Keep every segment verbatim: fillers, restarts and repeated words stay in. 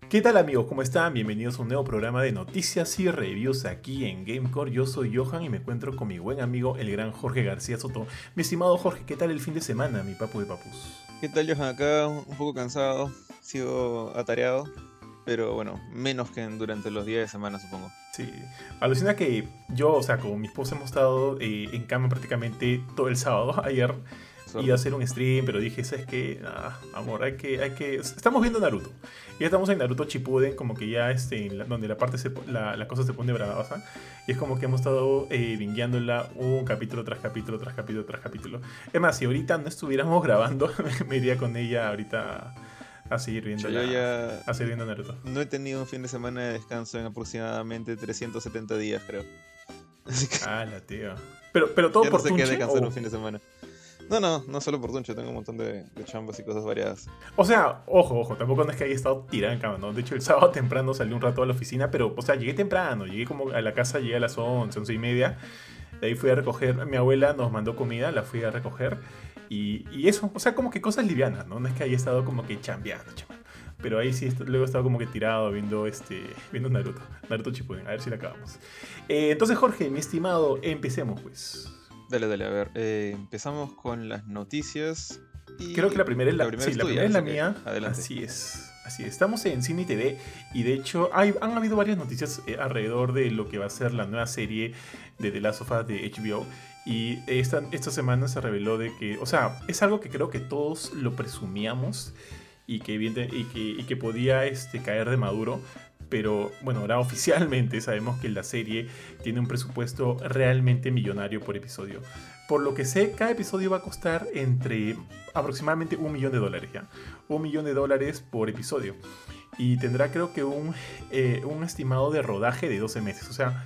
¿Qué tal amigos? ¿Cómo están? Bienvenidos a un nuevo programa de noticias y reviews aquí en Gamecore. Yo soy Johan y me encuentro con mi buen amigo, el gran Jorge García Soto. Mi estimado Jorge, ¿qué tal el fin de semana, mi papu de papus? ¿Qué tal, Johan? Acá un poco cansado, sigo atareado, pero bueno, menos que en- durante los días de semana, supongo. Sí, alucina que yo, o sea, con mi esposa hemos estado eh, en cama prácticamente todo el sábado. Ayer iba a Suerte. hacer un stream, pero dije, ¿sabes qué? Ah, amor, hay que, hay que... Estamos viendo Naruto. Ya estamos en Naruto Shippuden, como que ya este, en la- donde la parte se, po- la, la cosa se pone bravaza. Y es como que hemos estado eh, bingeándola un capítulo tras capítulo, tras capítulo, tras capítulo. Es más, si ahorita no estuviéramos grabando, me iría con ella ahorita a seguir Yo, viendo yo la, ya a seguir viendo Naruto. no he tenido un fin de semana de descanso en aproximadamente trescientos setenta días, creo. Así que Ah, la tía. Pero, pero todo ya no por sé qué Tunche descansar o... un fin de semana. No, no, no solo por Tuncho, tengo un montón de, de chambas y cosas variadas. O sea, ojo, ojo, tampoco no es que haya estado tirada en cama, ¿no? De hecho, el sábado temprano salí un rato a la oficina, pero, o sea, llegué temprano, llegué como a la casa, llegué a las once, once y media. De ahí fui a recoger, mi abuela nos mandó comida, la fui a recoger. Y, y eso, o sea, como que cosas livianas, ¿no? No es que haya estado como que chambeando, chambeando. Pero ahí sí, est- luego he estado como que tirado viendo, este, viendo Naruto, Naruto Shippuden, a ver si la acabamos. Eh, entonces, Jorge, mi estimado, empecemos pues. Dale, dale, a ver. eh, empezamos con las noticias Creo que y la primera es la la, primera sí, es la tuya, primera es la así que mía. adelante. Así es. Así es. Estamos en Cine y T V y de hecho hay, han habido varias noticias eh, alrededor de lo que va a ser la nueva serie de The Last of Us de H B O. Y esta, esta semana se reveló de que, o sea, es algo que creo que todos lo presumíamos y que, evidente- y que, y que podía este, caer de maduro. Pero bueno, ahora oficialmente sabemos que la serie tiene un presupuesto realmente millonario por episodio. Por lo que sé, cada episodio va a costar entre aproximadamente un millón de dólares, ¿ya? Un millón de dólares por episodio. Y tendrá creo que un, eh, un estimado de rodaje de doce meses. O sea,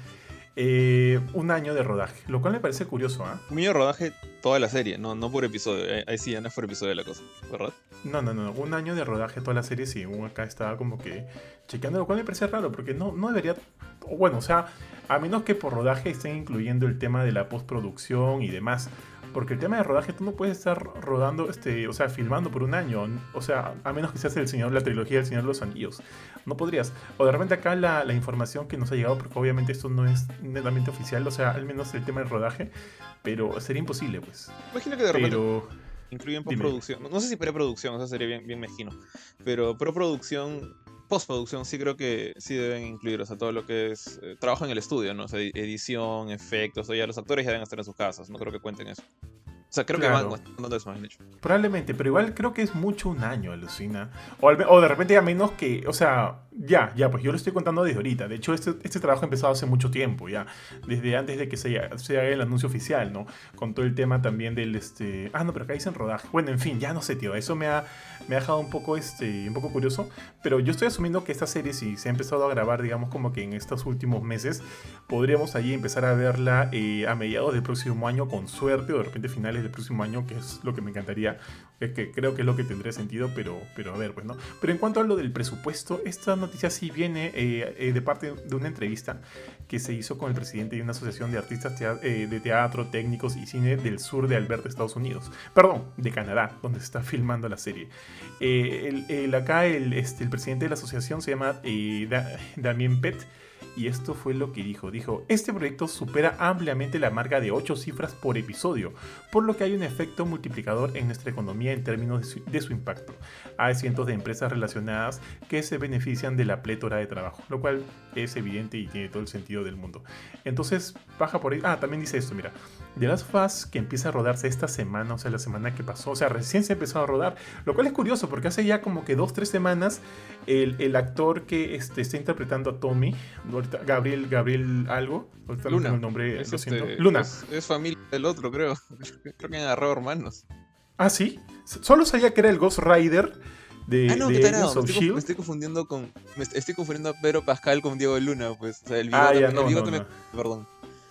eh, un año de rodaje. Lo cual me parece curioso, ¿ah? Un millón de rodaje toda la serie, no, no por episodio. eh, Ahí sí, ya no es por episodio la cosa, ¿verdad? No, no, no, un año de rodaje toda la serie, sí, uno acá estaba como que chequeando, lo cual me parece raro, porque no, no debería, o bueno, o sea, a menos que por rodaje estén incluyendo el tema de la postproducción y demás, porque el tema de rodaje tú no puedes estar rodando, este, o sea, filmando por un año, o sea, a menos que seas el señor, la trilogía del Señor de los Anillos, no podrías, o de repente acá la, la información que nos ha llegado, porque obviamente esto no es netamente oficial, o sea, al menos el tema del rodaje, pero sería imposible, pues, Imagino que de repente pero, incluyen dime, dime. postproducción. No no sé si preproducción, eso sería bien, bien mezquino. Pero preproducción, postproducción sí creo que sí deben incluir. O sea, todo lo que es eh, trabajo en el estudio, ¿no? O sea, edición, efectos. O ya los actores ya deben estar en sus casas. No creo que cuenten eso. O sea, creo que van Claro. contando eso, más bien dicho. Probablemente, pero igual creo que es mucho un año, alucina. O, al me- o de repente a menos que, o sea, ya, ya, pues yo lo estoy contando desde ahorita. De hecho, este, este trabajo ha empezado hace mucho tiempo, ya. Desde antes de que se, haga- se haga el anuncio oficial, ¿no? Con todo el tema también del, este... Ah, no, pero acá dicen rodaje. Bueno, en fin, ya no sé, tío. Eso me ha, me ha dejado un poco, este, un poco curioso. Pero yo estoy asumiendo que esta serie, si se ha empezado a grabar, digamos, como que en estos últimos meses, podríamos allí empezar a verla eh, a mediados del próximo año con suerte, o de repente finales del próximo año, que es lo que me encantaría, es que creo que es lo que tendría sentido, pero, pero a ver, pues no. Pero en cuanto a lo del presupuesto, esta noticia sí viene eh, eh, de parte de una entrevista que se hizo con el presidente de una asociación de artistas tea- eh, de teatro, técnicos y cine del sur de Alberta, Estados Unidos. Perdón, de Canadá, donde se está filmando la serie. Eh, el, el- acá el, este, el presidente de la asociación se llama eh, Da- Damien Pett. Y esto fue lo que dijo. Dijo, este proyecto supera ampliamente la marca de ocho cifras por episodio, por lo que hay un efecto multiplicador en nuestra economía en términos de su, de su impacto. Hay cientos de empresas relacionadas que se benefician de la plétora de trabajo, lo cual es evidente y tiene todo el sentido del mundo. Entonces, baja por ahí. Ah, también dice esto, mira. The Last of Us, que empieza a rodarse esta semana, o sea, la semana que pasó, o sea, recién se empezó a rodar, lo cual es curioso porque hace ya como que dos, tres semanas el, el actor que este, está interpretando a Tommy, ahorita, Gabriel, Gabriel algo, ahorita no Luna. tengo el nombre, Es, lo siento. este, Luna. es, es familia del otro, creo. Creo que han agarrado hermanos. Ah, sí. Solo sabía que era el Ghost Rider Ah, de, no, qué de Agents tarado. Me of estoy, conf- me Shield. estoy confundiendo con. Me est- estoy confundiendo a Pedro Pascal con Diego Luna, pues. O sea, el Ah, bigote, ya, me- el no, no, bigote me. no. Perdón.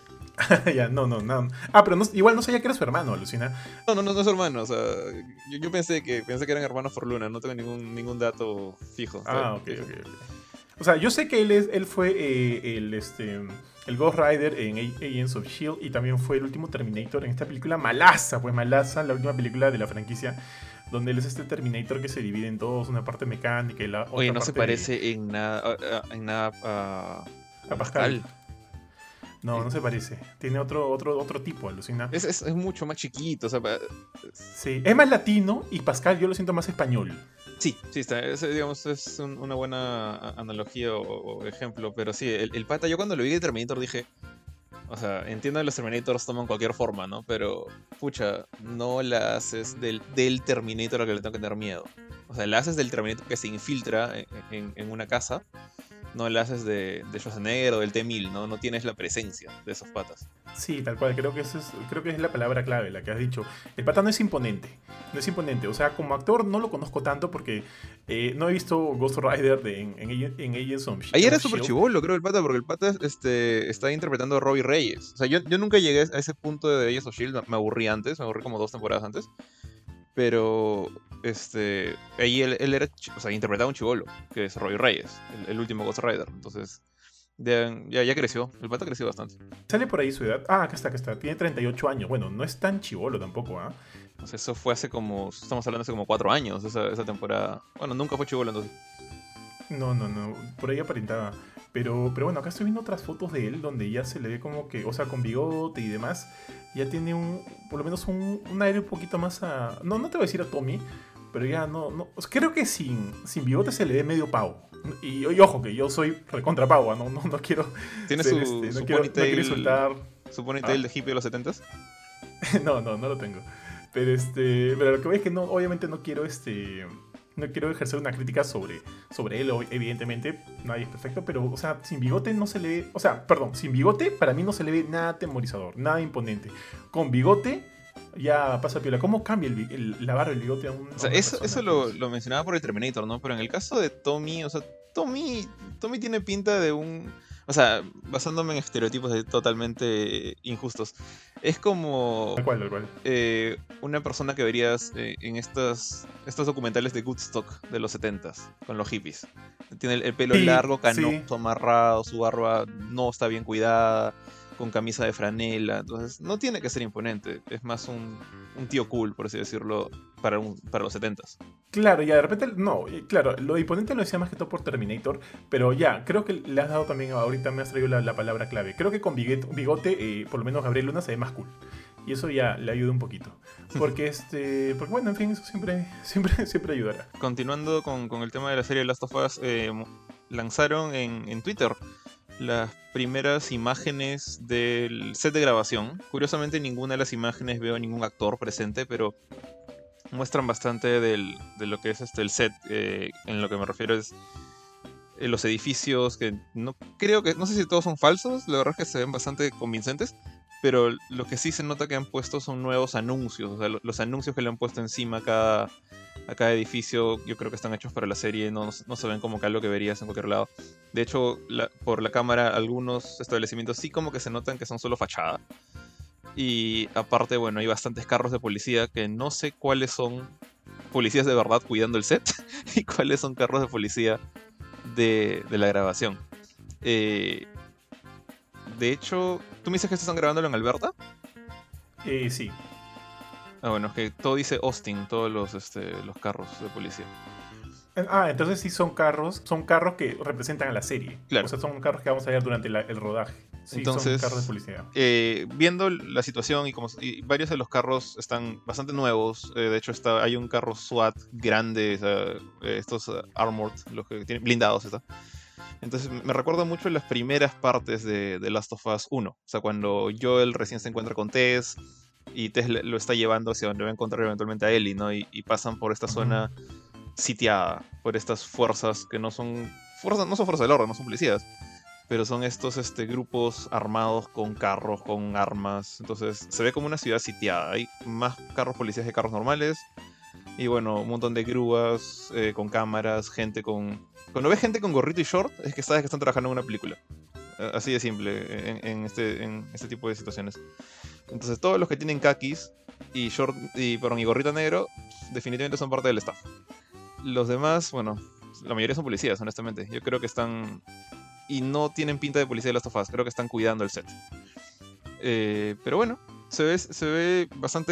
Ya, no, no, no. Ah, pero no- igual no sabía que era su hermano, alucina. No, no, no, no es hermano, o sea, yo, yo pensé que pensé que eran hermanos por Luna, no tengo ningún ningún dato fijo. o sea, Ah, ok, que- ok, ok. O sea, yo sé que él, es, él fue eh, el, este, el Ghost Rider en A- Agents of Shield y también fue el último Terminator en esta película malaza, pues malaza, la última película de la franquicia donde él es este Terminator que se divide en dos, una parte mecánica y la Oye, otra no se parte de, parece en nada, a- a- en nada a, a a Pascal. Pascal. No, Eh, no se parece. Tiene otro, otro, otro tipo, alucina. Es, es, es mucho más chiquito, o sea, pa- es- Sí, es más latino y Pascal yo lo siento más español. sí, sí, está, es, digamos, es un- una buena a- analogía o, o ejemplo, pero sí, el, el pata, yo cuando lo vi de Terminator dije, o sea, entiendo que los Terminators toman cualquier forma, ¿no? Pero, pucha, no la haces del, del Terminator al que le tengo que tener miedo. O sea, la haces del Terminator que se infiltra en, en- en una casa, no la haces de, de Schwarzenegger o del T mil, ¿no? No tienes la presencia de esos patas. Sí, tal cual, creo que, eso es, creo que es la palabra clave, la que has dicho. El pata no es imponente, no es imponente. O sea, como actor no lo conozco tanto porque eh, no he visto Ghost Rider de, en, en, Agent- en Agents of, Ahí era of súper Shield. chivolo, creo, el pata, porque el pata este, está interpretando a Robbie Reyes. O sea, yo, yo nunca llegué a ese punto de Agents of Shield, me aburrí antes, me aburrí como dos temporadas antes. Pero, este, ahí él, él era, chi- o sea, interpretaba a un chivolo, que es Robbie Reyes, el, el último Ghost Rider. Entonces, ya, ya, ya creció, el pata creció bastante. Sale por ahí su edad. Ah, acá está, acá está. Tiene treinta y ocho años. Bueno, no es tan chivolo tampoco, ¿ah? O sea, eso fue hace como, estamos hablando hace como cuatro años, esa, esa temporada. Bueno, nunca fue chivolo entonces. No, no, no. Por ahí aparentaba. Pero, pero bueno, acá estoy viendo otras fotos de él donde ya se le ve como que, o sea, con bigote y demás, ya tiene un, por lo menos un, un aire un poquito más a... No, no te voy a decir a Tommy, pero ya no, no. O sea, creo que sin, sin bigote se le ve medio pavo. Y, y ojo, que yo soy recontra pavo, ¿ah? no, no, no quiero ¿Tiene ser su, este, no su quiero, no quiero ponytail, insultar. su ponytail ¿Ah? de hippie de los setentas? No, no, no lo tengo. Pero este, pero lo que voy es que no, obviamente no quiero este, no quiero ejercer una crítica sobre, sobre él, ob- evidentemente, nadie es perfecto, pero, o sea, sin bigote no se le ve, o sea, perdón, sin bigote para mí no se le ve nada temorizador, nada imponente. Con bigote ya pasa piola. ¿Cómo cambia el, bi- el- la barba, el bigote a, un, O a sea, una eso, persona? eso lo, Pues, lo mencionaba por el Terminator, ¿no? Pero en el caso de Tommy, o sea, Tommy, Tommy tiene pinta de un... O sea, basándome en estereotipos de- totalmente injustos, es como tal cual, tal cual. eh, una persona que verías eh, en estas, estos documentales de Woodstock de los setentas, con los hippies. Tiene el, el pelo Sí, largo, sí. canoso, amarrado, su barba no está bien cuidada, con camisa de franela. Entonces, no tiene que ser imponente. Es más un, un tío cool, por así decirlo, para, un, para los setentas. Claro, ya de repente, no, eh, claro, lo de imponente lo decía más que todo por Terminator, pero ya, creo que le has dado también, ahorita me has traído la, la palabra clave. Creo que con bigote, bigote eh, por lo menos Gabriel Luna se ve más cool. Y eso ya le ayuda un poquito. Porque este, porque bueno, en fin, eso siempre, siempre, siempre ayudará. Continuando con, con el tema de la serie Last of Us, eh, mo- lanzaron en, en Twitter las primeras imágenes del set de grabación. Curiosamente, en ninguna de las imágenes veo ningún actor presente, pero muestran bastante del- de lo que es este, el set. Eh, en lo que me refiero es eh, los edificios, que no creo que, no sé si todos son falsos, la verdad es que se ven bastante convincentes. Pero lo que sí se nota que han puesto son nuevos anuncios. O sea, lo- los anuncios que le han puesto encima a cada, a cada edificio, yo creo que están hechos para la serie. No, no se ven como que algo que verías en cualquier lado. De hecho, la- por la cámara, algunos establecimientos sí como que se notan que son solo fachada. Y aparte, bueno, hay bastantes carros de policía que no sé cuáles son policías de verdad cuidando el set y cuáles son carros de policía de, de la grabación. Eh, de hecho, ¿tú me dices que están grabándolo en Alberta? Eh, sí. Ah, bueno, es que todo dice Austin, todos los, este, los carros de policía. Ah, entonces sí son carros, son carros que representan a la serie. Claro. O sea, son carros que vamos a ver durante la- el rodaje. Sí, Entonces, son carros de policía. Eh, viendo la situación y como y varios de los carros están bastante nuevos, eh, de hecho está, hay un carro SWAT grande, o sea, eh, estos uh, armored, los que tienen blindados, está. Entonces me recuerda mucho las primeras partes de, de Last of Us uno, o sea, cuando Joel recién se encuentra con Tess y Tess le- lo está llevando hacia donde va a encontrar eventualmente a Ellie, ¿no? Y, y pasan por esta Ujú. zona sitiada por estas fuerzas que no son fuerzas, no son fuerzas del orden, no son policías, pero son estos este, grupos armados con carros, con armas. Entonces se ve como una ciudad sitiada. Hay más carros policías que carros normales. Y bueno, un montón de grúas eh, con cámaras, gente con... Cuando ves gente con gorrito y short, es que sabes que están trabajando en una película. Eh, Así de simple en, en este, en este tipo de situaciones. Entonces todos los que tienen kakis y short y, perdón, y gorrito negro definitivamente son parte del staff. Los demás, bueno, la mayoría son policías, honestamente. Yo creo que están... Y no tienen pinta de policía de Last of Us, creo que están cuidando el set. Eh, pero bueno, se ve, se ve bastante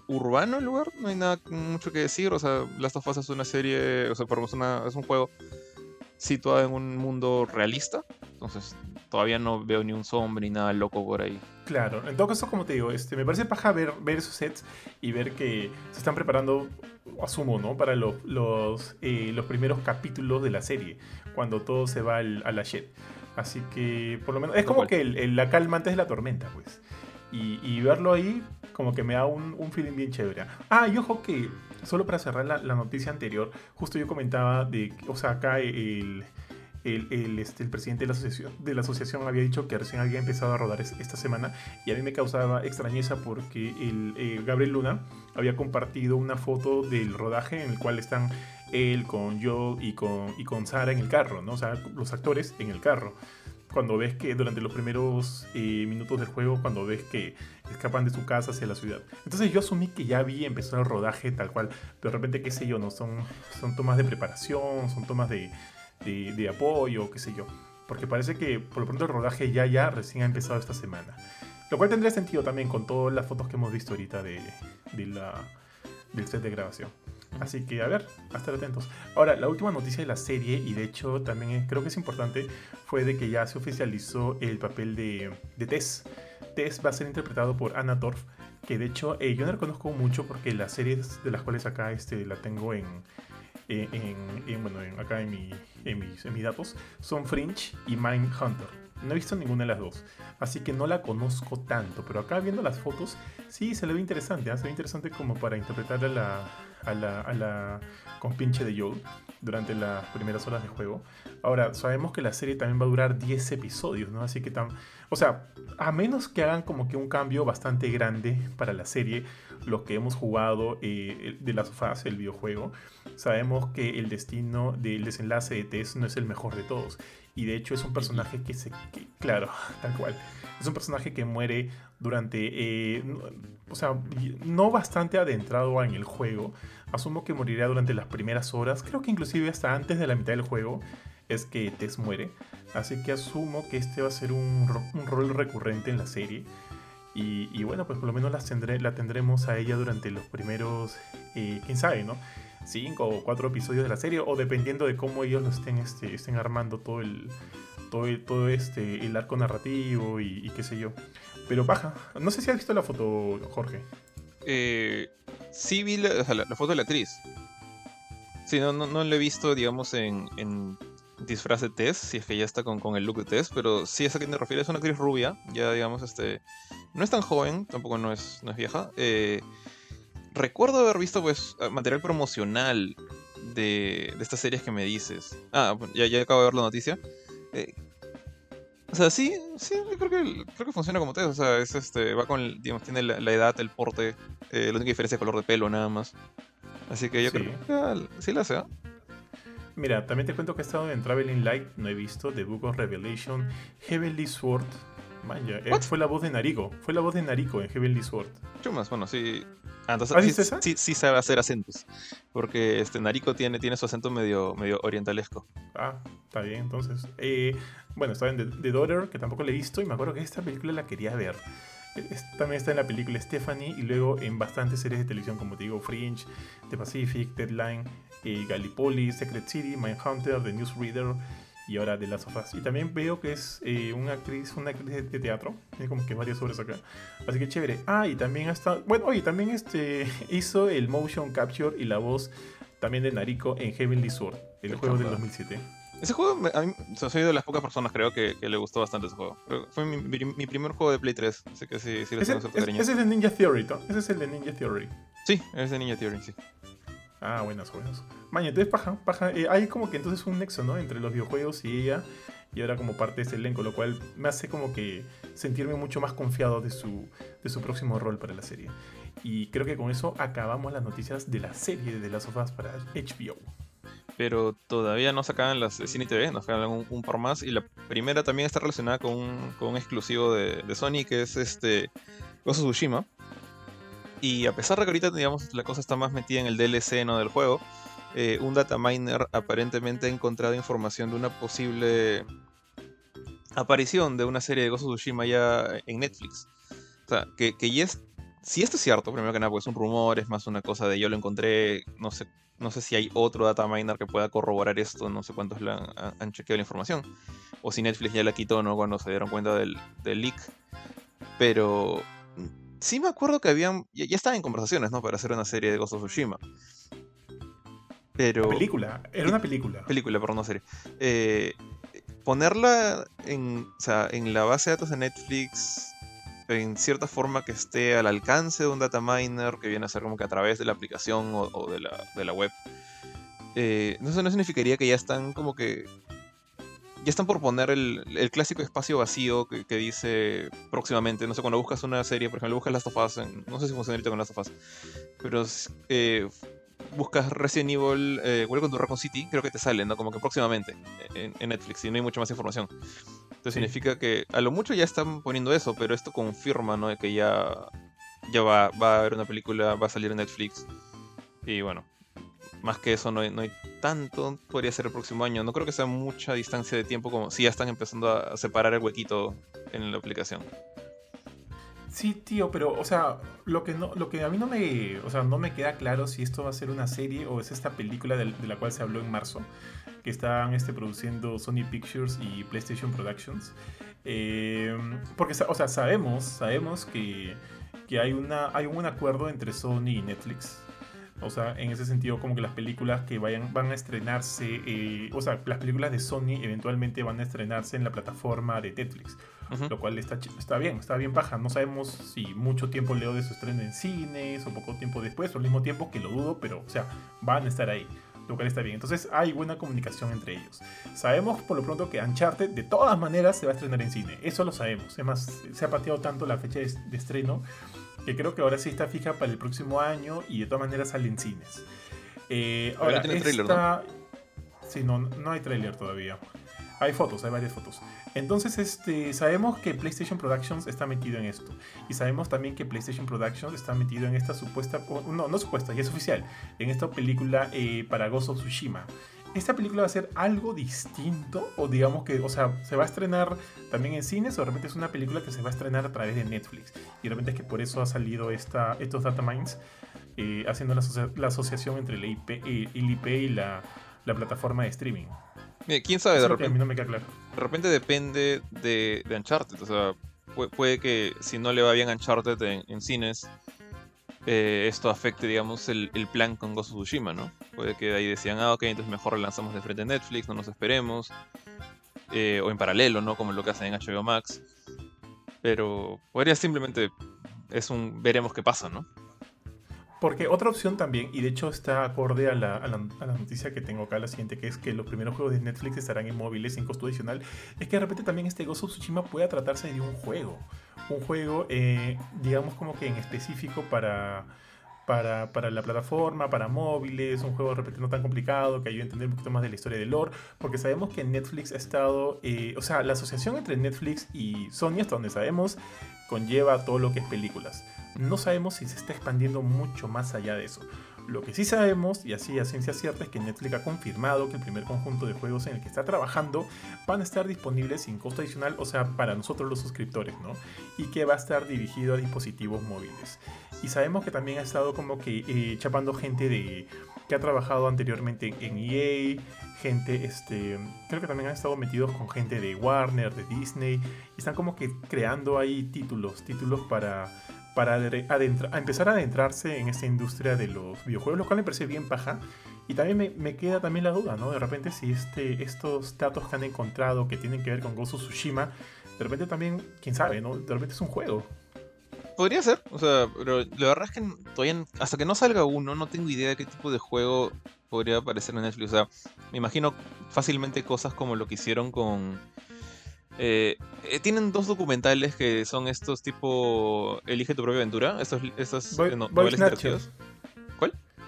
urbano el lugar, no hay nada mucho que decir. O sea, Last of Us es una serie, o sea, perdón, es, una- es un juego situado en un mundo realista. Entonces, todavía no veo ni un zombie ni nada loco por ahí. Claro, en todo caso, como te digo, este, me parece paja ver, ver esos sets y ver que se están preparando, asumo, ¿no? Para los, los, eh, los primeros capítulos de la serie, cuando todo se va al- a la shit. Así que, por lo menos, es Tal como cual. que el- el- la calma antes de la tormenta, pues. Y, y verlo ahí, como que me da un, un feeling bien chévere. Ah, y ojo que, solo para cerrar la, la noticia anterior, justo yo comentaba de, o sea, acá el el, el, este, el presidente de la, asociación, de la asociación había dicho que recién había empezado a rodar es- esta semana y a mí me causaba extrañeza porque el, eh, Gabriel Luna había compartido una foto del rodaje en el cual están él con Joel y con, y con Sara en el carro, ¿no? O sea, los actores en el carro. Cuando ves que durante los primeros eh, minutos del juego, cuando ves que escapan de su casa hacia la ciudad. Entonces yo asumí que ya había empezado el rodaje tal cual, pero de repente, qué sé yo, no son, son tomas de preparación, son tomas de, de, de apoyo, qué sé yo. Porque parece que por lo pronto el rodaje ya ya recién ha empezado esta semana. Lo cual tendría sentido también con todas las fotos que hemos visto ahorita de, de la, del set de grabación. Ujú. Así que a ver, a estar atentos. Ahora, la última noticia de la serie, y de hecho también es- creo que es importante, fue de que ya se oficializó el papel de, de Tess. Tess va a ser interpretado por Anna Torf, que de hecho eh, yo no la conozco mucho porque las series de las cuales acá este, la tengo en, en, en- en, bueno, en- acá en, mi, en, mis, en mis datos, son Fringe y Mindhunter. No he visto ninguna de las dos, así que no la conozco tanto, pero acá viendo las fotos, sí se le ve interesante, ¿eh? Se ve interesante como para interpretar a la, a la, a la compinche de Joel durante las primeras horas de juego. Ahora, sabemos que la serie también va a durar diez episodios, ¿no? Así que, tam o sea, a menos que hagan como que un cambio bastante grande para la serie, los que hemos jugado eh, de Last of Us, el videojuego, sabemos que el destino del desenlace de Tess no es el mejor de todos. Y de hecho es un personaje que se... Que, claro, tal cual. Es un personaje que muere durante... Eh, no, o sea, no bastante adentrado en el juego. Asumo que morirá durante las primeras horas. Creo que inclusive hasta antes de la mitad del juego es que Tess muere. Así que asumo que este va a ser un, un rol recurrente en la serie. Y, y, bueno, pues por lo menos las tendré, la tendremos a ella durante los primeros, eh, quién sabe, ¿no? Cinco o cuatro episodios de la serie, o dependiendo de cómo ellos lo estén, este, estén armando todo el, todo, el, todo este, el arco narrativo y, y qué sé yo. Pero baja, no sé si has visto la foto, Jorge. Eh, sí vi la, o sea, la, la foto de la actriz. Sí, no, no, no la he visto, digamos, en, en disfraz de Tess, si es que ya está con, con el look de Tess, pero sí es a quien te refieres, es una actriz rubia, ya digamos, este, no es tan joven, tampoco no es, no es vieja. Eh, recuerdo haber visto, pues, eh, material promocional de, de estas series que me dices. Ah, bueno, ya, ya acabo de ver la noticia. Eh, o sea, sí, sí, yo creo que, creo que funciona como Tess, o sea, es este, va con, digamos, tiene la, la edad, el porte, eh, la única diferencia es el color de pelo, nada más. Así que yo creo Sí. que ah, sí la hace, ¿ah? Mira, también te cuento que he estado en Traveling Light, no he visto The Book of Revelation, Heavenly Sword. Man, ya, eh, ¿What? fue la voz de Nariko, fue la voz de Nariko en Heavenly Sword. Chumas, bueno, sí. Ah, entonces ¿Has sí, visto esa? sí, sí sabe hacer acentos. Porque este Nariko tiene, tiene su acento medio, medio orientalesco. Ah, está bien, entonces. Eh, bueno, estaba en The, The Daughter, que tampoco la he visto, y me acuerdo que esta película la quería ver. Es- también está en la película Stephanie, y luego en bastantes series de televisión, como te digo, Fringe, The Pacific, Deadline, eh, Gallipoli, Secret City, Mindhunter, The Newsreader, y ahora The Last of Us. Y también veo que es eh, una actriz, una actriz de, de teatro, tiene como que varias obras acá. Así que chévere. Ah, y también hasta, bueno, oye, también este, hizo el motion capture y la voz también de Nariko en Heavenly Sword, el Qué juego del chamba. dos mil siete. Ese juego, me- a mí, o sea, soy de las pocas personas, creo, que, que le gustó bastante ese juego. Creo que fue mi, mi- mi primer juego de Play tres, así que sí, sí le Ese, tengo cierto es- cariño. ese es de Ninja Theory, ¿no? Ese es el de Ninja Theory. Sí, es de Ninja Theory, sí. Ah, buenas, buenas. Maña, entonces paja, paja. Eh, hay como que entonces un nexo, ¿no? Entre los videojuegos y ella. Y ahora como parte de ese elenco, lo cual me hace como que sentirme mucho más confiado de su, de su próximo rol para la serie. Y creo que con eso acabamos las noticias de la serie de The Last of Us para H B O. Pero todavía no sacaban las de Cine T V, nos quedan un, un par más. Y la primera también está relacionada con un, con un exclusivo de, de Sony, que es este Ghost of Tsushima. Y a pesar de que ahorita, digamos, la cosa está más metida en el D L C, ¿no?, del juego, eh, un dataminer aparentemente ha encontrado información de una posible aparición de una serie de Ghost of Tsushima ya en Netflix. O sea, que, que ya es Si esto es cierto, primero que nada, pues es un rumor, es más una cosa de yo lo encontré, no sé, no sé si hay otro data miner que pueda corroborar esto, no sé cuántos le han, han- han chequeado la información, o si Netflix ya la quitó, ¿no? Cuando se dieron cuenta del, del leak. Pero mm, sí me acuerdo que habían, ya, ya estaban en conversaciones, ¿no? Para hacer una serie de Ghost of Tsushima. La Pero, película, era sí, una película. película, perdón, no serie. Eh, ponerla en, o sea, en la base de datos de Netflix en cierta forma que esté al alcance de un data miner, que viene a ser como que a través de la aplicación o, o de, la, de la web. Eh, no, eso no significaría que ya están como que... Ya están por poner el, el clásico espacio vacío que, que dice próximamente. No sé, cuando buscas una serie, por ejemplo, buscas Last of Us, en- no sé si funciona ahorita con Last of Us, pero s- eh, buscas Resident Evil, eh, Welcome to Raccoon City, creo que te sale, ¿no? Como que próximamente en, en Netflix y no hay mucha más información. Entonces Sí. significa que a lo mucho ya están poniendo eso, pero esto confirma, ¿no? De que ya, ya va, va a haber una película, va a salir en Netflix. Y bueno, más que eso no hay, no hay tanto, podría ser el próximo año. No creo que sea mucha distancia de tiempo como si ya están empezando a separar el huequito en la aplicación. Sí, tío, pero, o sea, lo que no, lo que a mí no me, o sea, no me queda claro si esto va a ser una serie o es esta película del- de, la cual se habló en marzo, que están este, produciendo Sony Pictures y PlayStation Productions. Eh, porque, sa- o sea, sabemos, sabemos que, que hay una, hay un acuerdo entre Sony y Netflix. O sea, en ese sentido, como que las películas que vayan, van a estrenarse, eh, o sea, las películas de Sony eventualmente van a estrenarse en la plataforma de Netflix, Ujú. lo cual está, ch- está bien, está bien paja. No sabemos si mucho tiempo leo de su estreno en cines o poco tiempo después, o al mismo tiempo, que lo dudo, pero, o sea, van a estar ahí, lo cual está bien. Entonces hay buena comunicación entre ellos. Sabemos por lo pronto que Uncharted de todas maneras se va a estrenar en cine, eso lo sabemos. Es más, se ha pateado tanto la fecha de, de estreno que creo que ahora sí está fija para el próximo año y de todas maneras sale en cines. Eh, Pero no ahora, tiene trailer, ¿no? esta... Sí, no, no hay tráiler todavía. Hay fotos, hay varias fotos. Entonces, este, sabemos que PlayStation Productions está metido en esto. Y sabemos también que PlayStation Productions está metido en esta supuesta... o- No, no supuesta, ya es oficial. En esta película eh, para Ghost of Tsushima. ¿Esta película va a ser algo distinto? O digamos que, o sea, se va a estrenar también en cines o de repente es una película que se va a estrenar a través de Netflix. Y de repente es que por eso ha salido esta, estos datamines eh, haciendo la, asocia- la asociación entre el I P, eh, el I P y la, la plataforma de streaming. Mira, quién sabe, Eso de es lo que a mí repente, no me queda claro. de repente depende de, de Uncharted. O sea, pu- puede que si no le va bien a Uncharted en, en cines, eh, esto afecte, digamos, el, el plan con Ghost of Tsushima, ¿no? Puede que ahí decían, ah, ok, entonces mejor lanzamos de frente a Netflix, no nos esperemos. Eh, o en paralelo, ¿no? Como lo que hacen en H B O Max. Pero podría simplemente, es un veremos qué pasa, ¿no? Porque otra opción también, y de hecho está acorde a la, a la- a la noticia que tengo acá, la siguiente, que es que los primeros juegos de Netflix estarán en móviles sin costo adicional, es que de repente también este Ghost of Tsushima pueda tratarse de un juego. Un juego, eh, digamos como que en específico para, para, para la plataforma, para móviles, un juego de repente no tan complicado, que ayude a entender un poquito más de la historia del lore, porque sabemos que Netflix ha estado, eh, o sea, la asociación entre Netflix y Sony, hasta donde sabemos, conlleva todo lo que es películas. No sabemos si se está expandiendo mucho más allá de eso. Lo que sí sabemos, y así a ciencia cierta, es que Netflix ha confirmado que el primer conjunto de juegos en el que está trabajando van a estar disponibles sin costo adicional, o sea, para nosotros los suscriptores, ¿no? Y que va a estar dirigido a dispositivos móviles. Y sabemos que también ha estado como que eh, chapando gente de que ha trabajado anteriormente en E A, gente, este, creo que también han estado metidos con gente de Warner, de Disney, y están como que creando ahí títulos, títulos para para adentra- a empezar a adentrarse en esta industria de los videojuegos, lo cual me parece bien paja. Y también me, me queda también la duda, ¿no? De repente si este, estos datos que han encontrado que tienen que ver con Ghost of Tsushima, de repente también, quién sabe, ¿no? De repente es un juego. Podría ser, o sea, pero la verdad es que todavía, n- hasta que no salga uno, no tengo idea de qué tipo de juego podría aparecer en Netflix. O sea, me imagino fácilmente cosas como lo que hicieron con... eh, eh, tienen dos documentales que son estos tipo Elige tu propia aventura, estos, estas Boy, eh, no- Boy novelas Snatcher. interactivas. ¿Cuál?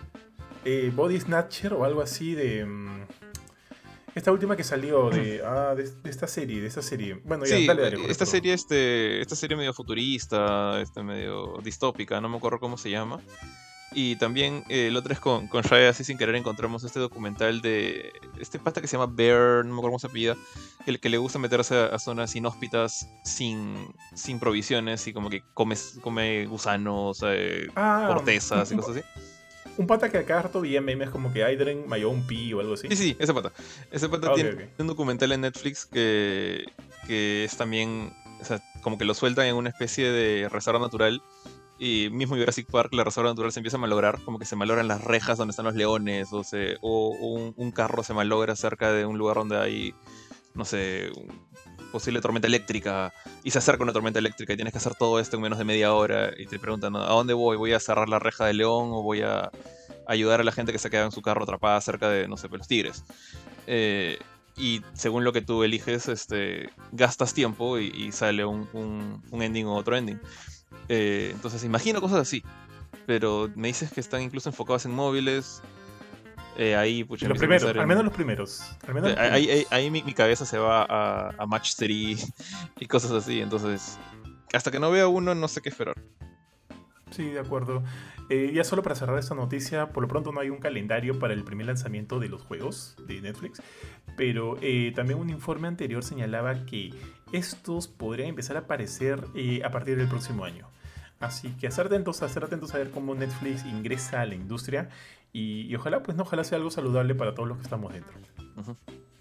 Eh, Body Snatcher o algo así de... mm, esta última que salió de, ah, de, de esta serie, de esta serie. Bueno, ya, Sí, dale, dale, esta correcto. serie, este, esta serie medio futurista, este medio distópica, no me acuerdo cómo se llama. Y también eh, el otro es con, con Shia, así sin querer encontramos este documental de este pata que se llama Bear, no me acuerdo cómo se apellida, que, que le gusta meterse a, a zonas inhóspitas sin, sin provisiones y como que come, come gusanos, eh, Ah, cortezas y un, cosas así. un pata que a cada rato veía memes como que Aydren mayó un pi o algo así. Sí, sí, ese pata. Ese pata Ah, ok, tiene ok. un documental en Netflix que, que es también, o sea, como que lo sueltan en una especie de reserva natural. Y mismo Jurassic Park, la reserva natural se empieza a malograr, como que se malogran las rejas donde están los leones, o, se, o, o un, un carro se malogra cerca de un lugar donde hay, no sé, un posible tormenta eléctrica, y se acerca una tormenta eléctrica y tienes que hacer todo esto en menos de media hora, y te preguntan, ¿no? ¿A dónde voy? ¿Voy a cerrar la reja del león o voy a ayudar a la gente que se queda en su carro atrapada cerca de, no sé, pues, los tigres? Eh, y según lo que tú eliges, este, gastas tiempo y, y sale un, un, un ending o otro ending. Eh, entonces imagino cosas así, pero me dices que están incluso enfocados en móviles. Eh, ahí, pucha, Los empiezo a pensar primeros, al menos en... los primeros. Al menos eh, los Ahí, ahí, primeros. ahí mi, mi cabeza se va a, a Match tres y cosas así, entonces hasta que no vea uno no sé qué esperar. Sí, de acuerdo. Eh, ya solo para cerrar esta noticia, por lo pronto no hay un calendario para el primer lanzamiento de los juegos de Netflix, pero eh, también un informe anterior señalaba que estos podrían empezar a aparecer eh, a partir del próximo año. Así que estar atentos, a estar atentos a ver cómo Netflix ingresa a la industria y, y ojalá, pues no, ojalá sea algo saludable para todos los que estamos dentro. Ujú.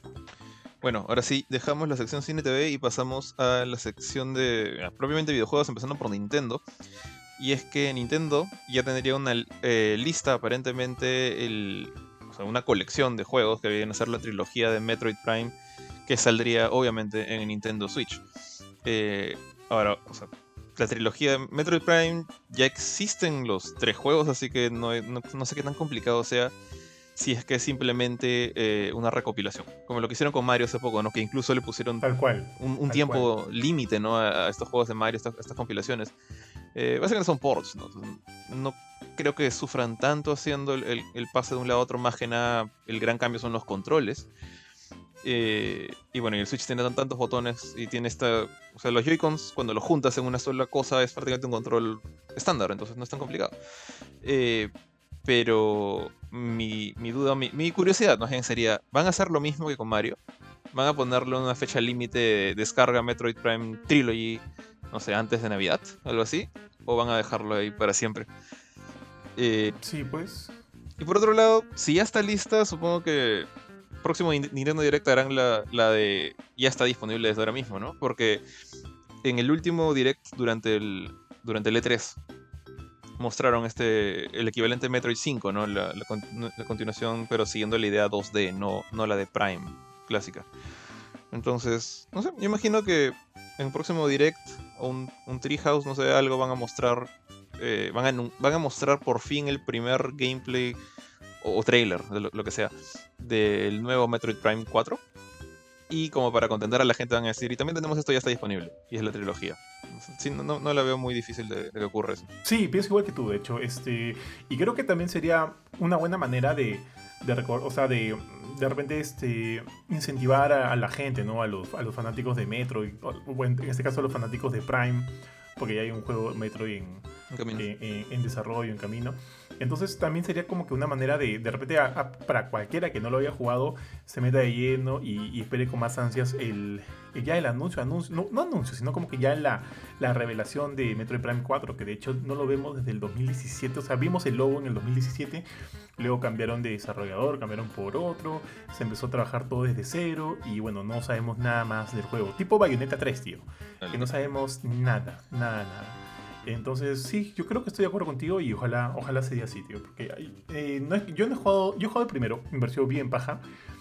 Bueno, ahora sí, dejamos la sección Cine T V y pasamos a la sección de ah, propiamente videojuegos, empezando por Nintendo. Y es que Nintendo ya tendría una eh, lista, aparentemente, el, o sea, una colección de juegos que vienen a ser la trilogía de Metroid Prime, que saldría obviamente en Nintendo Switch. Eh, ahora, o sea, la trilogía de Metroid Prime ya existen los tres juegos, así que no, no, no sé qué tan complicado sea si es que es simplemente eh, una recopilación. Como lo que hicieron con Mario hace poco, ¿no? Que incluso le pusieron Tal cual, un, un tal cual. tiempo límite, ¿no? a, a estos juegos de Mario, estas, estas compilaciones. Eh, básicamente son ports, ¿no? No creo que sufran tanto haciendo el, el- el pase de un lado a otro, más que nada el gran cambio son los controles. Eh, y bueno, y el Switch tiene tan- tantos botones y tiene esta... O sea, los Joy-Cons, cuando los juntas en una sola cosa, es prácticamente un control estándar, entonces no es tan complicado. Eh, pero mi, mi duda, mi, mi curiosidad más bien sería, ¿van a hacer lo mismo que con Mario? ¿Van a ponerle una fecha límite de descarga Metroid Prime Trilogy, no sé, antes de Navidad? Algo así. ¿O van a dejarlo ahí para siempre? Eh, Sí, pues. y por otro lado, si ya está lista, supongo que próximo Nin- Nintendo Direct harán la, la de ya está disponible desde ahora mismo, ¿no? Porque en el último Direct durante el, durante el E tres mostraron este el equivalente de Metroid cinco, ¿no? La, la con- la continuación, pero siguiendo la idea dos D, no, no la de Prime clásica. Entonces, no sé, yo imagino que en el próximo Direct o un, un Treehouse, no sé, algo van a mostrar. eh, van, a, nu- van a mostrar por fin el primer gameplay o, o trailer, de lo, lo que sea, del nuevo Metroid Prime cuatro. Y como para contentar a la gente van a decir, y también tenemos esto, ya está disponible, y es la trilogía. Sí, no, no, no la veo muy difícil de, de que ocurra eso. Sí, pienso igual que tú, de hecho. Este, y creo que también sería una buena manera de, de recor- o sea, de, de repente este, incentivar a, a la gente, ¿no? A los, a los fanáticos de Metroid, o, o en, en este caso a los fanáticos de Prime, porque ya hay un juego Metroid en, En camino. en, en- en desarrollo, en camino. Entonces también sería como que una manera de, de repente, a- a- para cualquiera que no lo haya jugado, se meta de lleno y, y espere con más ansias el, el- ya el anuncio, anuncio no, no anuncio, sino como que ya la, la revelación de Metroid Prime cuatro, que de hecho no lo vemos desde el dos mil diecisiete, o sea, vimos el logo en el dos mil diecisiete, luego cambiaron de desarrollador, cambiaron por otro, se empezó a trabajar todo desde cero y bueno, no sabemos nada más del juego. Tipo Bayonetta tres, tío, que no sabemos nada, nada, nada. Entonces, sí, yo creo que estoy de acuerdo contigo y ojalá, ojalá sea así, tío. Porque eh, no es- yo no he jugado, yo he jugado el primero, me pareció bien paja.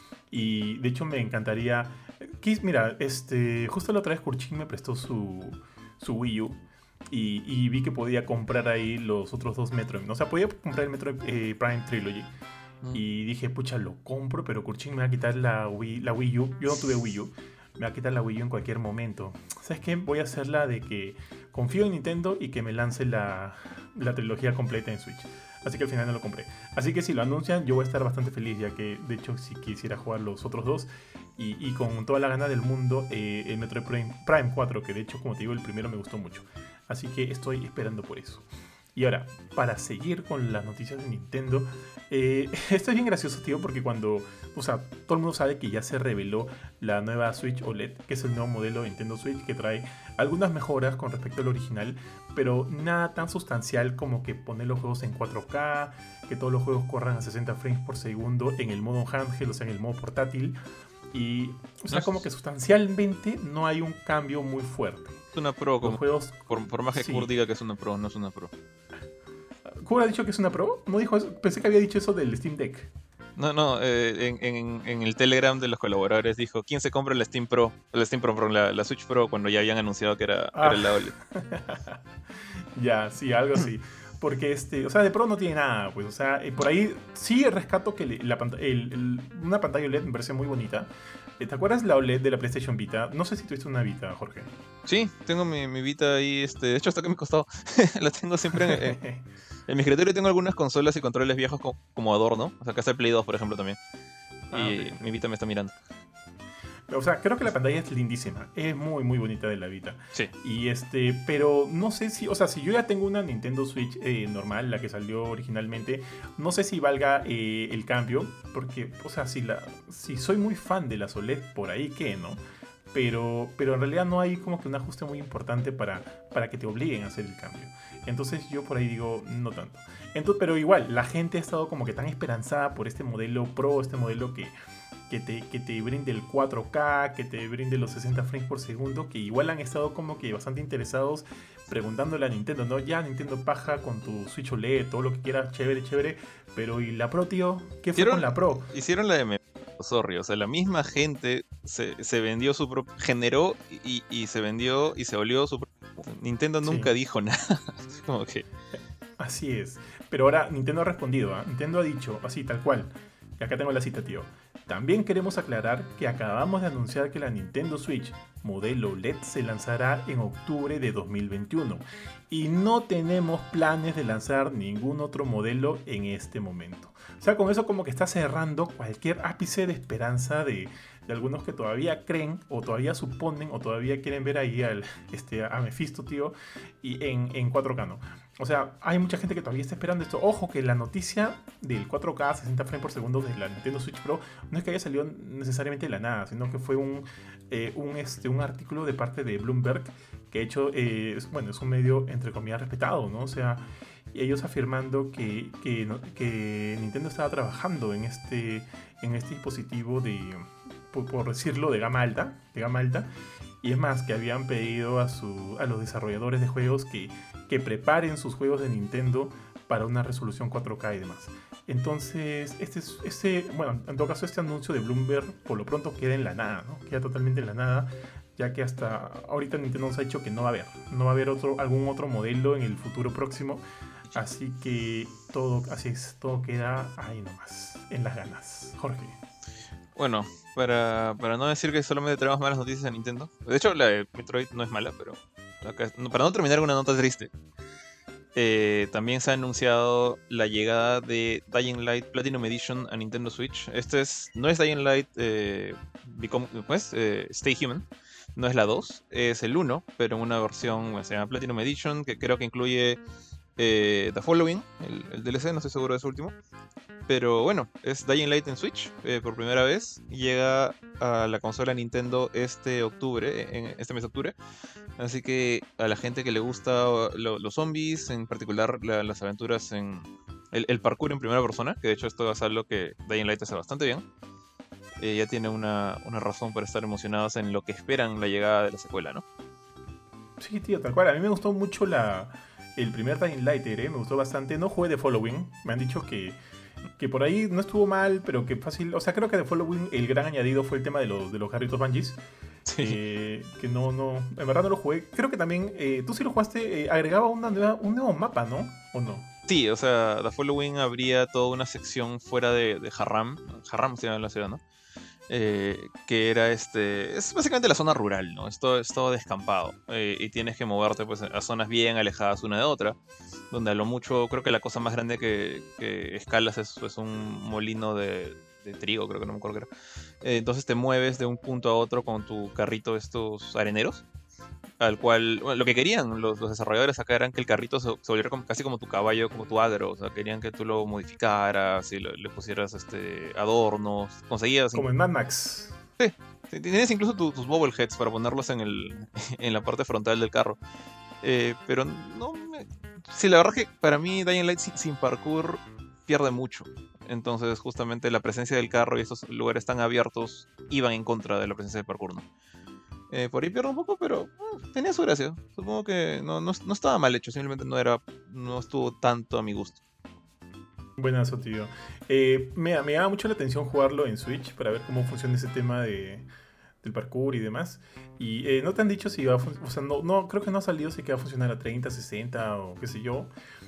Y de hecho me encantaría. Kiss, mira, este, justo la otra vez Kurchin me prestó su, su Wii U. Y, y vi que podía comprar ahí los otros dos Metroid. O sea, podía comprar el Metroid eh, Prime Trilogy. Mm. Y dije, pucha, lo compro, pero Kurchin me va a quitar la Wii, la Wii U. Yo no tuve Wii U. Me va a quitar la Wii U en cualquier momento. ¿Sabes qué? Voy a hacer la de que confío en Nintendo y que me lance la, la trilogía completa en Switch. Así que al final no lo compré. Así que si lo anuncian, yo voy a estar bastante feliz, ya que de hecho si quisiera jugar los otros dos. Y, y con toda la gana del mundo, eh, el Metroid Prime, Prime cuatro, que de hecho, como te digo, el primero me gustó mucho. Así que estoy esperando por eso. Y ahora, para seguir con las noticias de Nintendo, eh, esto es bien gracioso, tío, porque cuando, o sea, todo el mundo sabe que ya se reveló la nueva Switch O L E D, que es el nuevo modelo de Nintendo Switch, que trae algunas mejoras con respecto al original, pero nada tan sustancial como que poner los juegos en cuatro K, que todos los juegos corran a sesenta frames por segundo en el modo handheld, o sea, en el modo portátil. Y, o sea, como que sustancialmente no hay un cambio muy fuerte. Es una Pro, Los como, juegos, por, por más que sí. Kurt diga que es una Pro, no es una Pro. ¿Cómo ha dicho que es una Pro? No dijo eso. Pensé que había dicho eso del Steam Deck. No, no, eh, en, en, en el Telegram de los colaboradores dijo, ¿quién se compra la Steam Pro? La Steam Pro, perdón, la, la Switch Pro, cuando ya habían anunciado que era, Ah. era la O L E D. Ya, sí, algo así. Porque, este, o sea, de Pro no tiene nada, pues. O sea, eh, por ahí sí rescato que le- la pant- el- el- una pantalla O L E D me parece muy bonita. Eh, ¿Te acuerdas la O L E D de la PlayStation Vita? No sé si tuviste una Vita, Jorge. Sí, tengo mi, mi Vita ahí, este, de hecho hasta que me costó. La tengo siempre en, en, en mi escritorio. Tengo algunas consolas y controles viejos co- como adorno. O sea, acá está el Play dos, por ejemplo, también. Ah, Y ok. mi Vita me está mirando. O sea, creo que la pantalla es lindísima. Es muy, muy bonita de la Vita. Sí. Y este, pero no sé si, o sea, si yo ya tengo una Nintendo Switch eh, normal, la que salió originalmente, no sé si valga eh, el cambio, porque, o sea, si, la, si soy muy fan de las O L E D, por ahí que, ¿no? Pero, pero en realidad no hay como que un ajuste muy importante para, para que te obliguen a hacer el cambio. Entonces yo por ahí digo, no tanto. Entonces, pero igual, la gente ha estado como que tan esperanzada por este modelo Pro, este modelo que, que, te, que te brinde el cuatro K, que te brinde los sesenta frames por segundo, que igual han estado como que bastante interesados preguntándole a Nintendo, ¿no? Ya, Nintendo, paja con tu Switch O L E D, todo lo que quieras, chévere, chévere. Pero ¿y la Pro, tío? ¿Qué fue ¿Hicieron? con la Pro? Hicieron la de me... Sorry, o sea, la misma gente se, se vendió su propio... Generó y, y se vendió y se volvió su propio... Nintendo nunca Sí. dijo nada. Es como que... Así es. Pero ahora Nintendo ha respondido, ¿ah? Nintendo ha dicho, así tal cual. Y acá tengo la cita, tío. También queremos aclarar que acabamos de anunciar que la Nintendo Switch modelo O L E D se lanzará en octubre de dos mil veintiuno. Y no tenemos planes de lanzar ningún otro modelo en este momento. O sea, con eso como que está cerrando cualquier ápice de esperanza de, de algunos que todavía creen o todavía suponen o todavía quieren ver ahí al, este, a Mephisto, tío, y en, en cuatro K, ¿no? O sea, hay mucha gente que todavía está esperando esto. Ojo que la noticia del cuatro K sesenta frames por segundo de la Nintendo Switch Pro no es que haya salido necesariamente de la nada, sino que fue un, eh, un, este, un artículo de parte de Bloomberg que de hecho, eh, es, bueno, es un medio entre comillas respetado, ¿no? O sea, ellos afirmando que, que, no- que Nintendo estaba trabajando en este, en este dispositivo de, por, por decirlo, de gama alta, de gama alta. Y es más, que habían pedido a, su, a los desarrolladores de juegos que, que preparen sus juegos de Nintendo para una resolución cuatro K y demás. Entonces, este, es- este, bueno, en todo caso, este anuncio de Bloomberg por lo pronto queda en la nada, ¿no? Queda totalmente en la nada, ya que hasta ahorita Nintendo nos ha dicho que no va a haber, no va a haber otro, algún otro modelo en el futuro próximo. Así que todo, así es, todo queda ahí nomás, en las ganas. Jorge. Bueno, para, para no decir que solamente tenemos malas noticias a Nintendo. De hecho, la de Metroid no es mala, pero acá- no, para no terminar con una nota triste. eh, también se ha anunciado la llegada de Dying Light Platinum Edition a Nintendo Switch. Este es, no es Dying Light eh, Become- ¿cómo es? Eh, Stay Human. No es la dos, es el uno, pero en una versión, bueno, se llama Platinum Edition, que creo que incluye eh, The Following, el, el D L C, no estoy seguro de su último. Pero bueno, es Dying Light en Switch eh, por primera vez. Llega a la consola Nintendo este octubre, en este mes de octubre. Así que a la gente que le gusta lo- los zombies, en particular la- las aventuras en el, el parkour en primera persona, que de hecho esto es algo que Dying Light hace bastante bien, eh, ya tiene una, una razón para estar emocionados en lo que esperan la llegada de la secuela, ¿no? Sí, tío, tal cual. A mí me gustó mucho la, el primer Dying Light, ¿eh? Me gustó bastante. No jugué The Following. Me han dicho que, que por ahí no estuvo mal, pero que fácil. O sea, creo que The Following el gran añadido fue el tema de, los de los carritos Bungees. Eh, que no, no. En verdad no lo jugué. Creo que también. Eh, tú sí lo jugaste. Eh, agregaba una nueva, un nuevo mapa, ¿no? ¿O no? Sí, o sea, The Following habría toda una sección fuera de, de Harram. Harram se llama la ciudad, ¿no? Eh, que era este. Es básicamente la zona rural, ¿no? Es todo, es todo descampado. Eh, y tienes que moverte pues, a zonas bien alejadas una de otra. Donde a lo mucho, creo que la cosa más grande que, que escalas es, es un molino de, de trigo, creo que no me acuerdo qué era. Eh, entonces te mueves de un punto a otro con tu carrito, estos areneros. al cual, bueno, lo que querían los, los desarrolladores acá eran que el carrito se, se volviera como- casi como tu caballo, como tu agro, o sea, querían que tú lo modificaras y lo- le pusieras este, adornos, conseguías, Como en Mad Max. sí, tienes incluso tu- tus bobbleheads para ponerlos en, el, en la parte frontal del carro. Eh, pero no me... Sí, la verdad es que para mí Dying Light sin, sin parkour pierde mucho. Entonces, justamente la presencia del carro y estos lugares tan abiertos iban en contra de la presencia del parkour, ¿no? Eh, por ahí pierde un poco, pero eh, tenía su gracia. Supongo que no, no, no estaba mal hecho, simplemente no era, no estuvo tanto a mi gusto. Buenazo, tío. Eh, me, me llama mucho la atención jugarlo en Switch para ver cómo funciona ese tema de, del parkour y demás. Y eh, no te han dicho si va a funcionar. O sea, no, no, creo que no ha salido si que va a funcionar a treinta, sesenta o qué sé yo.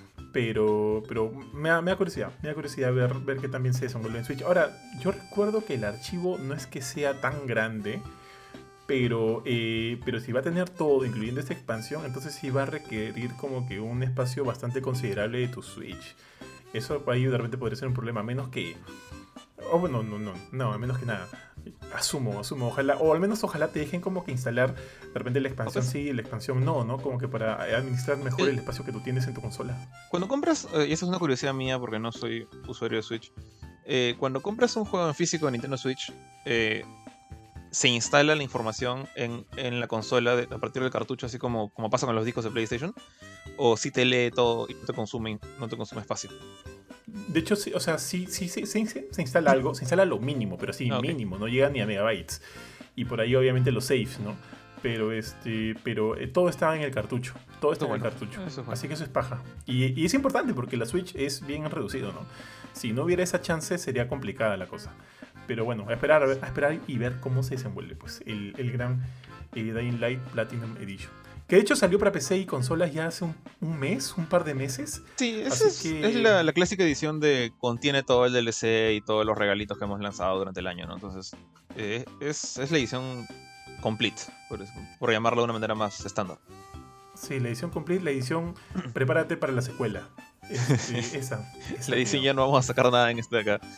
Pero, pero me, da, me da curiosidad. Me da curiosidad ver, ver que también se desenvuelve en Switch. Ahora, yo recuerdo que el archivo no es que sea tan grande. Pero, eh, pero si va a tener todo, incluyendo esta expansión, entonces sí va a requerir como que un espacio bastante considerable de tu Switch. Eso ahí de repente podría ser un problema, a menos que... Oh, bueno, no, no, no, a menos que nada. Asumo, asumo, ojalá, o al menos ojalá te dejen como que instalar de repente la expansión Pues, sí, la expansión no, ¿no? Como que para administrar mejor el- el espacio que tú tienes en tu consola. cuando compras, eh, y esa es una curiosidad mía porque no soy usuario de Switch, eh, cuando compras un juego en físico de Nintendo Switch, eh, se instala la información en, en la consola de- a partir del cartucho, así como, como pasa con los discos de PlayStation, o si te lee todo y no te consume, no te consume espacio. De hecho, sí, o sea, sí, sí, sí, sí, sí, se instala algo, se instala lo mínimo, pero sí, Ah, ok. mínimo, no llega ni a megabytes. Y por ahí obviamente los saves, ¿no? Pero este, pero eh, todo está en el cartucho, todo está Eso en el bueno, cartucho. eso es bueno. Así que eso es paja. Y, y es importante porque la Switch es bien reducido, ¿no? Si no hubiera esa chance sería complicada la cosa. Pero bueno, a esperar, a, ver- a esperar y ver cómo se desenvuelve, pues, el, el gran eh, Dying Light Platinum Edition. Que de hecho salió para P C y consolas ya hace un, un mes, un par de meses. Sí, esa Así es, que es la, la clásica edición de contiene todo el D L C y todos los regalitos que hemos lanzado durante el año, ¿no? Entonces, eh, es, es la edición complete, por, eso- por llamarlo de una manera más estándar. sí, la edición complete, la edición prepárate para la secuela. Este, esa, esa, La edición tío. ya no vamos a sacar nada en este de acá.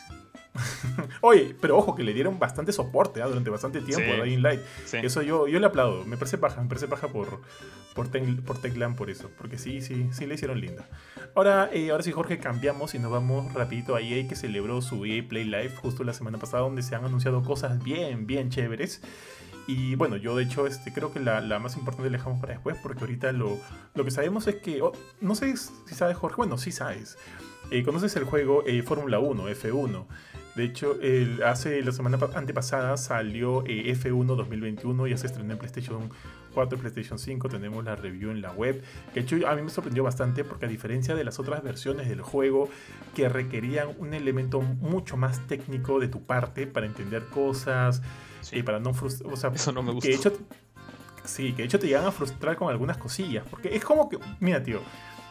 Oye, pero ojo que le dieron bastante soporte ¿ah? Durante bastante tiempo Sí, a Dying Light. sí. Eso yo, yo le aplaudo. Me parece paja, me parece paja por, por, Tec- por Teclan por eso. Porque sí, sí, sí le hicieron linda. Ahora, eh, ahora sí, Jorge, cambiamos y nos vamos rapidito a E A que celebró su E A Play Live justo la semana pasada, donde se han anunciado cosas bien, bien chéveres. Y bueno, yo de hecho este, creo que la, la más importante la dejamos para después, porque ahorita lo, lo que sabemos es que, oh, no sé si sabes, Jorge, bueno, sí sabes. Eh, ¿conoces el juego eh, Fórmula uno, F uno? De hecho, el- hace la semana pa- antepasada salió eh, F uno dos mil veintiuno, ya se estrenó en PlayStation cuatro y PlayStation cinco, tenemos la review en la web, que de hecho a mí me sorprendió bastante porque a diferencia de las otras versiones del juego que requerían un elemento mucho más técnico de tu parte para entender cosas, Sí. eh, para no frustrar, o sea, Eso no me que de gustó. hecho, sí, que de hecho te llegan a frustrar con algunas cosillas, porque es como que, mira tío,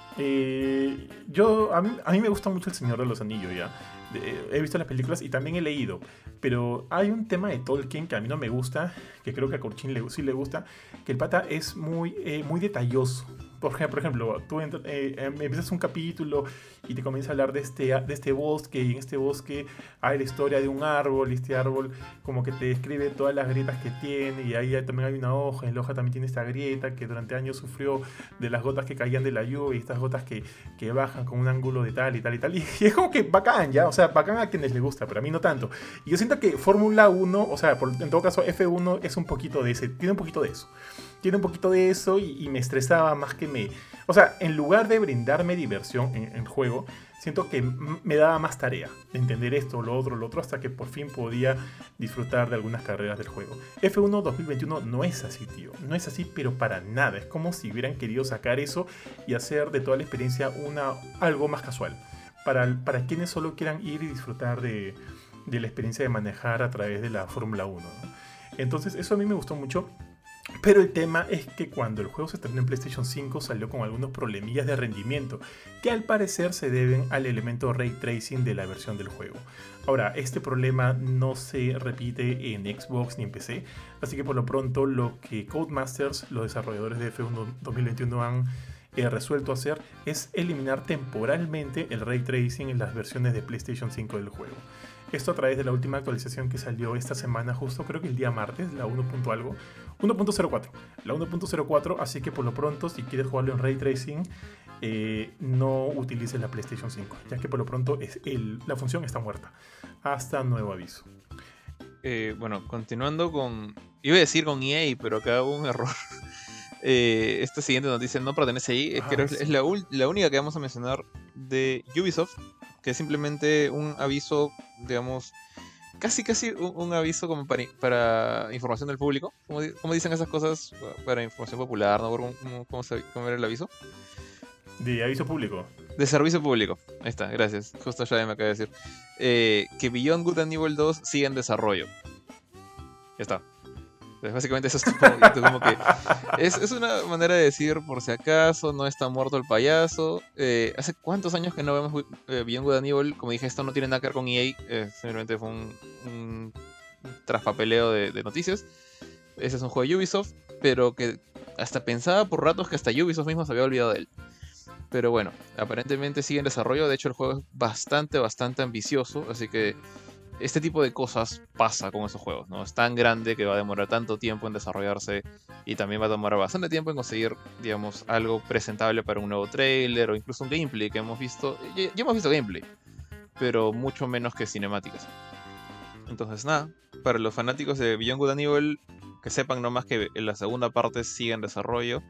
eh, yo, a mí, a mí me gusta mucho El Señor de los Anillos, ¿ya? De- he visto las películas y también he leído, pero hay un tema de Tolkien que a mí no me gusta, que creo que a Corchín le, sí le gusta, que el pata es muy, eh, muy detalloso. Por ejemplo, por ejemplo tú ent- eh, em- empiezas un capítulo y te comienza a hablar de este, de este bosque, y en este bosque hay la historia de un árbol, y este árbol como que te describe todas las grietas que tiene, y ahí también hay una hoja, y la hoja también tiene esta grieta que durante años sufrió de las gotas que caían de la lluvia, y estas gotas que, que bajan con un ángulo de tal y tal y tal, y, y es como que bacán, ya, o sea, bacán a quienes les gusta, pero a mí no tanto. Y yo siento que Fórmula uno, o sea, por- en todo caso F uno es un poquito de ese, tiene un poquito de eso. Tiene un poquito de eso y, y me estresaba más que me... O sea, en lugar de brindarme diversión en el juego, siento que m- me daba más tarea de entender esto, lo otro, lo otro, hasta que por fin podía disfrutar de algunas carreras del juego. F uno dos mil veintiuno no es así, tío. No es así, pero para nada. Es como si hubieran querido sacar eso y hacer de toda la experiencia una, algo más casual. Para, para quienes solo quieran ir y disfrutar de, de la experiencia de manejar a través de la Fórmula uno, ¿no? Entonces, eso a mí me gustó mucho. Pero el tema es que cuando el juego se estrenó en PlayStation cinco salió con algunos problemillas de rendimiento que al parecer se deben al elemento Ray Tracing de la versión del juego. Ahora, este problema no se repite en Xbox ni en P C, así que por lo pronto lo que Codemasters, los desarrolladores de F uno dos mil veintiuno han eh, resuelto hacer es eliminar temporalmente el Ray Tracing en las versiones de PlayStation cinco del juego. Esto a través de la última actualización que salió esta semana, justo creo que el día martes, la uno. Algo, uno punto cero cuatro. La uno punto cero cuatro, así que por lo pronto, si quieres jugarlo en Ray Tracing, eh, no utilices la PlayStation cinco, ya que por lo pronto es el, la función está muerta. Hasta nuevo aviso. Eh, bueno, continuando con... Iba a decir con E A, pero acá hubo un error. Eh, esta siguiente noticia no pertenece ahí. Es Ah, que sí. es la, la única que vamos a mencionar de Ubisoft, que es simplemente un aviso, digamos, casi casi un, un aviso como para, para información del público. Como, como dicen esas cosas para información popular, ¿no? ¿Cómo, cómo, cómo, se, cómo era el aviso? De aviso público. De servicio público. Ahí está, gracias. Justo ya me acaba de decir. Eh, que Beyond Good and Evil dos sigue en desarrollo. Ya está. Entonces, básicamente eso es todo. Como que es, es una manera de decir, por si acaso, no está muerto el payaso. Eh, ¿Hace cuántos años que no vemos eh, Beyond Good and Evil? Como dije, esto no tiene nada que ver con E A. Eh, simplemente fue un, un traspapeleo de, de noticias. Ese es un juego de Ubisoft, pero que hasta pensaba por ratos que hasta Ubisoft mismo se había olvidado de él. Pero bueno, aparentemente sigue en desarrollo. De hecho, el juego es bastante, bastante ambicioso. Así que este tipo de cosas pasa con esos juegos, ¿no? Es tan grande que va a demorar tanto tiempo en desarrollarse y también va a demorar bastante tiempo en conseguir, digamos, algo presentable para un nuevo trailer o incluso un gameplay que hemos visto. Ya, ya hemos visto gameplay, pero mucho menos que cinemáticas. Entonces, nada, para los fanáticos de Beyond Good and Evil, que sepan nomás que en la segunda parte sigue en desarrollo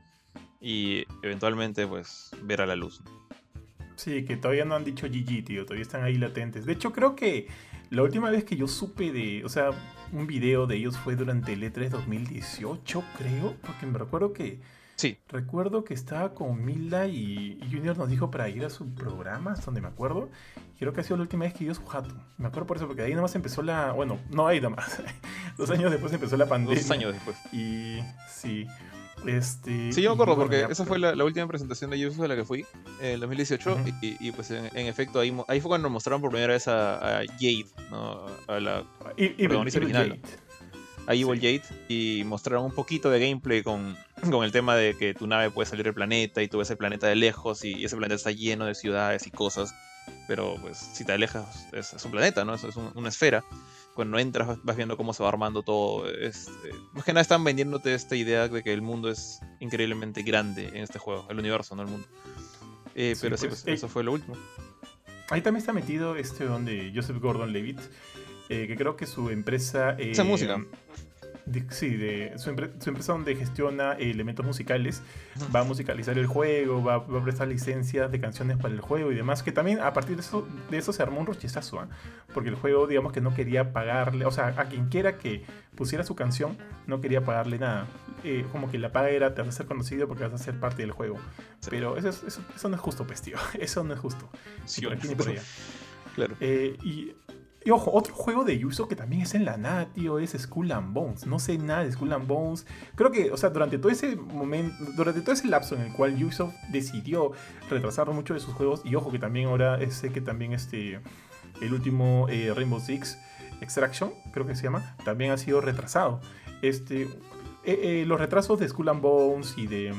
y eventualmente, pues, verá la luz. Sí, que todavía no han dicho G G, tío. Todavía están ahí latentes. De hecho, creo que la última vez que yo supe de... O sea, un video de ellos fue durante el E tres dos mil dieciocho, creo. Porque me recuerdo que... Sí. Recuerdo que estaba con Mila y, y Junior nos dijo para ir a su programa, hasta donde me acuerdo. Y creo que ha sido la última vez que yo su jato. Me acuerdo por eso, porque ahí nomás empezó la... Bueno, no ahí nomás. Dos años después empezó la pandemia. Dos años después. Y sí... Este, sí, yo me acuerdo, y, bueno, porque ya, esa pero... fue la, la última presentación de Ubisoft a la que fui, en el dos mil dieciocho, uh-huh. y, y pues en, en efecto ahí, ahí fue cuando mostraron por primera vez a, a Jade, ¿no? A la Evil, protagonista Evil original. Jade. A Evil sí. Jade, y mostraron un poquito de gameplay con, con el tema de que tu nave puede salir del planeta y tú ves el planeta de lejos y ese planeta está lleno de ciudades y cosas, pero pues si te alejas es, es un planeta, ¿no? Es, es un, una esfera. Cuando entras vas viendo cómo se va armando todo. Es, eh, más que nada están vendiéndote esta idea de que el mundo es increíblemente grande en este juego. El universo, no el mundo. Eh, sí, pero pues, sí, pues eh, eso fue lo último. Ahí también está metido este donde Joseph Gordon-Levitt, eh, que creo que su empresa... Eh, Esa música. De, sí, de su, empre su empresa donde gestiona eh, elementos musicales, va a musicalizar el juego, va, va a prestar licencias de canciones para el juego y demás, que también a partir de eso, de eso se armó un rochizazo, ¿eh? Porque el juego, digamos que no quería pagarle, o sea, a quien quiera que pusiera su canción, no quería pagarle nada. Eh, como que la paga era, te vas a ser conocido porque vas a ser parte del juego. Sí. Pero eso, es, eso, eso no es justo, pues, tío. Eso no es justo. Sí, por aquí ni por allá. Claro. Eh, y... Y ojo, otro juego de Ubisoft que también es en la nada, tío, es Skull and Bones. No sé nada de Skull and Bones. Creo que, o sea, durante todo ese momento, durante todo ese lapso en el cual Ubisoft decidió retrasar mucho de sus juegos, y ojo que también ahora sé que también este, el último eh, Rainbow Six Extraction, creo que se llama, también ha sido retrasado. Este, eh, eh, los retrasos de Skull and Bones y de...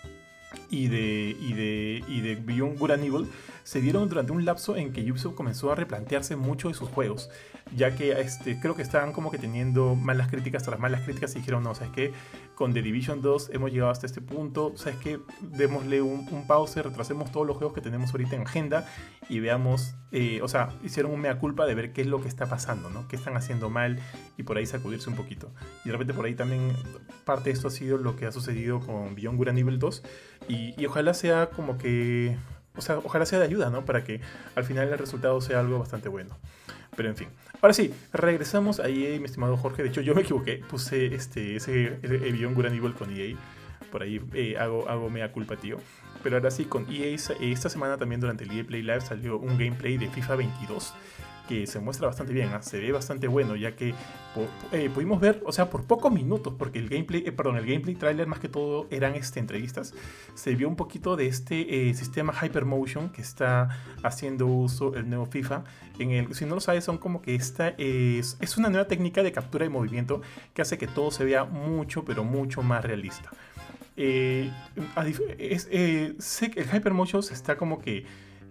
y de, y de, y de Beyond Good and Evil se dieron durante un lapso en que Ubisoft comenzó a replantearse mucho de sus juegos, ya que este, creo que estaban como que teniendo malas críticas tras malas críticas y dijeron, no, ¿sabes qué? Con The Division dos hemos llegado hasta este punto, ¿sabes qué? Démosle un, un pause, retrasemos todos los juegos que tenemos ahorita en agenda y veamos, eh, o sea, hicieron un mea culpa de ver qué es lo que está pasando, ¿no? ¿Qué están haciendo mal? Y por ahí sacudirse un poquito. Y de repente por ahí también parte de esto ha sido lo que ha sucedido con Beyond Good and Evil dos y, y ojalá sea como que... O sea, ojalá sea de ayuda, ¿no? Para que al final el resultado sea algo bastante bueno. Pero en fin. Ahora sí, regresamos a E A, mi estimado Jorge. De hecho, yo me equivoqué. Puse este, ese Beyond Good and Evil con E A. Por ahí eh, hago, hago mea culpa, tío. Pero ahora sí, con E A, esta semana también durante el E A Play Live salió un gameplay de FIFA veintidós. Que se muestra bastante bien, ¿eh? Se ve bastante bueno, ya que eh, pudimos ver, o sea, por pocos minutos, porque el gameplay, eh, perdón, el gameplay trailer más que todo eran este, entrevistas, se vio un poquito de este eh, sistema Hypermotion que está haciendo uso el nuevo FIFA. En el, si no lo sabes, son como que esta es, es una nueva técnica de captura de movimiento que hace que todo se vea mucho, pero mucho más realista. Eh, es, eh, sé que el Hypermotion se está como que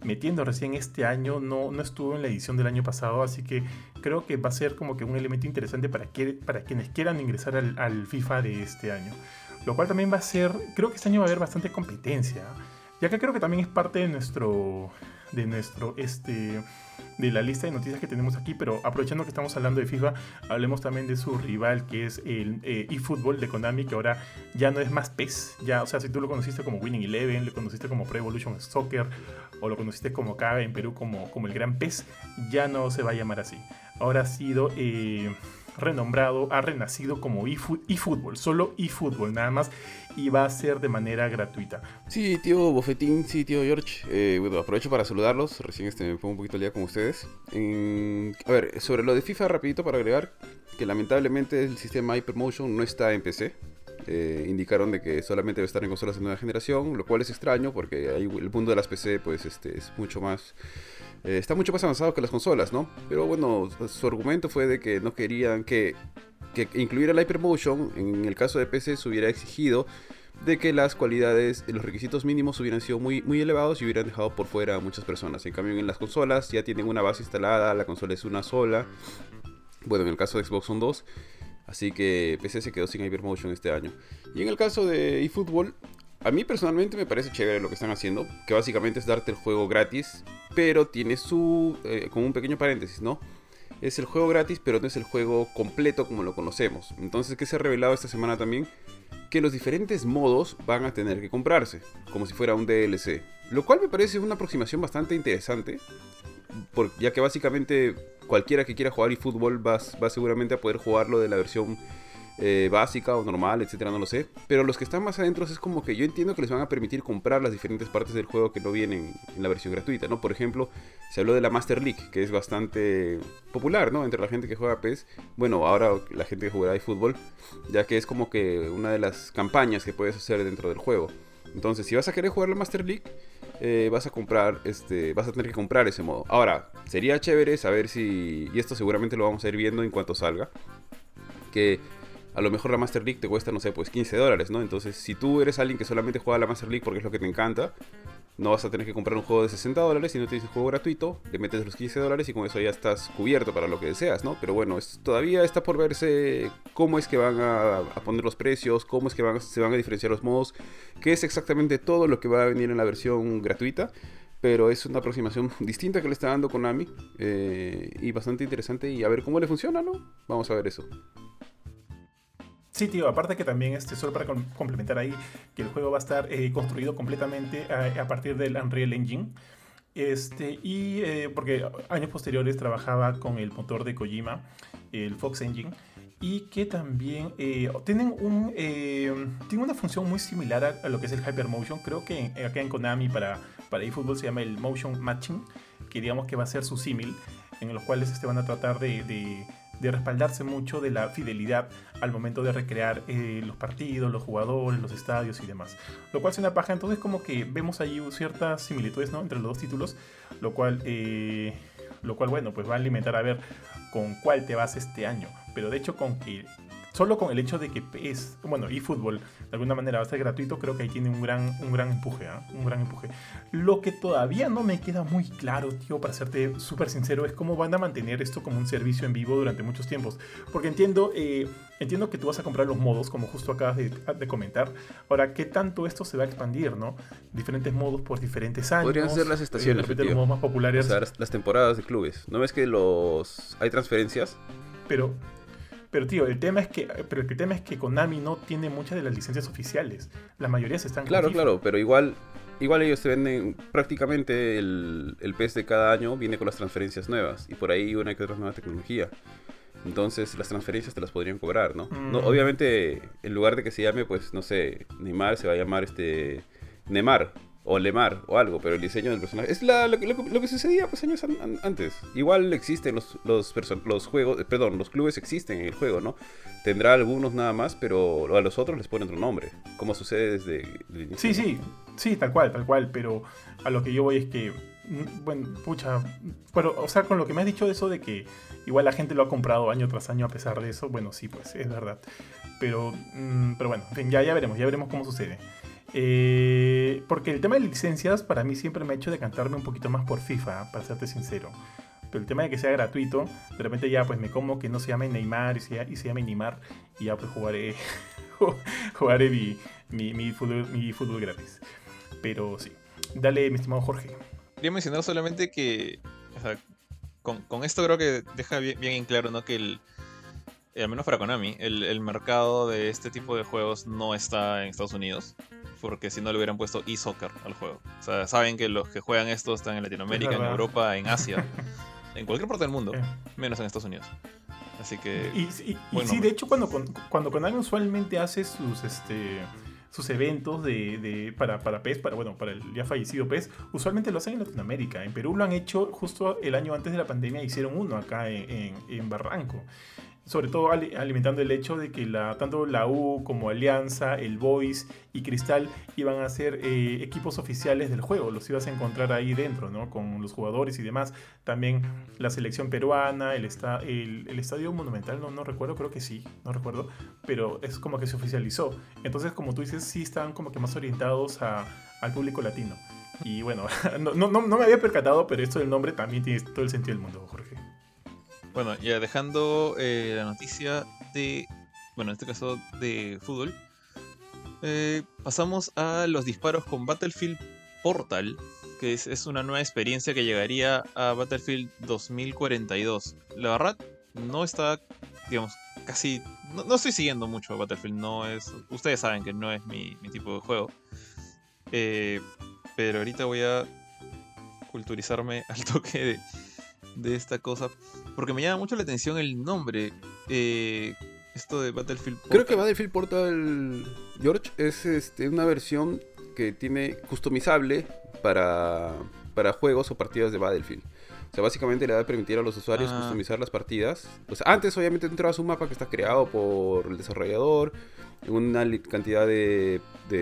metiendo recién este año, no, no estuvo en la edición del año pasado, así que creo que va a ser como que un elemento interesante para, que, para quienes quieran ingresar al, al FIFA de este año. Lo cual también va a ser, creo que este año va a haber bastante competencia, ya que creo que también es parte de nuestro, de nuestro, este, de la lista de noticias que tenemos aquí, pero aprovechando que estamos hablando de FIFA, hablemos también de su rival, que es el eh, eFootball de Konami, que ahora ya no es más PES, ya, o sea, si tú lo conociste como Winning Eleven, lo conociste como Pro Evolution Soccer, o lo conociste como acá en Perú como, como el Gran PES, ya no se va a llamar así. Ahora ha sido eh, renombrado, ha renacido como eFootball, solo eFootball nada más, y va a ser de manera gratuita. Sí, tío Bofetín, sí, tío George. Eh, bueno, aprovecho para saludarlos. Recién este, me pongo un poquito al día con ustedes. En... A ver, sobre lo de FIFA, rapidito para agregar, que lamentablemente el sistema Hypermotion no está en P C. Eh, indicaron de que solamente debe estar en consolas de nueva generación, lo cual es extraño porque ahí el mundo de las P C pues este, es mucho más... Eh, está mucho más avanzado que las consolas, ¿no? Pero bueno, su argumento fue de que no querían que, que incluir el Hypermotion, en el caso de P C se hubiera exigido de que las cualidades, los requisitos mínimos hubieran sido muy, muy elevados y hubieran dejado por fuera a muchas personas. En cambio en las consolas ya tienen una base instalada, la consola es una sola. Bueno, en el caso de Xbox son dos. Así que P C se quedó sin Hypermotion este año. Y en el caso de eFootball, a mí personalmente me parece chévere lo que están haciendo, que básicamente es darte el juego gratis, pero tiene su, eh, como un pequeño paréntesis, ¿no? Es el juego gratis, pero no es el juego completo como lo conocemos. Entonces, ¿qué se ha revelado esta semana también? Que los diferentes modos van a tener que comprarse, como si fuera un D L C. Lo cual me parece una aproximación bastante interesante, por, ya que básicamente cualquiera que quiera jugar eFootball va, va seguramente a poder jugarlo de la versión eh, básica o normal, etcétera, no lo sé. Pero los que están más adentro es como que yo entiendo que les van a permitir comprar las diferentes partes del juego que no vienen en la versión gratuita, ¿no? Por ejemplo, se habló de la Master League, que es bastante popular, ¿no? Entre la gente que juega PES, bueno, ahora la gente que jugará eFootball, ya que es como que una de las campañas que puedes hacer dentro del juego. Entonces, si vas a querer jugar la Master League, eh, vas a comprar, este, vas a tener que comprar ese modo. Ahora, sería chévere saber si, y esto seguramente lo vamos a ir viendo en cuanto salga, que a lo mejor la Master League te cuesta, no sé, pues quince dólares, ¿no? Entonces, si tú eres alguien que solamente juega la Master League porque es lo que te encanta, no vas a tener que comprar un juego de sesenta dólares, si no tienes un juego gratuito, le metes los quince dólares y con eso ya estás cubierto para lo que deseas, ¿no? Pero bueno, es, todavía está por verse cómo es que van a, a poner los precios, cómo es que van, se van a diferenciar los modos, qué es exactamente todo lo que va a venir en la versión gratuita. Pero es una aproximación distinta que le está dando Konami, eh, y bastante interesante, y a ver cómo le funciona, ¿no? Vamos a ver eso. Sí, tío, aparte que también, este, solo para com- complementar ahí, que el juego va a estar eh, construido completamente a, a partir del Unreal Engine. Este, y eh, porque años posteriores trabajaba con el motor de Kojima, el Fox Engine, y que también eh, tienen, un, eh, tienen una función muy similar a, a lo que es el Hypermotion. Creo que en- acá en Konami para, para eFootball se llama el Motion Matching, que digamos que va a ser su símil, en los cuales este, van a tratar de, de, de respaldarse mucho de la fidelidad al momento de recrear eh, los partidos, los jugadores, los estadios y demás. Lo cual es una paja, entonces como que vemos ahí ciertas similitudes, ¿no?, entre los dos títulos, lo cual, eh, lo cual bueno, pues va a alimentar a ver con cuál te vas este año. Pero de hecho con que solo con el hecho de que es, bueno, eFootball de alguna manera va a ser gratuito, creo que ahí tiene un gran, un gran empuje, ¿eh? Un gran empuje. Lo que todavía no me queda muy claro, tío, para serte súper sincero, es cómo van a mantener esto como un servicio en vivo durante muchos tiempos. Porque entiendo, eh, entiendo que tú vas a comprar los modos, como justo acabas de, de comentar. Ahora, ¿qué tanto esto se va a expandir, no? Diferentes modos por diferentes años. Podrían ser las estaciones, de repente tío. los modos más populares. O sea, las, las temporadas de clubes. ¿No ves que los hay transferencias? Pero... Pero tío, el tema es que, pero el tema es que Konami no tiene muchas de las licencias oficiales. La mayoría se están con Claro, FIFA. claro, pero igual, igual ellos te venden prácticamente el, el PES de cada año viene con las transferencias nuevas y por ahí una que otra nueva tecnología. Entonces las transferencias te las podrían cobrar, ¿no? Mm. No, obviamente, en lugar de que se llame, pues, no sé, Neymar, se va a llamar este Neymar o Lemar o algo, pero el diseño del personaje es la, lo, lo, lo que sucedía pues años an, an, antes. Igual existen los los, los juegos, eh, perdón, los clubes existen en el juego, ¿no? Tendrá algunos nada más, pero a los otros les ponen otro nombre, como sucede desde el inicio. Sí, sí, sí, tal cual, tal cual, pero a lo que yo voy es que, bueno, pucha, pero, o sea, con lo que me has dicho de eso de que igual la gente lo ha comprado año tras año a pesar de eso, bueno, sí, pues es verdad, pero, mmm, pero bueno, en fin, ya, ya veremos, ya veremos cómo sucede. Eh, porque el tema de licencias para mí siempre me ha hecho decantarme un poquito más por FIFA, para serte sincero. Pero el tema de que sea gratuito, de repente ya pues me como que no se llame Neymar y se, y se llame Neymar y ya pues jugaré, jugaré mi, mi, mi, fútbol, mi fútbol gratis. Pero sí, dale mi estimado Jorge. Quería mencionar solamente que, o sea, con, con esto creo que deja bien, bien en claro, ¿no? Que el, al menos para Konami, el, el mercado de este tipo de juegos no está en Estados Unidos. Porque si no le hubieran puesto eSoccer al juego. O sea, saben que los que juegan esto están en Latinoamérica, en Europa, en Asia, en cualquier parte del mundo, menos en Estados Unidos. Así que... Y, y, y sí, de hecho, cuando, cuando Konami usualmente hace sus... este sus eventos de, de, para, para P E S, para, bueno, para el ya fallecido P E S, usualmente lo hacen en Latinoamérica. En Perú lo han hecho justo el año antes de la pandemia, hicieron uno acá en, en, en Barranco. Sobre todo alimentando el hecho de que la, tanto la U como Alianza, el Boys y Cristal iban a ser eh, equipos oficiales del juego. Los ibas a encontrar ahí dentro, ¿no? Con los jugadores y demás. También la selección peruana, el, esta, el, el Estadio Monumental, no, no recuerdo, creo que sí, no recuerdo. Pero es como que se oficializó. Entonces, como tú dices, sí están como que más orientados a, al público latino. Y bueno, no, no, no me había percatado, pero esto del nombre también tiene todo el sentido del mundo, Jorge. Bueno, ya dejando eh, la noticia de, bueno, en este caso de fútbol, eh, pasamos a los disparos con Battlefield Portal, que es, es una nueva experiencia que llegaría a Battlefield dos mil cuarenta y dos. La verdad, no está, digamos, casi, no, no estoy siguiendo mucho a Battlefield, no es, ustedes saben que no es mi, mi tipo de juego, eh, pero ahorita voy a culturizarme al toque de... de esta cosa, porque me llama mucho la atención el nombre, eh, esto de Battlefield Portal. Creo que Battlefield Portal, George, es este, una versión que tiene customizable para, para juegos o partidas de Battlefield. O sea, básicamente le va a permitir a los usuarios ah. customizar las partidas. O sea, antes obviamente entrabas un mapa que está creado por el desarrollador, una cantidad de,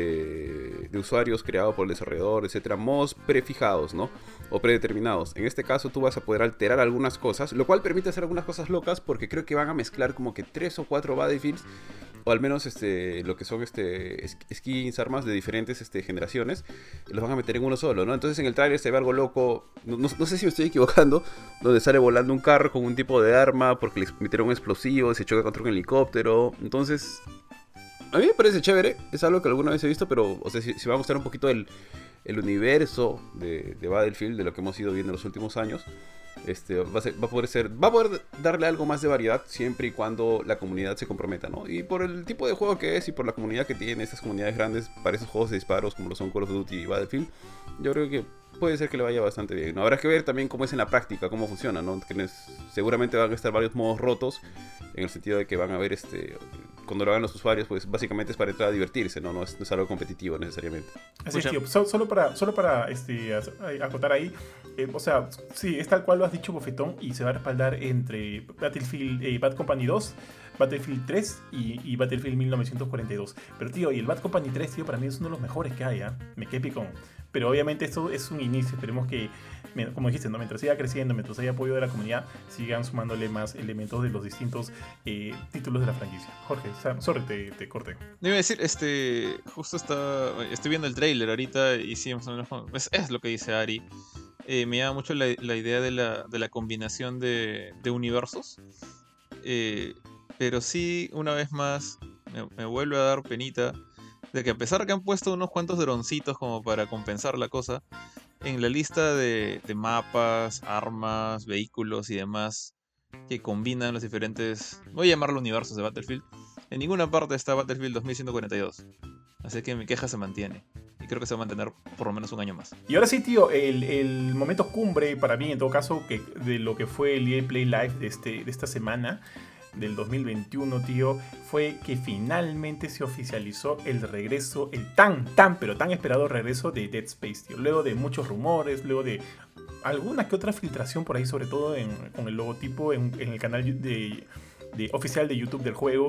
de, de usuarios creados por el desarrollador, etcétera, mods prefijados, ¿no? O predeterminados. En este caso tú vas a poder alterar algunas cosas, lo cual permite hacer algunas cosas locas porque creo que van a mezclar como que tres o cuatro Battlefields, o al menos este, lo que son este, skins, armas de diferentes este, generaciones, los van a meter en uno solo, ¿no? Entonces en el trailer se ve algo loco, no, no, no sé si me estoy equivocando, donde sale volando un carro con un tipo de arma porque le metieron un explosivo, se choca contra un helicóptero. Entonces, a mí me parece chévere, es algo que alguna vez he visto, pero o sea, si, si va a mostrar un poquito el, el universo de, de Battlefield, de lo que hemos ido viendo en los últimos años, este, va, a ser, va a poder ser, va a poder darle algo más de variedad siempre y cuando la comunidad se comprometa, ¿no? Y por el tipo de juego que es y por la comunidad que tienen estas comunidades grandes para esos juegos de disparos como lo son Call of Duty y Battlefield, yo creo que puede ser que le vaya bastante bien, ¿no? Habrá que ver también cómo es en la práctica, cómo funciona, ¿no? Que es, seguramente van a estar varios modos rotos, en el sentido de que van a ver, este, cuando lo hagan los usuarios, pues básicamente es para entrar a divertirse, ¿no? No es, no es algo competitivo necesariamente. Así es, tío. So, solo para, solo para este, acotar ahí, eh, o sea, sí, es tal cual lo has dicho, Bofetón, y se va a respaldar entre Battlefield, eh, Bad Company dos, Battlefield tres y, y Battlefield mil novecientos cuarenta y dos. Pero, tío, y el Bad Company tres, tío, para mí es uno de los mejores que hay, ¿eh? Me quedé picón. Pero obviamente esto es un inicio, esperemos que, como dijiste, ¿no? Mientras siga creciendo, mientras haya apoyo de la comunidad, sigan sumándole más elementos de los distintos eh, títulos de la franquicia. Jorge, sorry, te, te corté. Debo decir, este, justo está, estoy viendo el trailer ahorita y sí, es, es lo que dice Ari. Eh, me llama mucho la, la idea de la, de la combinación de, de universos. Eh, pero sí, una vez más, me, me vuelve a dar penita de que a pesar que han puesto unos cuantos droncitos como para compensar la cosa, en la lista de, de mapas, armas, vehículos y demás que combinan los diferentes, voy a llamarlo universos de Battlefield, en ninguna parte está Battlefield dos mil ciento cuarenta y dos. Así que mi queja se mantiene. Y creo que se va a mantener por lo menos un año más. Y ahora sí, tío, el, el momento cumbre para mí, en todo caso, que, de lo que fue el E A Play Live de, este, de esta semana, del dos mil veintiuno, tío, fue que finalmente se oficializó el regreso, el tan, tan, pero tan esperado regreso de Dead Space, tío. Luego de muchos rumores, luego de alguna que otra filtración por ahí, sobre todo en, con el logotipo en, en el canal de, de, oficial de YouTube del juego.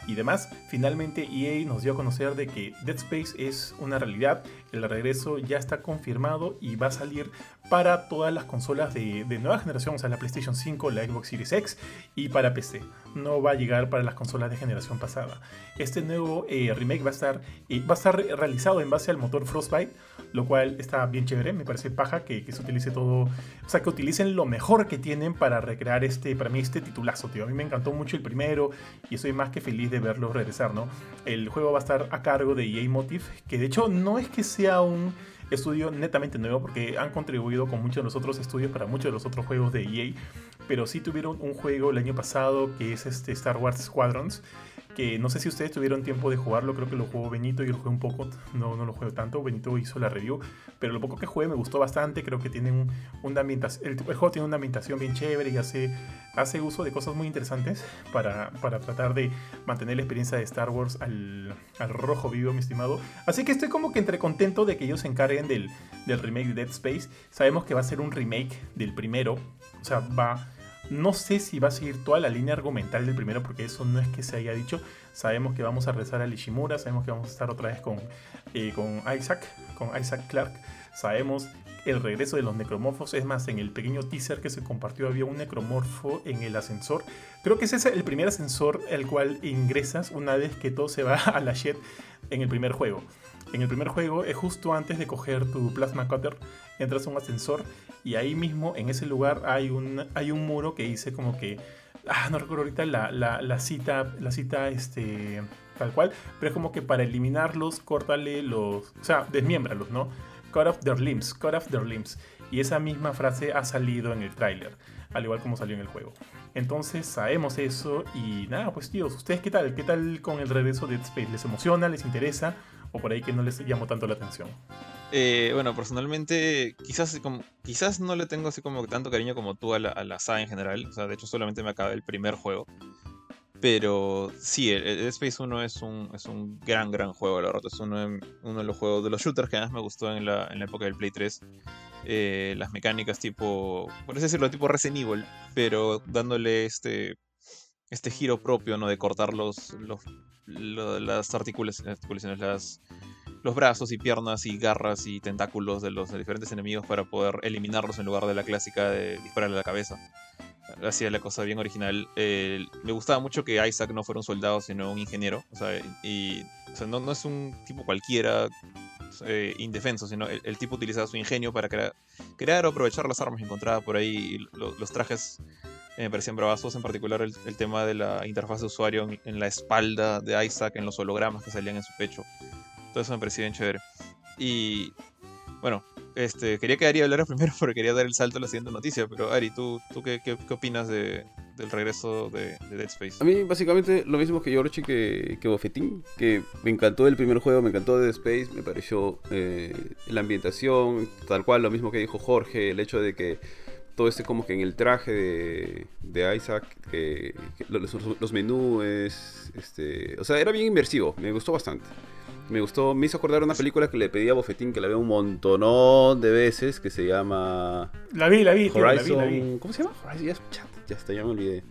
y demás, finalmente E A nos dio a conocer de que Dead Space es una realidad, el regreso ya está confirmado y va a salir para todas las consolas de, de nueva generación, o sea, la PlayStation cinco, la Xbox Series X y para P C. No va a llegar para las consolas de generación pasada. Este nuevo eh, remake va a estar, eh, va a estar realizado en base al motor Frostbite, lo cual está bien chévere, me parece paja que, que se utilice todo, o sea, que utilicen lo mejor que tienen para recrear este, para mí este titulazo, tío. A mí me encantó mucho el primero y estoy más que feliz de verlo regresar, ¿no? El juego va a estar a cargo de E A Motive, que de hecho no es que sea un estudio netamente nuevo, porque han contribuido con muchos de los otros estudios para muchos de los otros juegos de E A, pero sí tuvieron un juego el año pasado que es este Star Wars Squadrons, que no sé si ustedes tuvieron tiempo de jugarlo, creo que lo jugó Benito y lo jugué un poco, no, no lo juego tanto, Benito hizo la review, pero lo poco que jugué me gustó bastante, creo que tiene un, una ambientación, el, el juego tiene una ambientación bien chévere y hace, hace uso de cosas muy interesantes para, para tratar de mantener la experiencia de Star Wars al, al rojo vivo, mi estimado. Así que estoy como que entre contento de que ellos se encarguen del, del remake de Dead Space. Sabemos que va a ser un remake del primero, o sea, va... No sé si va a seguir toda la línea argumental del primero, porque eso no es que se haya dicho. Sabemos que vamos a regresar a Ishimura, sabemos que vamos a estar otra vez con, eh, con Isaac, con Isaac Clarke. Sabemos el regreso de los necromorfos. Es más, en el pequeño teaser que se compartió había un necromorfo en el ascensor. Creo que ese es el primer ascensor al cual ingresas una vez que todo se va a la shit en el primer juego. En el primer juego es justo antes de coger tu plasma cutter, entras a un ascensor y ahí mismo en ese lugar hay un, hay un muro que dice como que, ah, no recuerdo ahorita la, la, la cita, la cita este, tal cual, pero es como que para eliminarlos, córtale los, o sea, desmiémbralos, ¿no? Cut off their limbs, cut off their limbs. Y esa misma frase ha salido en el tráiler, al igual como salió en el juego. Entonces sabemos eso y nada, pues tíos, ¿ustedes qué tal? ¿Qué tal con el regreso de Dead Space? ¿Les emociona? ¿Les interesa? ¿O por ahí que no les llamó tanto la atención? Eh, bueno, personalmente, quizás, como, quizás no le tengo así como tanto cariño como tú a la, a la saga en general. O sea, de hecho, solamente me acabé el primer juego. Pero sí, el, el Dead Space uno es un, es un gran, gran juego, la verdad. Es uno de, uno de los juegos, de los shooters que más me gustó en la, en la época del Play tres. Eh, las mecánicas tipo, por así decirlo, tipo Resident Evil, pero dándole este, este giro propio, ¿no? De cortar los, los, lo- las articulaciones, articulaciones, las, los brazos y piernas y garras y tentáculos de los diferentes enemigos para poder eliminarlos en lugar de la clásica de dispararle a la cabeza. Hacía la cosa bien original. Eh, me gustaba mucho que Isaac no fuera un soldado, sino un ingeniero. O sea, y, o sea, no, no es un tipo cualquiera eh, indefenso, sino el, el tipo utilizaba su ingenio para crea- crear o aprovechar las armas que encontraba por ahí. Y lo- los trajes eh, me parecían bravazos, en particular el, el tema de la interfaz de usuario en, en la espalda de Isaac, en los hologramas que salían en su pecho. Todo eso me parecía bien chévere. Y bueno, este, quería que Ari hablara primero porque quería dar el salto a la siguiente noticia. Pero Ari, ¿tú, tú qué, qué, qué opinas de, del regreso de, de Dead Space? A mí básicamente lo mismo que George y que, que Bofetín, que me encantó el primer juego, me encantó Dead Space, me pareció eh, la ambientación, tal cual, lo mismo que dijo Jorge, el hecho de que todo este como que en el traje de, de Isaac, que, que los, los menús, este, o sea, era bien inmersivo, me gustó bastante. Me gustó, me hizo acordar una película que le pedí a Bofetín, que la veo un montonón de veces, que se llama La vi, la vi, tío, la vi, Horizon. la vi. ¿Cómo se llama? Horizon, ya, chat, ya está, ya me olvidé.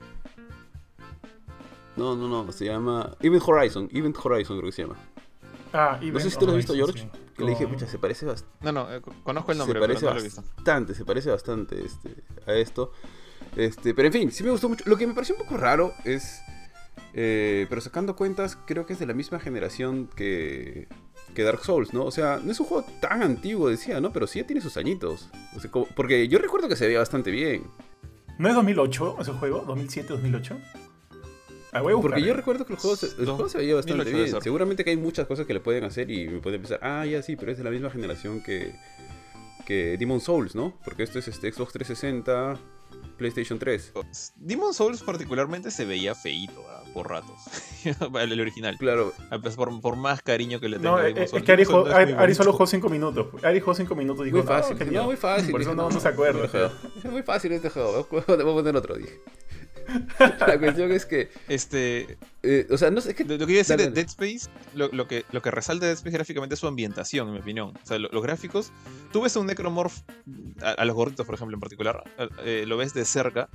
No, no, no, se llama Event Horizon, Event Horizon creo que se llama. Ah, No sé si tú lo has visto, Horizon, George. sí. Que le dije, Con- pucha, se parece bastante. No, no, eh, co- conozco el nombre, Se pero parece no lo he visto. bastante, se parece bastante este, a esto. Este, pero en fin, sí me gustó mucho. Lo que me pareció un poco raro es. eh, pero sacando cuentas, creo que es de la misma generación que, que Dark Souls, ¿no? O sea, no es un juego tan antiguo, decía, ¿no? Pero sí ya tiene sus añitos. O sea, como- porque yo recuerdo que se veía bastante bien. ¿No es dos mil ocho ese juego? ¿dos mil siete, dos mil ocho? Ah, voy a buscar, Porque yo eh. recuerdo que el juego se, el Dos- juego se veía bastante mil ocho debe bien. ser. Seguramente que hay muchas cosas que le pueden hacer y me pueden pensar, ah, ya sí, pero es de la misma generación que, que Demon Souls, ¿no? Porque esto es este Xbox trescientos sesenta, PlayStation tres. Demon Souls particularmente se veía feíto, ¿ah? Por ratos. el, el original. Claro, A pesar- Por, por más cariño que le tenga No, a eh, Demon es Souls, que Ari, Demon Souls jugó- no es Ari, muy Ari solo bonito. jugó cinco minutos. Ari jugó cinco minutos y dijo, muy fácil, no, qué no, lindo. muy fácil. Por eso dije, no, no se acuerda. muy feo. Es muy fácil este juego, voy a voy a poner otro, dije. La cuestión es que, Este, eh, o sea, no sé, es que... lo, lo que iba a decir Dale, de dale. Dead Space, lo, lo que, lo que resalta de Dead Space gráficamente es su ambientación, en mi opinión. O sea, lo- los gráficos, tú ves a un Necromorph, a, a los gorditos, por ejemplo, en particular, eh, lo ves de cerca,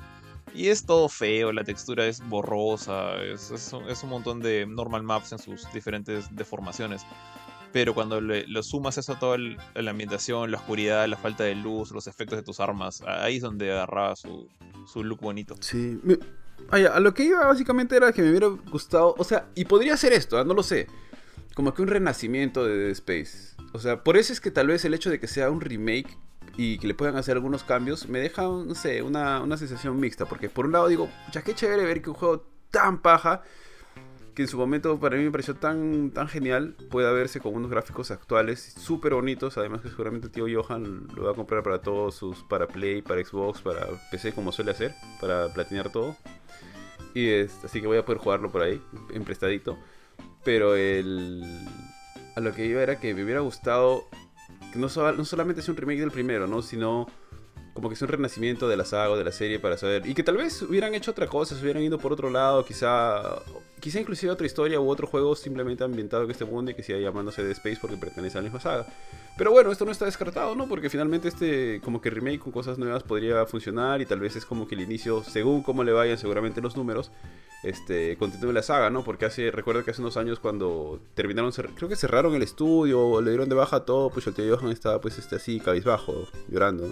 Y es todo feo, la textura es borrosa, es, es, un- es un montón de normal maps en sus diferentes deformaciones. Pero cuando le, lo sumas eso a toda el- la ambientación, la oscuridad, la falta de luz, los efectos de tus armas, ahí es donde agarraba su, su look bonito. Sí. Me- Vaya, a lo que iba básicamente era que me hubiera gustado, o sea, y podría ser esto, ah, no lo sé, como que un renacimiento de Dead Space. O sea, por eso es que tal vez el hecho de que sea un remake y que le puedan hacer algunos cambios me deja, no sé, una, una sensación mixta. Porque por un lado digo, ya qué chévere ver que un juego tan paja, que en su momento para mí me pareció tan, tan genial, pueda verse con unos gráficos actuales súper bonitos. Además que seguramente el tío Johan lo va a comprar para todos sus, para Play, para Xbox, para P C como suele hacer, para platinar todo. Y es, así que voy a poder jugarlo por ahí, en prestadito. Pero el... A lo que iba era que me hubiera gustado que no, so- no solamente sea un remake del primero, ¿no? Sino como que es un renacimiento de la saga o de la serie para saber. Y que tal vez hubieran hecho otra cosa, se hubieran ido por otro lado, quizá... Quizá inclusive otra historia u otro juego simplemente ambientado en este mundo y que siga llamándose Dead Space porque pertenece a la misma saga. Pero bueno, esto no está descartado, ¿no? Porque finalmente este como que remake con cosas nuevas podría funcionar y tal vez es como que el inicio, según cómo le vayan seguramente los números, este, continúe la saga, ¿no? Porque hace, recuerdo que hace unos años cuando terminaron, cer- creo que cerraron el estudio, le dieron de baja a todo, pues el tío Johan estaba pues este así, cabizbajo, llorando, ¿no?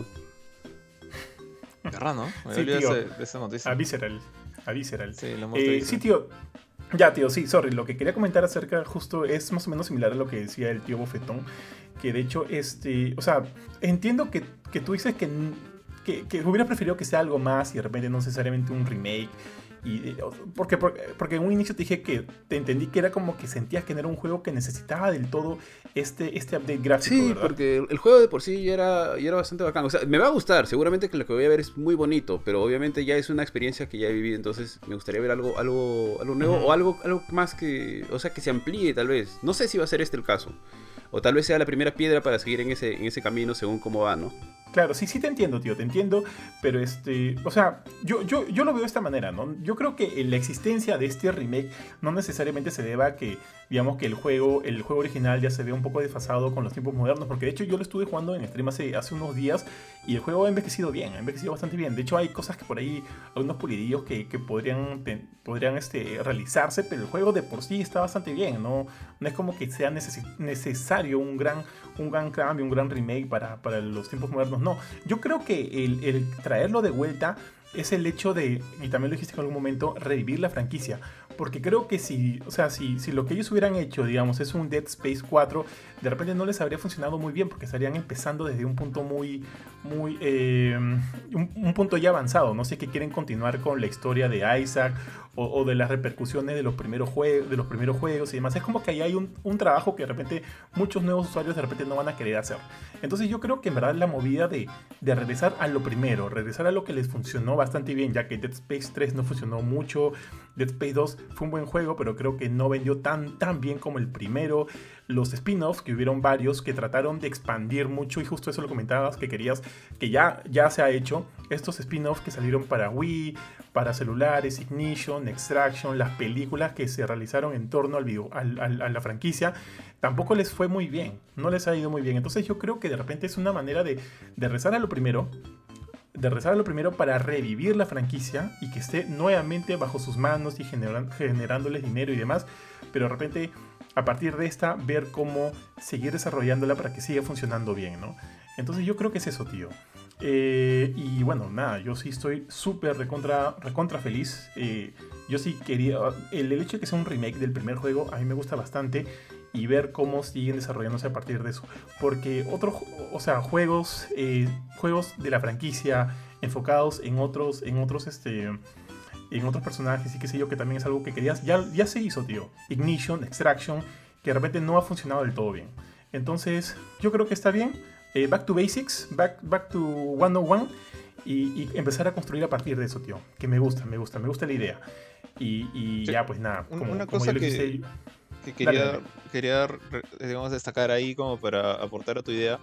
Agarra, ¿no? Me Sí, olvidé tío. de, ese- de esa noticia. A Visceral. A Visceral. Sí, lo hemos Eh, visto. sí, tío. Ya, tío, sí, sorry. Lo que quería comentar acerca justo es más o menos similar a lo que decía el tío Bofetón. Que de hecho, este. O sea, entiendo que, que tú dices que, n- que, que hubieras preferido que sea algo más y de repente no necesariamente un remake. Y, eh, porque, porque, porque en un inicio te dije que te entendí que era como que sentías que no era un juego que necesitaba del todo este, este update gráfico, Sí, ¿verdad? porque el el juego de por sí ya era, ya era bastante bacán. O sea, me va a gustar, seguramente que lo que voy a ver es muy bonito, pero obviamente ya es una experiencia que ya he vivido, entonces me gustaría ver algo, algo, algo nuevo Ujú. o algo, algo más que, o sea, que se amplíe tal vez. No sé si va a ser este el caso. O tal vez sea la primera piedra para seguir en ese, en ese camino según cómo va, ¿no? Claro, sí, sí te entiendo, tío, te entiendo, pero este, o sea, yo, yo, yo lo veo de esta manera, ¿no? Yo creo que la existencia de este remake no necesariamente se deba a que, digamos, que el juego, el juego original ya se ve un poco desfasado con los tiempos modernos, porque de hecho yo lo estuve jugando en stream hace, hace unos días y el juego ha envejecido bien, ha envejecido bastante bien. De hecho hay cosas que por ahí, algunos pulidillos que, que podrían, ten- podrían este, realizarse, pero el juego de por sí está bastante bien, ¿no? No es como que sea necesi- necesario un gran, un gran cambio, un gran remake para, para los tiempos modernos. No, yo creo que el, el traerlo de vuelta es el hecho de, y también lo dijiste en algún momento, revivir la franquicia. Porque creo que si, o sea, si, si lo que ellos hubieran hecho, digamos, es un Dead Space cuatro, de repente no les habría funcionado muy bien porque estarían empezando desde un punto muy, muy, eh, un, un punto ya avanzado. No sé, que quieren continuar con la historia de Isaac o, o de las repercusiones de los primeros juegos, de los primeros juegos y demás. Es como que ahí hay un, un trabajo que de repente muchos nuevos usuarios de repente no van a querer hacer. Entonces yo creo que en verdad la movida de, de regresar a lo primero, regresar a lo que les funcionó bastante bien, ya que Dead Space tres no funcionó mucho, Dead Space dos fue un buen juego, pero creo que no vendió tan, tan bien como el primero. Los spin-offs, que hubieron varios, que trataron de expandir mucho, y justo eso lo comentabas, que querías, que ya, ya se ha hecho. Estos spin-offs que salieron para Wii, para celulares, Ignition, Extraction, las películas que se realizaron en torno al video, al- al- a la franquicia, tampoco les fue muy bien, no les ha ido muy bien. Entonces yo creo que de repente es una manera de, de rezar a lo primero, de rezar a lo primero para revivir la franquicia y que esté nuevamente bajo sus manos y generan- generándoles dinero y demás, pero de repente a partir de esta ver cómo seguir desarrollándola para que siga funcionando bien, ¿no? Entonces yo creo que es eso, tío. Eh, y bueno, nada, yo sí estoy súper recontra, recontra feliz. Eh, yo sí quería... El, el hecho de que sea un remake del primer juego a mí me gusta bastante y ver cómo siguen desarrollándose a partir de eso. Porque otros, o sea, juegos, eh, juegos de la franquicia enfocados en otros, en otros, este, en otros personajes y qué sé yo, que también es algo que querías, ya, ya se hizo, tío. Ignition, Extraction, que de repente no ha funcionado del todo bien. Entonces, yo creo que está bien. Eh, back to basics, back, back to ciento uno y, y empezar a construir a partir de eso, tío. Que me gusta, me gusta, me gusta la idea. Y, y Sí. ya, pues nada, Un- como, una como cosa yo le que- dije, que quería, Dale, dale. quería re- digamos, destacar ahí como para aportar a tu idea.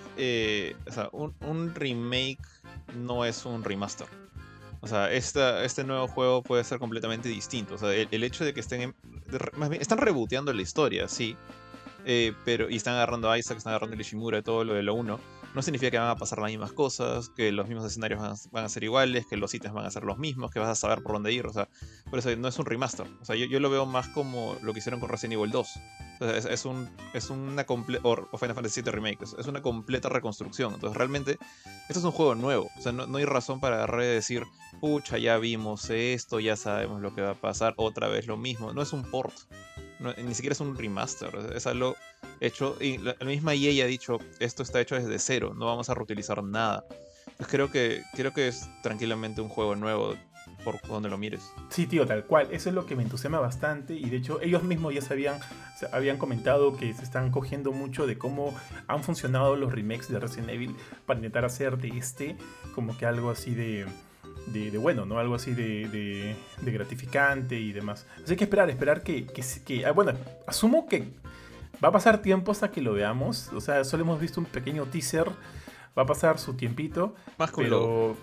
Eh, o sea, un, un remake no es un remaster. O sea, esta, este nuevo juego puede ser completamente distinto. O sea, el, el hecho de que estén, en- de re- más bien, están rebooteando la historia, sí. Eh, pero, y están agarrando a Isaac, están agarrando a Ishimura, todo lo de lo uno. no significa que van a pasar las mismas cosas, que los mismos escenarios van a, van a ser iguales, que los ítems van a ser los mismos, que vas a saber por dónde ir, o sea, por eso no es un remaster. O sea, yo, yo lo veo más como lo que hicieron con Resident Evil dos. O sea, es, es, un, es una completa, o, o Final Fantasy siete Remake, es, es una completa reconstrucción. Entonces, realmente, esto es un juego nuevo. O sea, no, no hay razón para agarrar y decir, pucha, ya vimos esto, ya sabemos lo que va a pasar, otra vez lo mismo. No es un port. No, ni siquiera es un remaster, es algo hecho, y la, la misma E A ha dicho, esto está hecho desde cero, no vamos a reutilizar nada. Entonces creo que, creo que es tranquilamente un juego nuevo por donde lo mires. Sí, tío, tal cual, eso es lo que me entusiasma bastante, y de hecho ellos mismos ya sabían, o sea, habían comentado que se están cogiendo mucho de cómo han funcionado los remakes de Resident Evil para intentar hacer de este como que algo así de... De, de bueno, ¿no? Algo así de, de, de gratificante y demás. Así que esperar, esperar que, que, que ah, bueno, asumo que va a pasar tiempo hasta que lo veamos. O sea, solo hemos visto un pequeño teaser. Va a pasar su tiempito. Más que un pero... logo.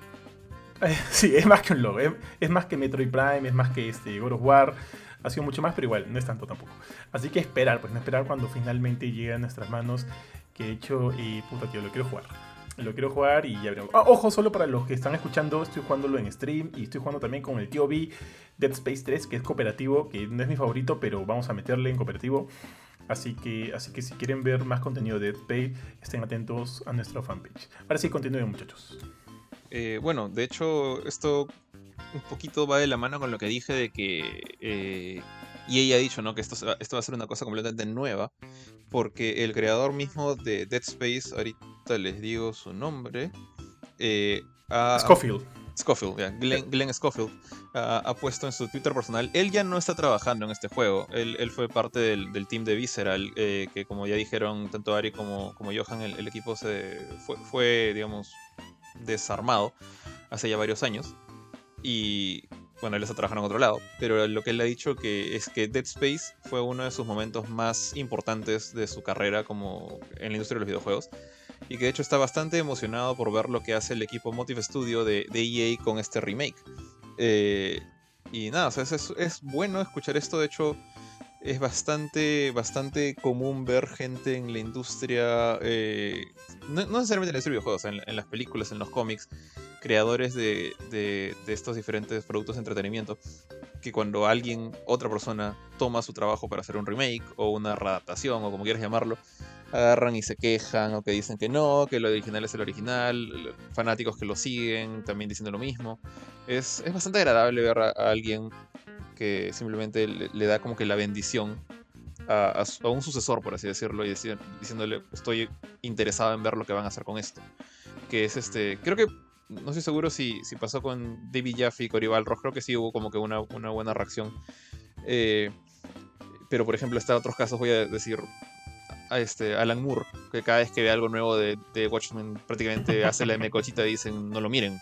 Eh, sí, es más que un logo. Es, es más que Metroid Prime, es más que este God of War. Ha sido mucho más, pero igual, no es tanto tampoco. Así que esperar, pues no esperar cuando finalmente llegue a nuestras manos. Que de hecho, y puta tío, lo quiero jugar. Lo quiero jugar y ya veremos. Ah, ojo, solo para los que están escuchando, estoy jugándolo en stream y estoy jugando también con el tío B, Dead Space tres, que es cooperativo, que no es mi favorito, pero vamos a meterle en cooperativo. Así que, así que si quieren ver más contenido de Dead Space, estén atentos a nuestra fanpage. Ahora sí, continúen, muchachos. Eh, bueno, de hecho, esto un poquito va de la mano con lo que dije de que eh, E A ha dicho, ¿no? Que esto, esto va a ser una cosa completamente nueva. Porque el creador mismo de Dead Space, ahorita les digo su nombre, eh, ha, Scofield. Scofield, yeah, Glenn, Glenn Scofield, ha, ha puesto en su Twitter personal, él ya no está trabajando en este juego, él, él fue parte del, del team de Visceral, eh, que como ya dijeron tanto Ari como, como Johan, el, el equipo se fue, fue, digamos, desarmado hace ya varios años, y... Bueno, él está trabajando en otro lado, pero lo que él ha dicho que es que Dead Space fue uno de sus momentos más importantes de su carrera como en la industria de los videojuegos, y que de hecho está bastante emocionado por ver lo que hace el equipo Motive Studio de, de E A con este remake. Eh, y nada, o sea, es, es, es bueno escuchar esto, de hecho es bastante, bastante común ver gente en la industria, eh, no, no necesariamente en la industria de videojuegos, en, en las películas, en los cómics, creadores de, de, de estos diferentes productos de entretenimiento, que cuando alguien, otra persona, toma su trabajo para hacer un remake o una readaptación o como quieras llamarlo, agarran y se quejan o que dicen que no, que lo original es el original, fanáticos que lo siguen también diciendo lo mismo. Es, es bastante agradable ver a, a alguien que simplemente le, le da como que la bendición a, a, a un sucesor, por así decirlo, y decir, diciéndole, estoy interesado en ver lo que van a hacer con esto. Que es este, creo que no estoy seguro si, si pasó con David Jaffe y Cory Balrog, creo que sí hubo como que una, una buena reacción. Eh, pero por ejemplo, está otros casos, voy a decir, a este Alan Moore, que cada vez que ve algo nuevo de, de Watchmen prácticamente hace la mecochita y dicen, no lo miren.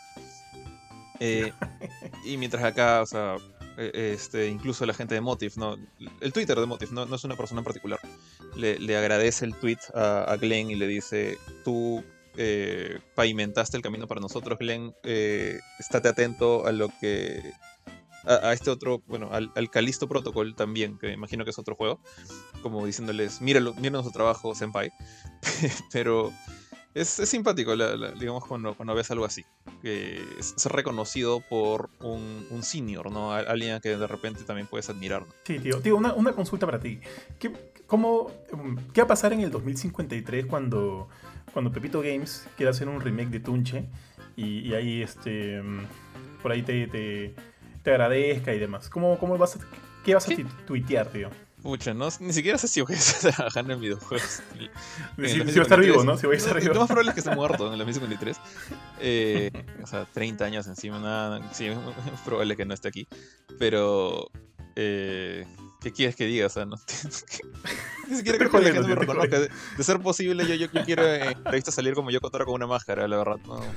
Eh, y mientras acá, o sea, este, incluso la gente de Motive, ¿no? El Twitter de Motive, no, no es una persona en particular, le, le agradece el tweet a, a Glenn y le dice, tú... Eh, pavimentaste el camino para nosotros, Glenn, eh, estate atento a lo que a, a este otro, bueno, al, al Callisto Protocol también, que me imagino que es otro juego, como diciéndoles, míralo, miren nuestro trabajo, senpai. Pero es, es simpático, la, la, digamos, cuando, cuando ves algo así, que es, es reconocido por un, un senior, ¿no? Alguien que de repente también puedes admirar, ¿no? Sí, tío, tío, una, una consulta para ti. ¿Qué, cómo, ¿Qué va a pasar en el dos mil cincuenta y tres cuando... cuando Pepito Games quiera hacer un remake de Tunche y, y ahí este por ahí te, te, te agradezca y demás? ¿Cómo, cómo vas a, ¿Qué vas a ¿Qué? tuitear, tío? Pucha, no, ni siquiera sé si voy a estar trabajando en videojuegos. En si, si va a estar vivo, ¿no? Si voy a estar vivo. Lo más probable es que esté muerto en el dos mil cincuenta y tres. Eh, o sea, treinta años encima, nada. Sí, es probable que no esté aquí. Pero... Eh, ¿qué quieres que diga? O sea, no, ni siquiera creo que la gente me reconozca. De, de ser posible, yo, yo, yo quiero en entrevista salir como yo Kotaro con una máscara, la verdad. No.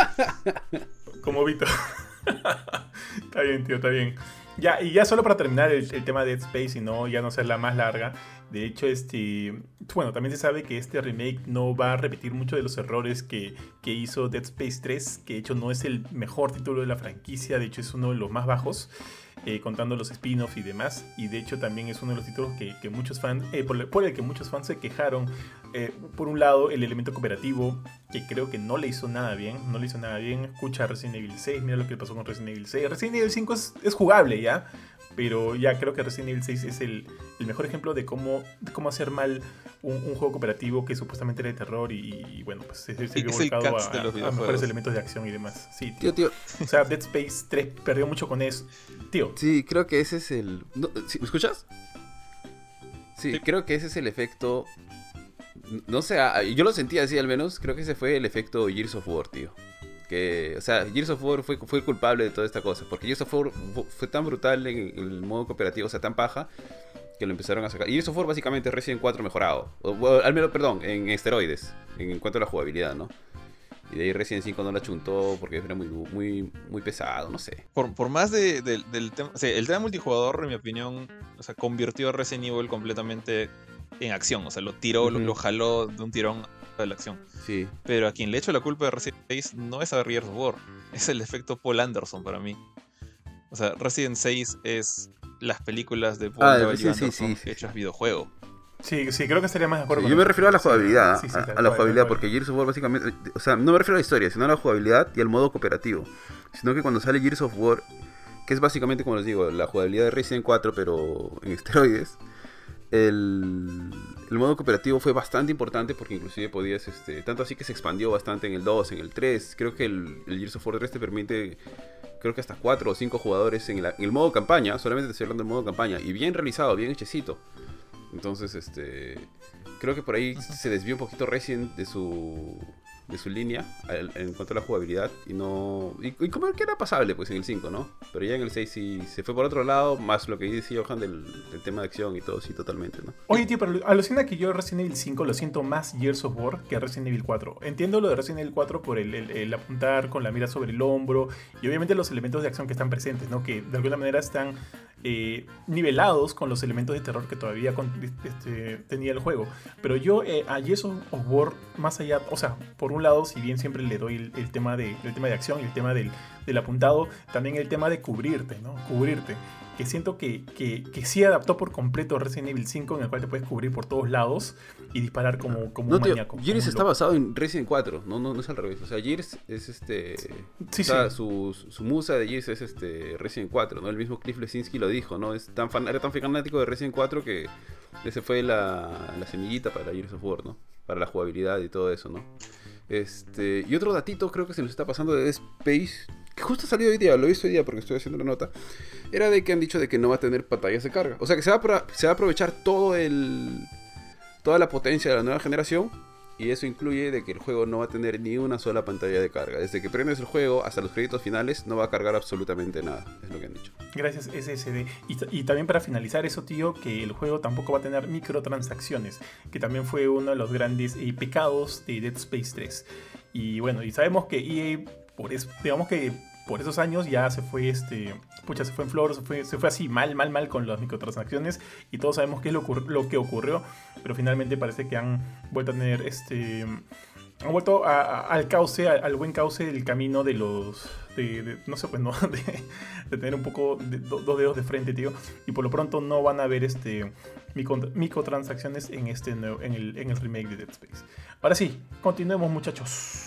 Como Vito. Está bien, tío, está bien. Ya, y ya solo para terminar el, el tema de Dead Space y no, ya no ser la más larga. De hecho, este, bueno, también se sabe que este remake no va a repetir muchos de los errores que, que hizo Dead Space tres, que de hecho no es el mejor título de la franquicia, de hecho es uno de los más bajos. eh, contando los spin-offs y demás. Y de hecho también es uno de los títulos que, que muchos fans, eh, por, por el que muchos fans se quejaron. Eh, por un lado, el elemento cooperativo, que creo que no le hizo nada bien, no le hizo nada bien. Escucha Resident Evil seis, mira lo que pasó con Resident Evil seis. Resident Evil cinco es, es jugable ya, pero ya creo que Resident Evil seis es el, el mejor ejemplo de cómo, de cómo hacer mal un, un juego cooperativo que supuestamente era de terror y, y bueno, pues se, se vio volcado a, a, a mejores elementos de acción y demás. Sí, tío. Tío, tío. O sea, Dead Space tres perdió mucho con eso. Tío. Sí, creo que ese es el... no, ¿sí? ¿Me escuchas? Sí, sí, creo que ese es el efecto... No sé, yo lo sentí así al menos. Creo que ese fue el efecto Gears of War, tío. Que, o sea, Gears of War fue, fue culpable de toda esta cosa. Porque Gears of War fue tan brutal en el modo cooperativo, o sea, tan paja, que lo empezaron a sacar. Y Gears of War básicamente es Resident cuatro mejorado. O, o, al menos, perdón, en esteroides, en cuanto a la jugabilidad, ¿no? Y de ahí Resident cinco no la chuntó porque era muy, muy, muy pesado, no sé. Por, por más de, de, del tema... O sea, el tema multijugador, en mi opinión, o sea, convirtió a Resident Evil completamente en acción. O sea, lo tiró, uh-huh. lo, lo jaló de un tirón de la acción. Sí. Pero a quien le echo la culpa de Resident seis no es a Gears of War. Es el efecto Paul Anderson para mí. O sea, Resident seis es las películas de Paul ah, W. sí, Anderson sí, sí, hechas sí. videojuego. Sí, sí, creo que estaría más de acuerdo. Sí, con yo me refiero a la jugabilidad, sí, sí, sí, a, a la jugabilidad, porque Gears of War básicamente, o sea, no me refiero a la historia, sino a la jugabilidad y al modo cooperativo. Sino que cuando sale Gears of War, que es básicamente, como les digo, la jugabilidad de Resident cuatro, pero en esteroides, el, el modo cooperativo fue bastante importante porque inclusive podías, este, tanto así que se expandió bastante en el dos, en el tres. Creo que el, el Gears of War tres te permite, creo que hasta cuatro o cinco jugadores en, la, en el modo campaña, solamente te estoy hablando del modo campaña, y bien realizado, bien hechecito. Entonces, este, creo que por ahí se desvió un poquito Resident de su de su línea en cuanto a la jugabilidad y no y, y como que era pasable pues en el cinco, ¿no? Pero ya en el seis sí se fue por otro lado, más lo que dice Johan del, del tema de acción y todo, sí, totalmente, ¿no? Oye, tío, pero alucina que yo Resident Evil cinco lo siento más Gears of War que Resident Evil cuatro. Entiendo lo de Resident Evil cuatro por el, el, el apuntar con la mira sobre el hombro y obviamente los elementos de acción que están presentes, ¿no? Que de alguna manera están eh, nivelados con los elementos de terror que todavía con, este, tenía el juego. Pero yo eh, a Gears of War, más allá, o sea, por un lado, si bien siempre le doy el, el, tema, de, el tema de acción y el tema del, del apuntado, también el tema de cubrirte, ¿no? Cubrirte. Que siento que, que, que sí adaptó por completo Resident Evil cinco, en el cual te puedes cubrir por todos lados y disparar como, como no, un tío, maníaco. Gears está basado en Resident cuatro, no, no, no es al revés. O sea, Gears es este. Sí, o sea, sí. Su, su musa de Gears es este Resident cuatro, ¿no? El mismo Cliff Lesinski lo dijo, ¿no? Es tan fan, era tan fanático de Resident cuatro que ese fue la, la semillita para Gears of War, ¿no? Para la jugabilidad y todo eso, ¿no? Este, y otro datito creo que se nos está pasando de Dead Space, que justo salió hoy día, lo he visto hoy día porque estoy haciendo la nota, era de que han dicho de que no va a tener pantallas de carga. O sea que se va a, se va a aprovechar todo el toda la potencia de la nueva generación, y eso incluye de que el juego no va a tener ni una sola pantalla de carga. Desde que prendes el juego hasta los créditos finales no va a cargar absolutamente nada, es lo que han dicho. Gracias, S S D. Y, y también para finalizar eso, tío, que el juego tampoco va a tener microtransacciones, que también fue uno de los grandes eh, pecados de Dead Space tres. Y bueno, y sabemos que E A, por eso, digamos que por esos años ya se fue, este, pucha, se fue en flor, se fue, se fue así mal, mal, mal con las microtransacciones, y todos sabemos qué es lo, lo que ocurrió, pero finalmente parece que han vuelto a tener, este, han vuelto a, a, al cauce, al, al buen cauce del camino de los, de, de, no sé, pues no, de, de tener un poco, de, do, dos dedos de frente, tío, y por lo pronto no van a haber, este, micro, microtransacciones en este nuevo, en el, en el remake de Dead Space. Ahora sí, continuemos, muchachos.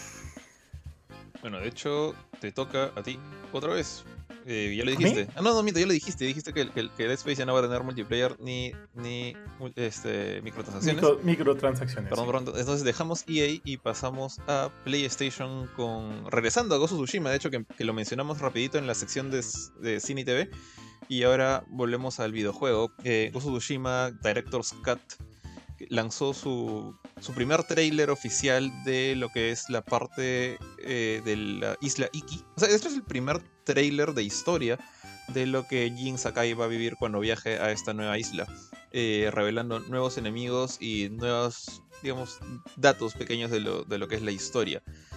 Bueno, de hecho, te toca a ti otra vez. Eh, ya lo dijiste. Ah, no, no, mito, ya lo dijiste. Dijiste que, que, que Dead Space ya no va a tener multiplayer ni, ni este, microtransacciones. Micro, microtransacciones. Perdón, sí. perdón. Entonces dejamos E A y pasamos a PlayStation con... Regresando a Ghost of Tsushima, de hecho, que, que lo mencionamos rapidito en la sección de, de Cine y T V. Y ahora volvemos al videojuego. Eh, Ghost of Tsushima Director's Cut lanzó su, su primer tráiler oficial de lo que es la parte eh, de la isla Iki. O sea, este es el primer tráiler de historia de lo que Jin Sakai va a vivir cuando viaje a esta nueva isla, eh, revelando nuevos enemigos y nuevos, digamos, datos pequeños de lo, de lo que es la historia.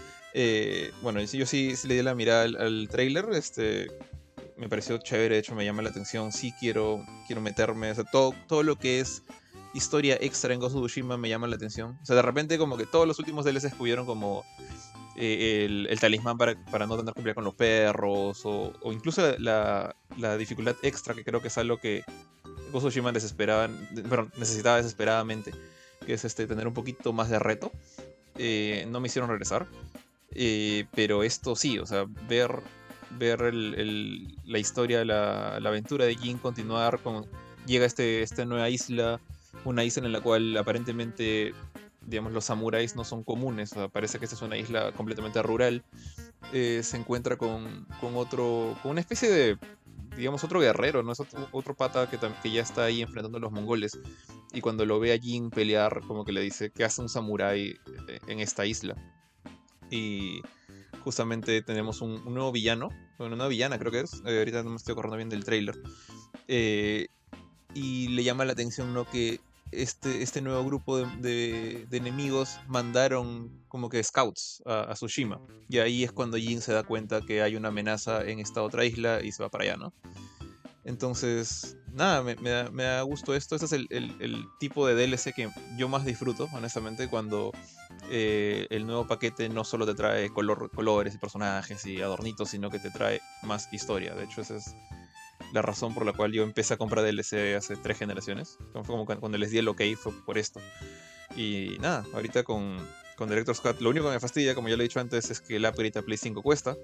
Eh, bueno, yo sí, sí le di la mirada al, al tráiler, este... me pareció chévere, de hecho me llama la atención, sí quiero, quiero meterme, o sea, todo, todo lo que es historia extra en Ghost of Tsushima me llama la atención. O sea, de repente como que todos los últimos D L Cs pudieron como eh, el, el talismán para, para no tener que pelear con los perros, o, o incluso la, la dificultad extra, que creo que es algo que Ghost of Tsushima desesperaba, perdón, necesitaba desesperadamente, que es este, tener un poquito más de reto. Eh, no me hicieron regresar, eh, pero esto sí, o sea, ver, ver el, el, la historia, la, la aventura de Jin continuar con... Llega a este, esta nueva isla, una isla en la cual aparentemente, digamos, los samuráis no son comunes, o sea, parece que esta es una isla completamente rural. Eh, se encuentra con, con otro, con una especie de, digamos, otro guerrero, ¿no? Es otro, otro pata que, que ya está ahí enfrentando a los mongoles. Y cuando lo ve a Jin pelear, como que le dice, ¿qué hace un samurái en esta isla? Y justamente tenemos un, un nuevo villano, bueno, una villana creo que es, eh, ahorita no me estoy acordando bien del tráiler. Eh, y le llama la atención, ¿no?, que este, este nuevo grupo de, de, de enemigos mandaron como que scouts a, a Tsushima. Y ahí es cuando Jin se da cuenta que hay una amenaza en esta otra isla y se va para allá, ¿no? Entonces, nada, me, me, da, me da gusto esto. Este es el, el, el tipo de D L C que yo más disfruto, honestamente, cuando eh, el nuevo paquete no solo te trae color, colores y personajes y adornitos, sino que te trae más historia. De hecho, esa es la razón por la cual yo empecé a comprar D L C hace tres generaciones. Fue como cuando les di el ok, fue por esto. Y nada, ahorita con, con Director's Cut, lo único que me fastidia, como ya lo he dicho antes, es que el upgrade a Play cinco cuesta.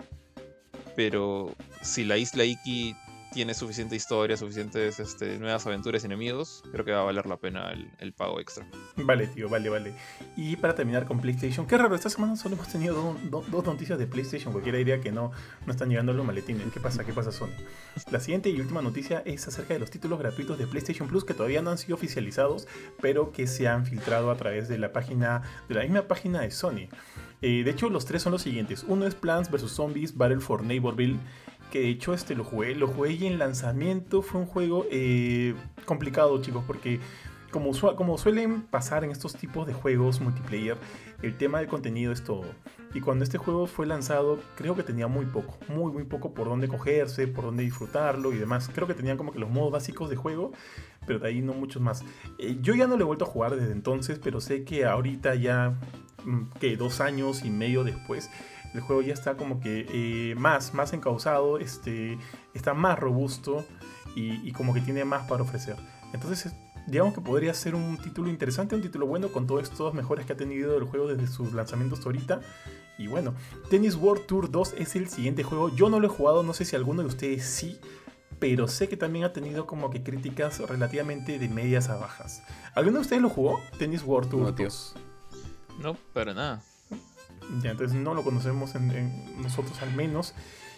Pero si la isla Iki tiene suficiente historia, suficientes este, nuevas aventuras y enemigos, creo que va a valer la pena el, el pago extra. Vale, tío, vale, vale. Y para terminar con PlayStation, qué raro, esta semana solo hemos tenido do, do, dos noticias de PlayStation. Cualquiera diría que no, no están llegando los maletines. ¿Qué pasa? ¿Qué pasa, Sony? La siguiente y última noticia es acerca de los títulos gratuitos de PlayStation Plus que todavía no han sido oficializados, pero que se han filtrado a través de la página, de la misma página de Sony. Eh, de hecho, los tres son los siguientes. Uno es Plants versus. Zombies Battle for Neighborville, que de hecho este lo jugué, lo jugué y en lanzamiento fue un juego eh, complicado, chicos, porque como, su como suelen pasar en estos tipos de juegos multiplayer, el tema del contenido es todo. Y cuando este juego fue lanzado, creo que tenía muy poco, muy muy poco por dónde cogerse, por dónde disfrutarlo y demás. Creo que tenían como que los modos básicos de juego, pero de ahí no muchos más. Eh, yo ya no lo he vuelto a jugar desde entonces, pero sé que ahorita ya, que dos años y medio después, el juego ya está como que eh, más, más encauzado, este, está más robusto y, y como que tiene más para ofrecer. Entonces, digamos que podría ser un título interesante, un título bueno con todos estos mejores que ha tenido el juego desde sus lanzamientos hasta ahorita. Y bueno, Tennis World Tour dos es el siguiente juego. Yo no lo he jugado, no sé si alguno de ustedes sí, pero sé que también ha tenido como que críticas relativamente de medias a bajas. ¿Alguno de ustedes lo jugó? Tennis World Tour No, dos. No, para nada. Ya, entonces no lo conocemos en, en nosotros al menos.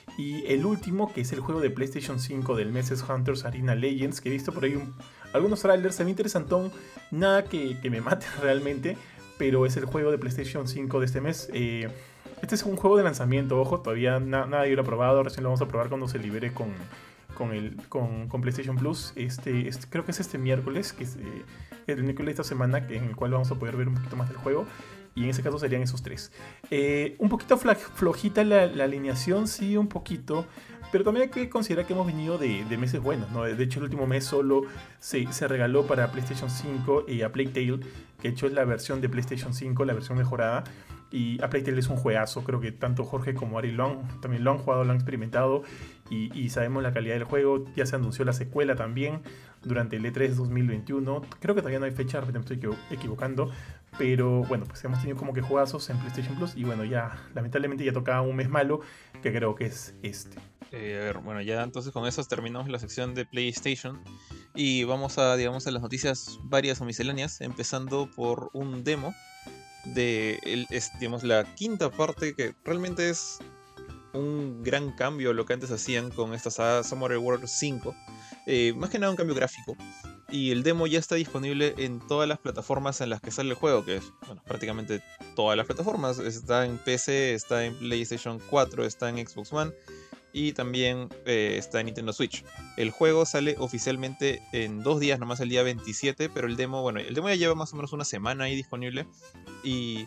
Y el último, que es el juego de PlayStation cinco del mes, es Hunters Arena Legends, que he visto por ahí un, algunos trailers, se ve interesantón, nada que, que me mate realmente, pero es el juego de PlayStation cinco de este mes. Eh, este es un juego de lanzamiento, ojo, todavía na, nada yo lo he probado, recién lo vamos a probar cuando se libere con, con, el, con, con PlayStation Plus. Este, este, creo que es este miércoles, que es eh, el miércoles de esta semana, en el cual vamos a poder ver un poquito más del juego. Y en ese caso serían esos tres. Eh, un poquito flojita la, la alineación, sí, un poquito. Pero también hay que considerar que hemos venido de, de meses buenos, ¿no? De hecho, el último mes solo se, se regaló para PlayStation cinco y a Plague Tale, que de hecho es la versión de PlayStation cinco, la versión mejorada. Y a Plague Tale es un juegazo, creo que tanto Jorge como Ari lo han, también lo han jugado, lo han experimentado. Y, y sabemos la calidad del juego. Ya se anunció la secuela también durante el E tres dos mil veintiuno. Creo que todavía no hay fecha, de repente me estoy equivocando. Pero bueno, pues hemos tenido como que juegazos en PlayStation Plus. Y bueno, ya lamentablemente ya tocaba un mes malo, que creo que es este. Eh, a ver, bueno, ya entonces con eso terminamos la sección de PlayStation. Y vamos a, digamos, a las noticias varias o misceláneas. Empezando por un demo de el, es, digamos, la quinta parte, que realmente es un gran cambio a lo que antes hacían con esta saga Samurai World cinco. Eh, más que nada un cambio gráfico. Y el demo ya está disponible en todas las plataformas en las que sale el juego, que es, bueno, prácticamente todas las plataformas. Está en P C, está en PlayStation cuatro, está en Xbox One y también eh, está en Nintendo Switch. El juego sale oficialmente en dos días, nomás el día veintisiete, pero el demo, bueno, el demo ya lleva más o menos una semana ahí disponible. Y,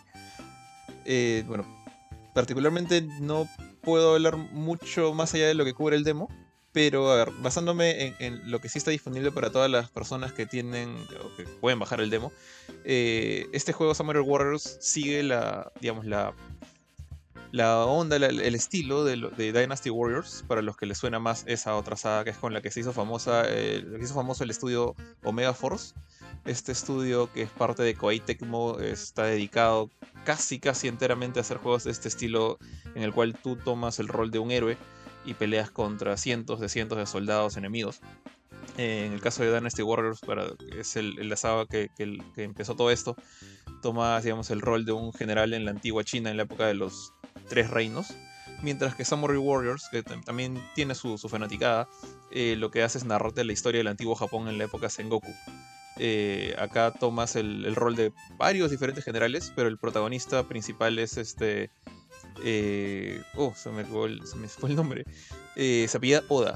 eh, bueno, particularmente no puedo hablar mucho más allá de lo que cubre el demo. Pero, a ver, basándome en, en lo que sí está disponible para todas las personas que tienen o que pueden bajar el demo, eh, este juego Samurai Warriors sigue la, digamos, la, La onda, la- el estilo de, lo- de Dynasty Warriors, para los que les suena más esa otra saga que es con la que se hizo famosa, eh, lo que hizo famoso el estudio Omega Force. Este estudio que es parte de Koei Tecmo está dedicado casi casi enteramente a hacer juegos de este estilo en el cual tú tomas el rol de un héroe y peleas contra cientos de cientos de soldados enemigos. Eh, en el caso de Dynasty Warriors, para, es el, el- la saga que, que el- que empezó todo esto, toma, digamos, el rol de un general en la antigua China en la época de los Tres Reinos. Mientras que Samurai Warriors, que tam- también tiene su, su fanaticada, eh, lo que hace es narrarte la historia del antiguo Japón en la época Sengoku. Eh, acá tomas el, el rol de varios diferentes generales, pero el protagonista principal es este. eh, oh, se me, fue el, se me fue el nombre. Eh, se apellida Oda.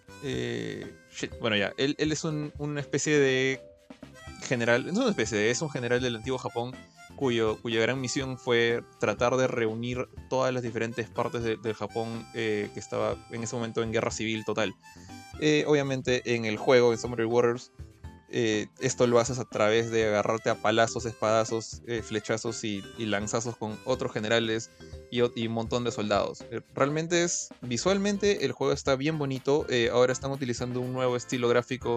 Eh, shit, bueno, ya. Él, él es un- una especie de general. No es una especie de. Es un general del antiguo Japón. Cuyo, cuya gran misión fue tratar de reunir todas las diferentes partes de- del Japón eh, que estaba en ese momento en guerra civil total. Eh, obviamente en el juego, en Samurai Warriors, eh, esto lo haces a través de agarrarte a palazos, espadazos, eh, flechazos y, y lanzazos con otros generales y, ot- y un montón de soldados. Eh, realmente es, visualmente el juego está bien bonito. Eh, ahora están utilizando un nuevo estilo gráfico,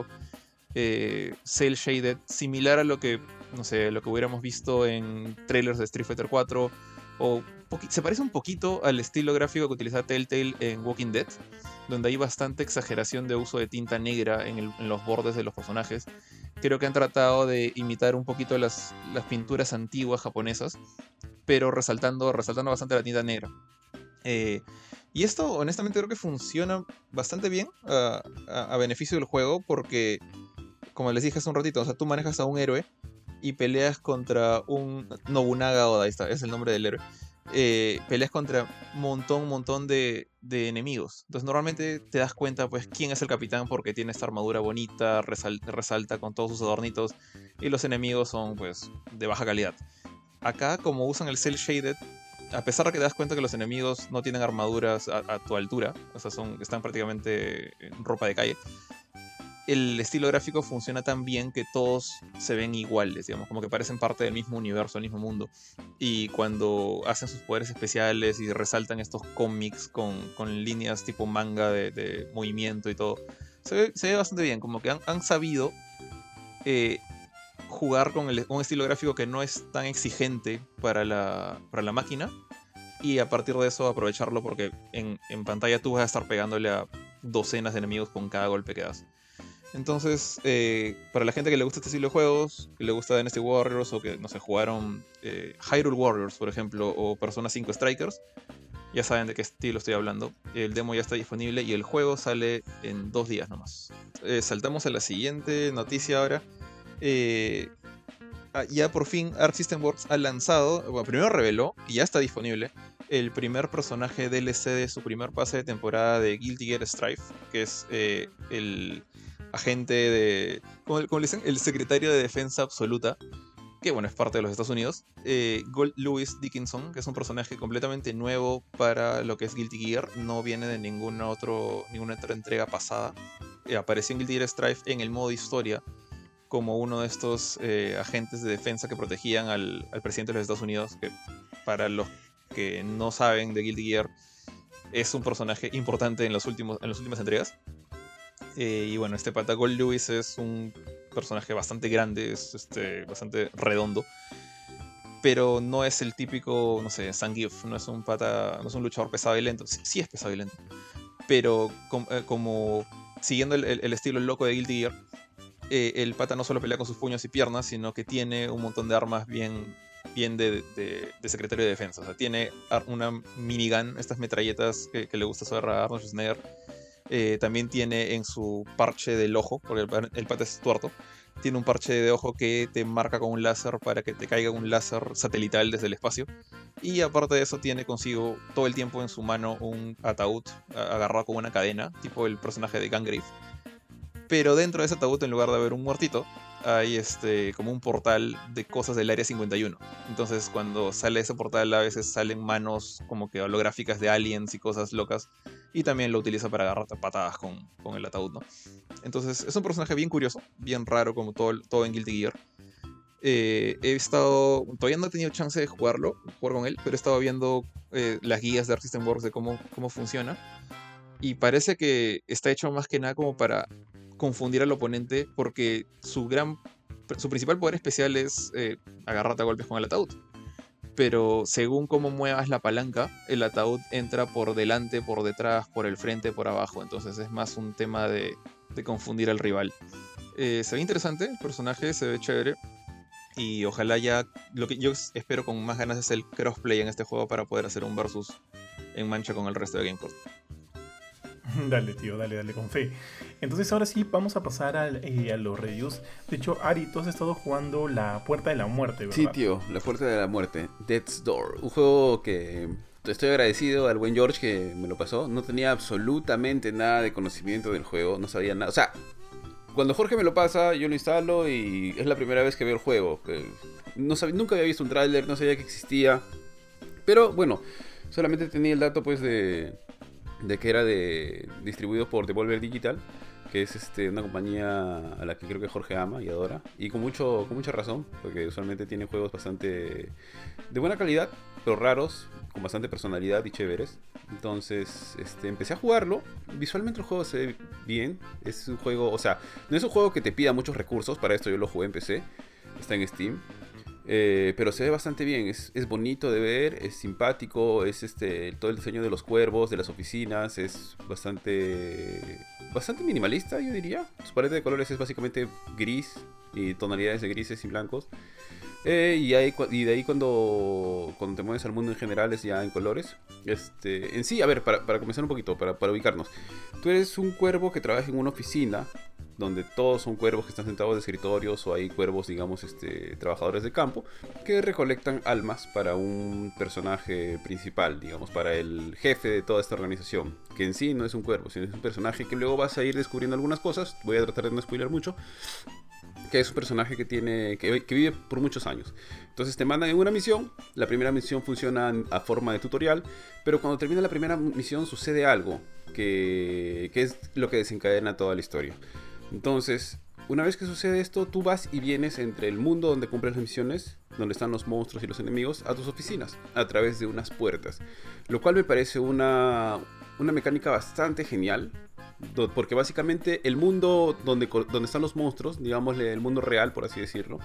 eh, cel shaded, similar a lo que, no sé, lo que hubiéramos visto en trailers de Street Fighter cuatro. O poqui- se parece un poquito al estilo gráfico que utiliza Telltale en Walking Dead, donde hay bastante exageración de uso de tinta negra en, el- en los bordes de los personajes. Creo que han tratado de imitar un poquito las, las pinturas antiguas japonesas, pero resaltando, resaltando bastante la tinta negra. Eh, y esto, honestamente, creo que funciona bastante bien a, a- a beneficio del juego, porque, como les dije hace un ratito, o sea, tú manejas a un héroe y peleas contra un Nobunaga Oda, ahí está, es el nombre del héroe. Eh, peleas contra un montón, montón de, de enemigos. Entonces normalmente te das cuenta pues quién es el capitán porque tiene esta armadura bonita, resal- resalta con todos sus adornitos, y los enemigos son pues de baja calidad. Acá, como usan el cel shaded, a pesar de que te das cuenta que los enemigos no tienen armaduras a, a tu altura, o sea, son, están prácticamente en ropa de calle, el estilo gráfico funciona tan bien que todos se ven iguales, digamos, como que parecen parte del mismo universo, del mismo mundo. Y cuando hacen sus poderes especiales y resaltan estos cómics con, con líneas tipo manga de, de movimiento y todo, se ve, se ve bastante bien, como que han, han sabido eh, jugar con el- un estilo gráfico que no es tan exigente para la, para la máquina, y a partir de eso aprovecharlo porque en, en pantalla tú vas a estar pegándole a docenas de enemigos con cada golpe que das. Entonces, eh, para la gente que le gusta este estilo de juegos, que le gusta Dynasty Warriors o que, no sé, jugaron eh, Hyrule Warriors, por ejemplo, o Persona cinco Strikers, ya saben de qué estilo estoy hablando. El demo ya está disponible y el juego sale en dos días nomás. Eh, saltamos a la siguiente noticia ahora. Eh, ah, ya por fin Arc System Works ha lanzado, bueno, primero reveló y ya está disponible el primer personaje D L C de su primer pase de temporada de Guilty Gear Strive, que es eh, el agente de, como, como le dicen, el secretario de defensa absoluta, que bueno, es parte de los Estados Unidos, eh, Gold Lewis Dickinson, que es un personaje completamente nuevo para lo que es Guilty Gear, no viene de ningún otro, ninguna otra entrega pasada. Eh, apareció en Guilty Gear Strive en el modo historia como uno de estos eh, agentes de defensa que protegían al, al presidente de los Estados Unidos, que para los que no saben de Guilty Gear es un personaje importante en, los últimos, en las últimas entregas. Eh, y bueno, este pata Gold Lewis es un personaje bastante grande, es este, bastante redondo, pero no es el típico, no sé, Zangief, no es un pata, no es un luchador pesado y lento. Sí, sí es pesado y lento, pero com- eh, como siguiendo el, el- el estilo loco de Guilty Gear, eh, el pata no solo pelea con sus puños y piernas, sino que tiene un montón de armas bien, bien de, de- de secretario de defensa. O sea, tiene ar- una minigun, estas metralletas que, que le gusta usar a Arnold Schwarzenegger. Eh, también tiene en su parche del ojo, porque el, pa- el pata es tuerto, tiene un parche de ojo que te marca con un láser para que te caiga un láser satelital desde el espacio. Y aparte de eso tiene consigo todo el tiempo en su mano un ataúd a- agarrado con una cadena, tipo el personaje de Gungrave. Pero dentro de ese ataúd, en lugar de haber un muertito, hay este, como un portal de cosas del Área cincuenta y uno. Entonces, cuando sale ese portal, a veces salen manos como que holográficas de aliens y cosas locas. Y también lo utiliza para agarrar patadas con, con el ataúd, ¿no? Entonces, es un personaje bien curioso, bien raro, como todo, todo en Guilty Gear. Eh, he estado, todavía no he tenido chance de jugarlo, jugar con él, pero he estado viendo eh, las guías de Arc System Works de cómo, cómo funciona. Y parece que está hecho más que nada como para confundir al oponente, porque su gran, su principal poder especial es eh, agarrarte a golpes con el ataúd. Pero según cómo muevas la palanca, el ataúd entra por delante, por detrás, por el frente, por abajo. Entonces es más un tema de, de confundir al rival. Eh, se ve interesante, el personaje se ve chévere. Y ojalá ya, lo que yo espero con más ganas es el crossplay en este juego para poder hacer un versus en mancha con el resto de GameCode. Dale, tío, dale, dale, con fe. Entonces ahora sí vamos a pasar al, eh, a los reviews. De hecho, Ari, tú has estado jugando La Puerta de la Muerte, ¿verdad? Sí, tío, La Puerta de la Muerte, Death's Door. Un juego que estoy agradecido al buen George que me lo pasó. No tenía absolutamente nada de conocimiento del juego, no sabía nada. O sea, cuando Jorge me lo pasa, yo lo instalo y es la primera vez que veo el juego. No sabía, nunca había visto un tráiler, no sabía que existía. Pero bueno, solamente tenía el dato pues de... de que era de distribuido por Devolver Digital, que es este, una compañía a la que creo que Jorge ama y adora, y con mucho con mucha razón, porque usualmente tiene juegos bastante de buena calidad, pero raros, con bastante personalidad y chéveres. Entonces este, empecé a jugarlo. Visualmente el juego se ve bien, es un juego, o sea, no es un juego que te pida muchos recursos, para esto yo lo jugué en P C, está en Steam. Eh, pero se ve bastante bien, es, es bonito de ver, es simpático, es este todo el diseño de los cuervos, de las oficinas, es bastante bastante minimalista, yo diría. Su paleta de colores es básicamente gris y tonalidades de grises y blancos. Eh, y, ahí, y de ahí cuando, cuando te mueves al mundo en general es ya en colores. Este, en sí, a ver, para, para comenzar un poquito, para, para ubicarnos. Tú eres un cuervo que trabaja en una oficina donde todos son cuervos que están sentados en escritorios, o hay cuervos, digamos, este, trabajadores de campo, que recolectan almas para un personaje principal, digamos, para el jefe de toda esta organización, que en sí no es un cuervo, sino es un personaje que luego vas a ir descubriendo algunas cosas. Voy a tratar de no spoiler mucho, que es un personaje que tiene que, que vive por muchos años. Entonces te mandan en una misión. La primera misión funciona a forma de tutorial, pero cuando termina la primera misión sucede algo que, que es lo que desencadena toda la historia. Entonces, una vez que sucede esto, tú vas y vienes entre el mundo donde cumples las misiones, donde están los monstruos y los enemigos, a tus oficinas, a través de unas puertas. Lo cual me parece una, una mecánica bastante genial, porque básicamente el mundo donde, donde están los monstruos, digámosle el mundo real, por así decirlo,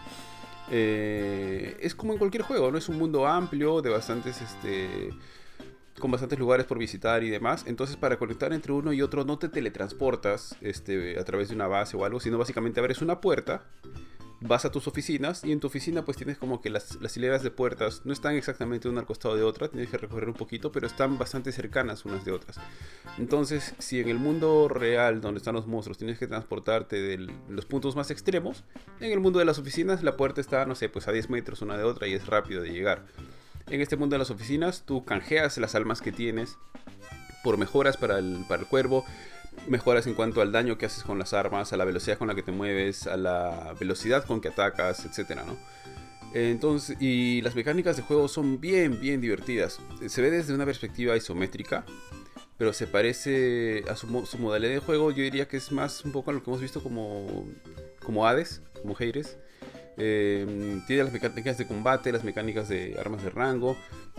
eh, es como en cualquier juego, ¿no? Es un mundo amplio, de bastantes... Este, con bastantes lugares por visitar y demás. Entonces, para conectar entre uno y otro no te teletransportas este, a través de una base o algo, sino básicamente abres una puerta, vas a tus oficinas, y en tu oficina pues tienes como que las, las hileras de puertas no están exactamente una al costado de otra, tienes que recorrer un poquito, pero están bastante cercanas unas de otras. Entonces, si en el mundo real donde están los monstruos tienes que transportarte de los puntos más extremos, en el mundo de las oficinas la puerta está, no sé, pues a diez metros una de otra y es rápido de llegar. En este mundo de las oficinas, tú canjeas las almas que tienes por mejoras para el, para el cuervo, mejoras en cuanto al daño que haces con las armas, a la velocidad con la que te mueves, a la velocidad con que atacas, etcétera, ¿no? Entonces, y las mecánicas de juego son bien, bien divertidas. Se ve desde una perspectiva isométrica, pero se parece a su, su modalidad de juego. Yo diría que es más un poco a lo que hemos visto como, como Hades, como Hades. Eh, tiene las mecánicas de combate, las mecánicas de armas de rango,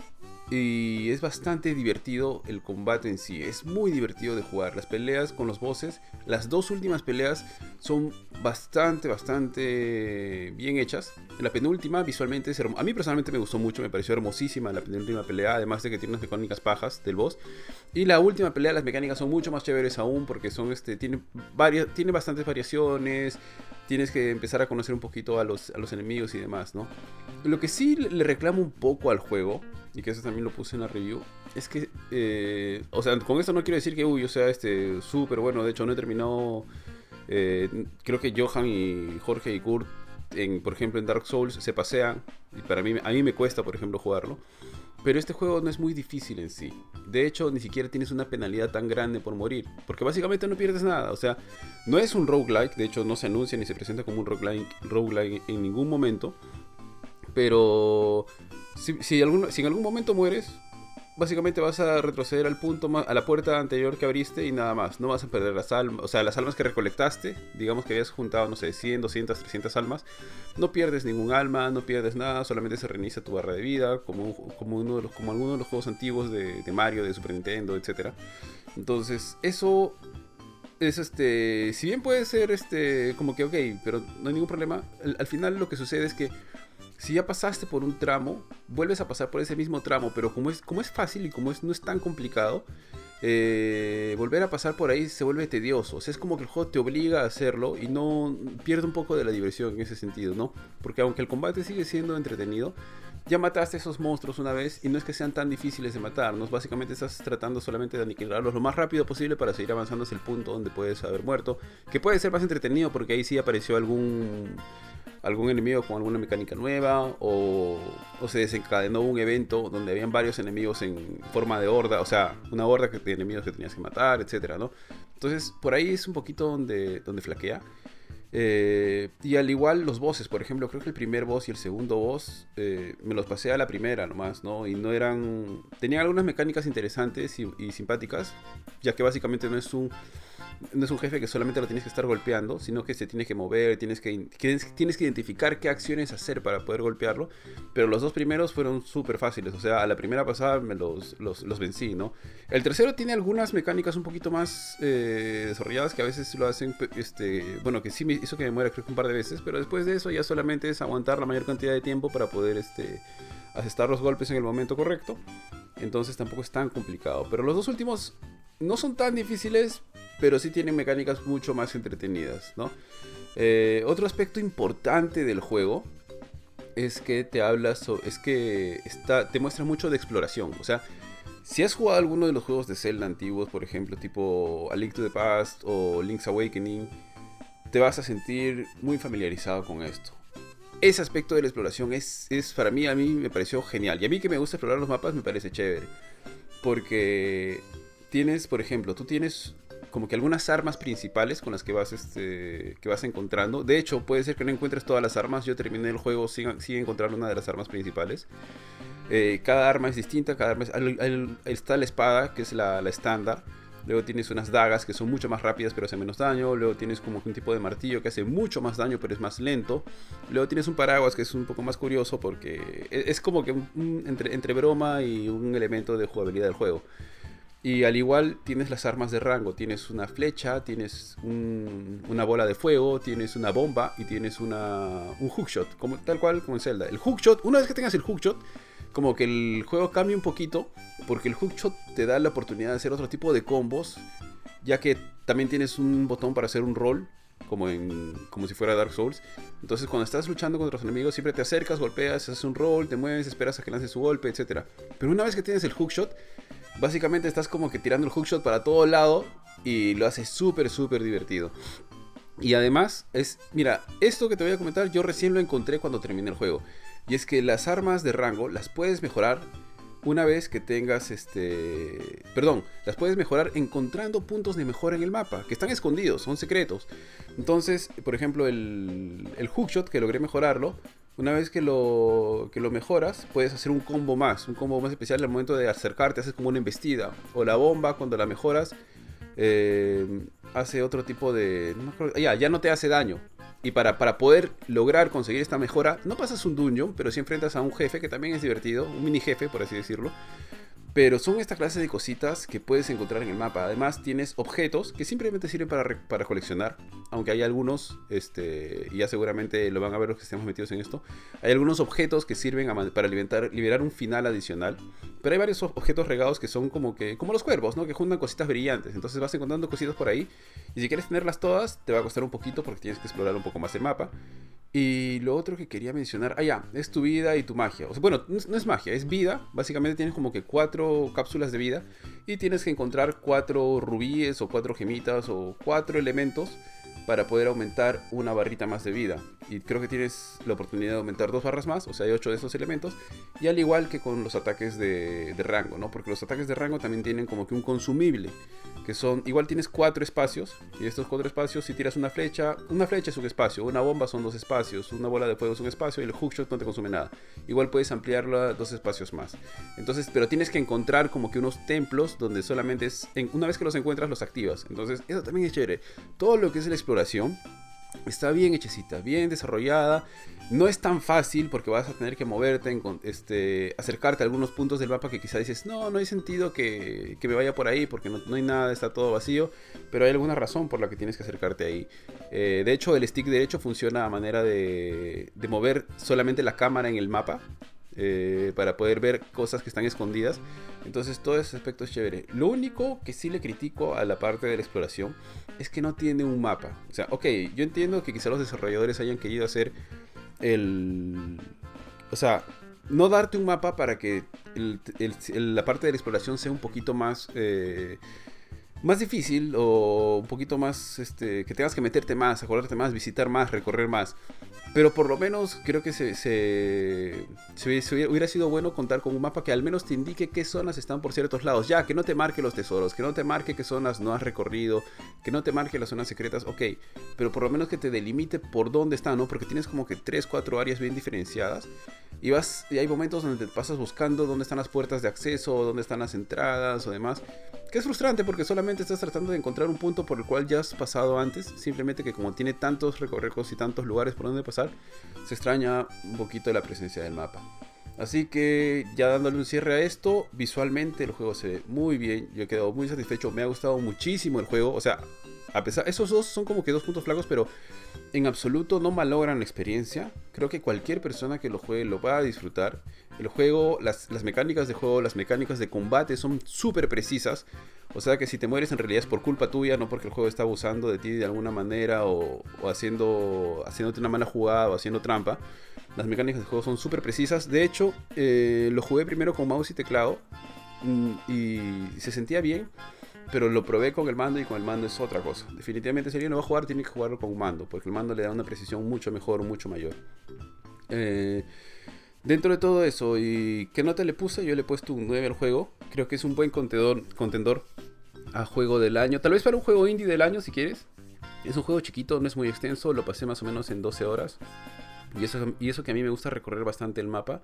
y es bastante divertido el combate en sí. Es muy divertido de jugar. Las peleas con los bosses, las dos últimas peleas son bastante, bastante bien hechas. La penúltima visualmente es hermosa. A mí personalmente me gustó mucho, me pareció hermosísima la penúltima pelea, además de que tiene unas mecánicas pajas del boss. Y la última pelea, las mecánicas son mucho más chéveres aún, porque son este, tiene, varias, tiene bastantes variaciones. Tienes que empezar a conocer un poquito a los, a los enemigos y demás, ¿no? Lo que sí le reclamo un poco al juego, y que eso también lo puse en la review, es que, eh, o sea, con esto no quiero decir que, uy, yo sea este súper bueno. De hecho, no he terminado, eh, creo que Johan y Jorge y Kurt, en, por ejemplo, en Dark Souls, se pasean, y para mí, a mí me cuesta, por ejemplo, jugarlo. Pero este juego no es muy difícil en sí. De hecho, ni siquiera tienes una penalidad tan grande por morir, porque básicamente no pierdes nada. O sea, no es un roguelike. De hecho, no se anuncia ni se presenta como un roguelike, roguelike en ningún momento. Pero si, si, algún, si en algún momento mueres, básicamente vas a retroceder al punto, ma- a la puerta anterior que abriste y nada más. No vas a perder las almas, o sea, las almas que recolectaste, digamos que habías juntado, no sé, cien, doscientas, trescientas almas. No pierdes ningún alma, no pierdes nada, solamente se reinicia tu barra de vida, como, un- como, uno de los, como alguno de los juegos antiguos de, de Mario, de Super Nintendo, etcétera. Entonces, eso es este. Si bien puede ser este. Como que ok, pero no hay ningún problema. Al, al final lo que sucede es que si ya pasaste por un tramo, vuelves a pasar por ese mismo tramo, pero como es, como es fácil y como es, no es tan complicado, eh, volver a pasar por ahí se vuelve tedioso. O sea, es como que el juego te obliga a hacerlo y no pierde un poco de la diversión en ese sentido, ¿no? Porque aunque el combate sigue siendo entretenido, ya mataste a esos monstruos una vez y no es que sean tan difíciles de matar, ¿no? Básicamente estás tratando solamente de aniquilarlos lo más rápido posible para seguir avanzando hacia el punto donde puedes haber muerto, que puede ser más entretenido porque ahí sí apareció algún algún enemigo con alguna mecánica nueva o, o se desencadenó un evento donde habían varios enemigos en forma de horda, o sea, una horda de enemigos que tenías que matar, etcétera, ¿no? Entonces, por ahí es un poquito donde, donde flaquea. Eh, y al igual los bosses, por ejemplo, creo que el primer boss y el segundo boss eh, me los pasé a la primera nomás, ¿no? Y no eran... Tenían algunas mecánicas interesantes y, y simpáticas, ya que básicamente no es un... No es un jefe que solamente lo tienes que estar golpeando, sino que se tiene que mover, tienes que, tienes, tienes que identificar qué acciones hacer para poder golpearlo. Pero los dos primeros fueron súper fáciles, o sea, a la primera pasada me los, los, los vencí, ¿no? El tercero tiene algunas mecánicas un poquito más eh, desarrolladas que a veces lo hacen, este, bueno, que sí me hizo que me muera creo que un par de veces, pero después de eso ya solamente es aguantar la mayor cantidad de tiempo para poder este, asestar los golpes en el momento correcto. Entonces tampoco es tan complicado. Pero los dos últimos no son tan difíciles, pero sí tienen mecánicas mucho más entretenidas, ¿no? Eh, otro aspecto importante del juego es que te habla sobre, es que está, te muestra mucho de exploración. O sea, si has jugado alguno de los juegos de Zelda antiguos, por ejemplo, tipo A Link to the Past o Link's Awakening, te vas a sentir muy familiarizado con esto. Ese aspecto de la exploración es, es para mí, a mí me pareció genial. Y a mí que me gusta explorar los mapas me parece chévere. Porque tienes, por ejemplo, tú tienes como que algunas armas principales con las que vas, este, que vas encontrando. De hecho, puede ser que no encuentres todas las armas. Yo terminé el juego sin, sin encontrar una de las armas principales. Eh, cada arma es distinta. Cada arma es, el, el, está la espada, que es la, la estándar. Luego tienes unas dagas que son mucho más rápidas pero hacen menos daño. Luego tienes como un tipo de martillo que hace mucho más daño pero es más lento. Luego tienes un paraguas que es un poco más curioso porque es, es como que un, un, entre, entre broma y un elemento de jugabilidad del juego. Y al igual tienes las armas de rango. Tienes una flecha, tienes un, una bola de fuego, tienes una bomba y tienes una, un hookshot, como, tal cual como en Zelda. El hookshot, una vez que tengas el hookshot, como que el juego cambia un poquito, porque el hookshot te da la oportunidad de hacer otro tipo de combos, ya que también tienes un botón para hacer un roll, como, en, como si fuera Dark Souls. Entonces cuando estás luchando contra los enemigos, siempre te acercas, golpeas, haces un roll, te mueves, esperas a que lance su golpe, etcétera. Pero una vez que tienes el hookshot, básicamente estás como que tirando el hookshot para todo lado y lo haces súper, súper divertido. Y además, es, mira, esto que te voy a comentar yo recién lo encontré cuando terminé el juego. Y es que las armas de rango las puedes mejorar una vez que tengas este... Perdón, las puedes mejorar encontrando puntos de mejora en el mapa, que están escondidos, son secretos. Entonces, por ejemplo, el, el hookshot, que logré mejorarlo, una vez que lo, que lo mejoras, puedes hacer un combo más, un combo más especial al momento de acercarte, haces como una embestida. O la bomba, cuando la mejoras, eh, hace otro tipo de... No me acuerdo, ya, ya no te hace daño. Y para, para poder lograr conseguir esta mejora, no pasas un dungeon, pero sí enfrentas a un jefe que también es divertido, un mini jefe, por así decirlo. Pero son esta clase de cositas que puedes encontrar en el mapa. Además tienes objetos que simplemente sirven para, re- para coleccionar. Aunque hay algunos, este, y ya seguramente lo van a ver los que estemos metidos en esto. Hay algunos objetos que sirven a man- para liberar, liberar un final adicional. Pero hay varios ob- objetos regados que son como que como los cuervos, ¿no? Que juntan cositas brillantes. Entonces vas encontrando cositas por ahí. Y si quieres tenerlas todas, te va a costar un poquito porque tienes que explorar un poco más el mapa. Y lo otro que quería mencionar, ah ya, es tu vida y tu magia. O sea, bueno, no es, no es magia, es vida. Básicamente tienes como que cuatro cápsulas de vida y tienes que encontrar cuatro rubíes o cuatro gemitas o cuatro elementos para poder aumentar una barrita más de vida. Y creo que tienes la oportunidad de aumentar dos barras más, o sea, hay ocho de esos elementos. Y al igual que con los ataques de, de rango, ¿no? Porque los ataques de rango también tienen como que un consumible. que son, igual tienes cuatro espacios, y estos cuatro espacios, si tiras una flecha, una flecha es un espacio, una bomba son dos espacios, una bola de fuego es un espacio, y el hookshot no te consume nada. Igual puedes ampliarlo a dos espacios más. Entonces, pero tienes que encontrar como que unos templos donde solamente es, en, una vez que los encuentras, los activas. Entonces, eso también es chévere. Todo lo que es la exploración está bien hechecita, bien desarrollada. No es tan fácil porque vas a tener que moverte, en, este, acercarte a algunos puntos del mapa que quizá dices, no, no hay sentido que, que me vaya por ahí porque no, no hay nada, está todo vacío. Pero hay alguna razón por la que tienes que acercarte ahí. Eh, de hecho, el stick derecho funciona a manera de, de mover solamente la cámara en el mapa. Eh, para poder ver cosas que están escondidas. Entonces todo ese aspecto es chévere. Lo único que sí le critico a la parte de la exploración es que no tiene un mapa. O sea, ok, yo entiendo que quizá los desarrolladores hayan querido hacer el... O sea, no darte un mapa para que el, el, el, la parte de la exploración sea un poquito más... Eh, más difícil o un poquito más, este, que tengas que meterte más, acordarte más, visitar más, recorrer más. Pero por lo menos creo que se, se, se, se hubiera sido bueno contar con un mapa que al menos te indique qué zonas están por ciertos lados. Ya, que no te marque los tesoros, que no te marque qué zonas no has recorrido, que no te marque las zonas secretas, ok. Pero por lo menos que te delimite por dónde están, ¿no? Porque tienes como que tres, cuatro áreas bien diferenciadas. Y, vas, y hay momentos donde te pasas buscando dónde están las puertas de acceso, dónde están las entradas o demás. Que es frustrante porque solamente estás tratando de encontrar un punto por el cual ya has pasado antes. Simplemente que como tiene tantos recorridos y tantos lugares por donde pasar, se extraña un poquito la presencia del mapa. Así que ya dándole un cierre a esto, visualmente el juego se ve muy bien. Yo he quedado muy satisfecho, me ha gustado muchísimo el juego. O sea, a pesar, esos dos son como que dos puntos flacos, pero en absoluto no malogran la experiencia. Creo que cualquier persona que lo juegue lo va a disfrutar. El juego, las, las mecánicas de juego, las mecánicas de combate son súper precisas. O sea que si te mueres en realidad es por culpa tuya, no porque el juego está abusando de ti de alguna manera o, o haciendo, haciéndote una mala jugada o haciendo trampa. Las mecánicas de juego son súper precisas. De hecho, eh, lo jugué primero con mouse y teclado y se sentía bien. Pero lo probé con el mando y con el mando es otra cosa. Definitivamente si alguien lo va a jugar tiene que jugarlo con un mando, porque el mando le da una precisión mucho mejor, mucho mayor. Eh, dentro de todo eso, ¿y qué nota le puse? Yo le he puesto un nueve al juego. Creo que es un buen contendor, contendor a juego del año. Tal vez para un juego indie del año si quieres. Es un juego chiquito, no es muy extenso. Lo pasé más o menos en doce horas. Y eso, y eso que a mí me gusta recorrer bastante el mapa.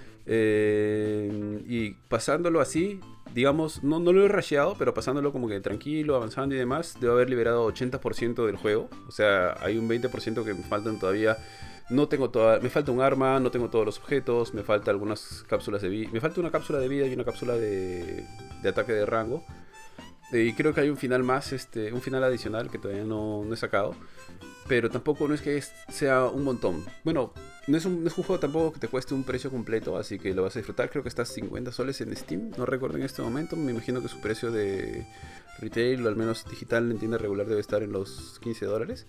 Eh, y pasándolo así, digamos, no, no lo he rasheado, pero pasándolo como que tranquilo, avanzando y demás, debo haber liberado ochenta por ciento del juego. O sea, hay un veinte por ciento que me faltan todavía. No tengo toda, me falta un arma, no tengo todos los objetos, me falta algunas cápsulas de vida. Me falta una cápsula de vida y una cápsula de, de ataque de rango. Y creo que hay un final más, este, un final adicional que todavía no, no he sacado. Pero tampoco no es que sea un montón. Bueno, no es, un, no es un juego tampoco que te cueste un precio completo, así que lo vas a disfrutar. Creo que está cincuenta soles en Steam, no recuerdo en este momento. Me imagino que su precio de retail, o al menos digital en tienda regular, debe estar en los quince dólares.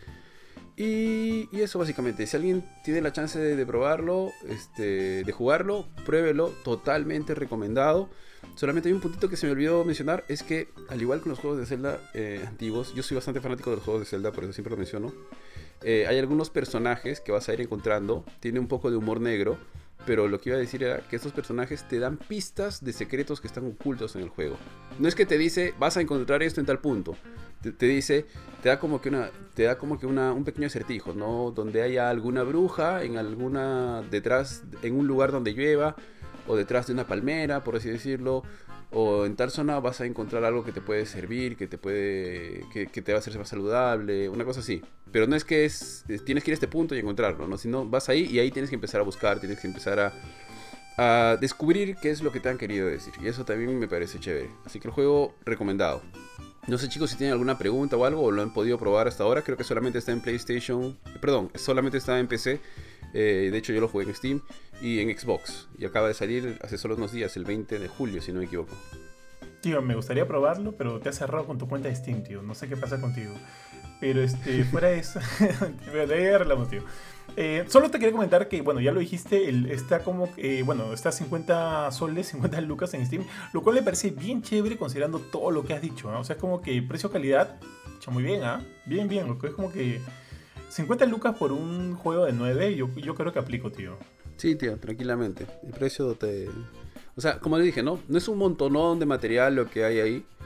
Y, y eso básicamente, si alguien tiene la chance de, de probarlo, este, de jugarlo, pruébelo, totalmente recomendado. Solamente hay un puntito que se me olvidó mencionar, es que al igual que los juegos de Zelda eh, antiguos, yo soy bastante fanático de los juegos de Zelda, por eso siempre lo menciono. Eh, hay algunos personajes que vas a ir encontrando, tiene un poco de humor negro, pero lo que iba a decir era que estos personajes te dan pistas de secretos que están ocultos en el juego. No es que te dice, vas a encontrar esto en tal punto. Te, te dice, te da como que una, te da como que una, un pequeño acertijo, ¿no? Donde haya alguna bruja, en alguna, detrás, en un lugar donde llueva, o detrás de una palmera, por así decirlo, o en tal zona vas a encontrar algo que te puede servir, que te puede, que, que te va a hacer más saludable, una cosa así. Pero no es que es, tienes que ir a este punto y encontrarlo, ¿no? Sino vas ahí y ahí tienes que empezar a buscar, tienes que empezar a, a descubrir qué es lo que te han querido decir. Y eso también me parece chévere. Así que el juego recomendado. No sé, chicos, si tienen alguna pregunta o algo, o lo han podido probar hasta ahora. Creo que solamente está en PlayStation, perdón, solamente está en P C. Eh, de hecho yo lo jugué en Steam y en Xbox. Y acaba de salir hace solo unos días, el veinte de julio, si no me equivoco. Tío, me gustaría probarlo, pero te has cerrado con tu cuenta de Steam, tío. No sé qué pasa contigo. Pero este, fuera de eso, de ahí arreglamos, tío. Eh, solo te quería comentar que, bueno, ya lo dijiste, el, está como, eh, bueno, está cincuenta soles, cincuenta lucas en Steam, lo cual me parece bien chévere considerando todo lo que has dicho, ¿no? O sea, es como que precio-calidad, está muy bien, ¿ah? ¿eh? Bien, bien, lo que es como que cincuenta lucas por un juego de nueve, yo, yo creo que aplico, tío. Sí, tío, tranquilamente. El precio te... O sea, como le dije, ¿no? No es un montonón de material lo que hay ahí.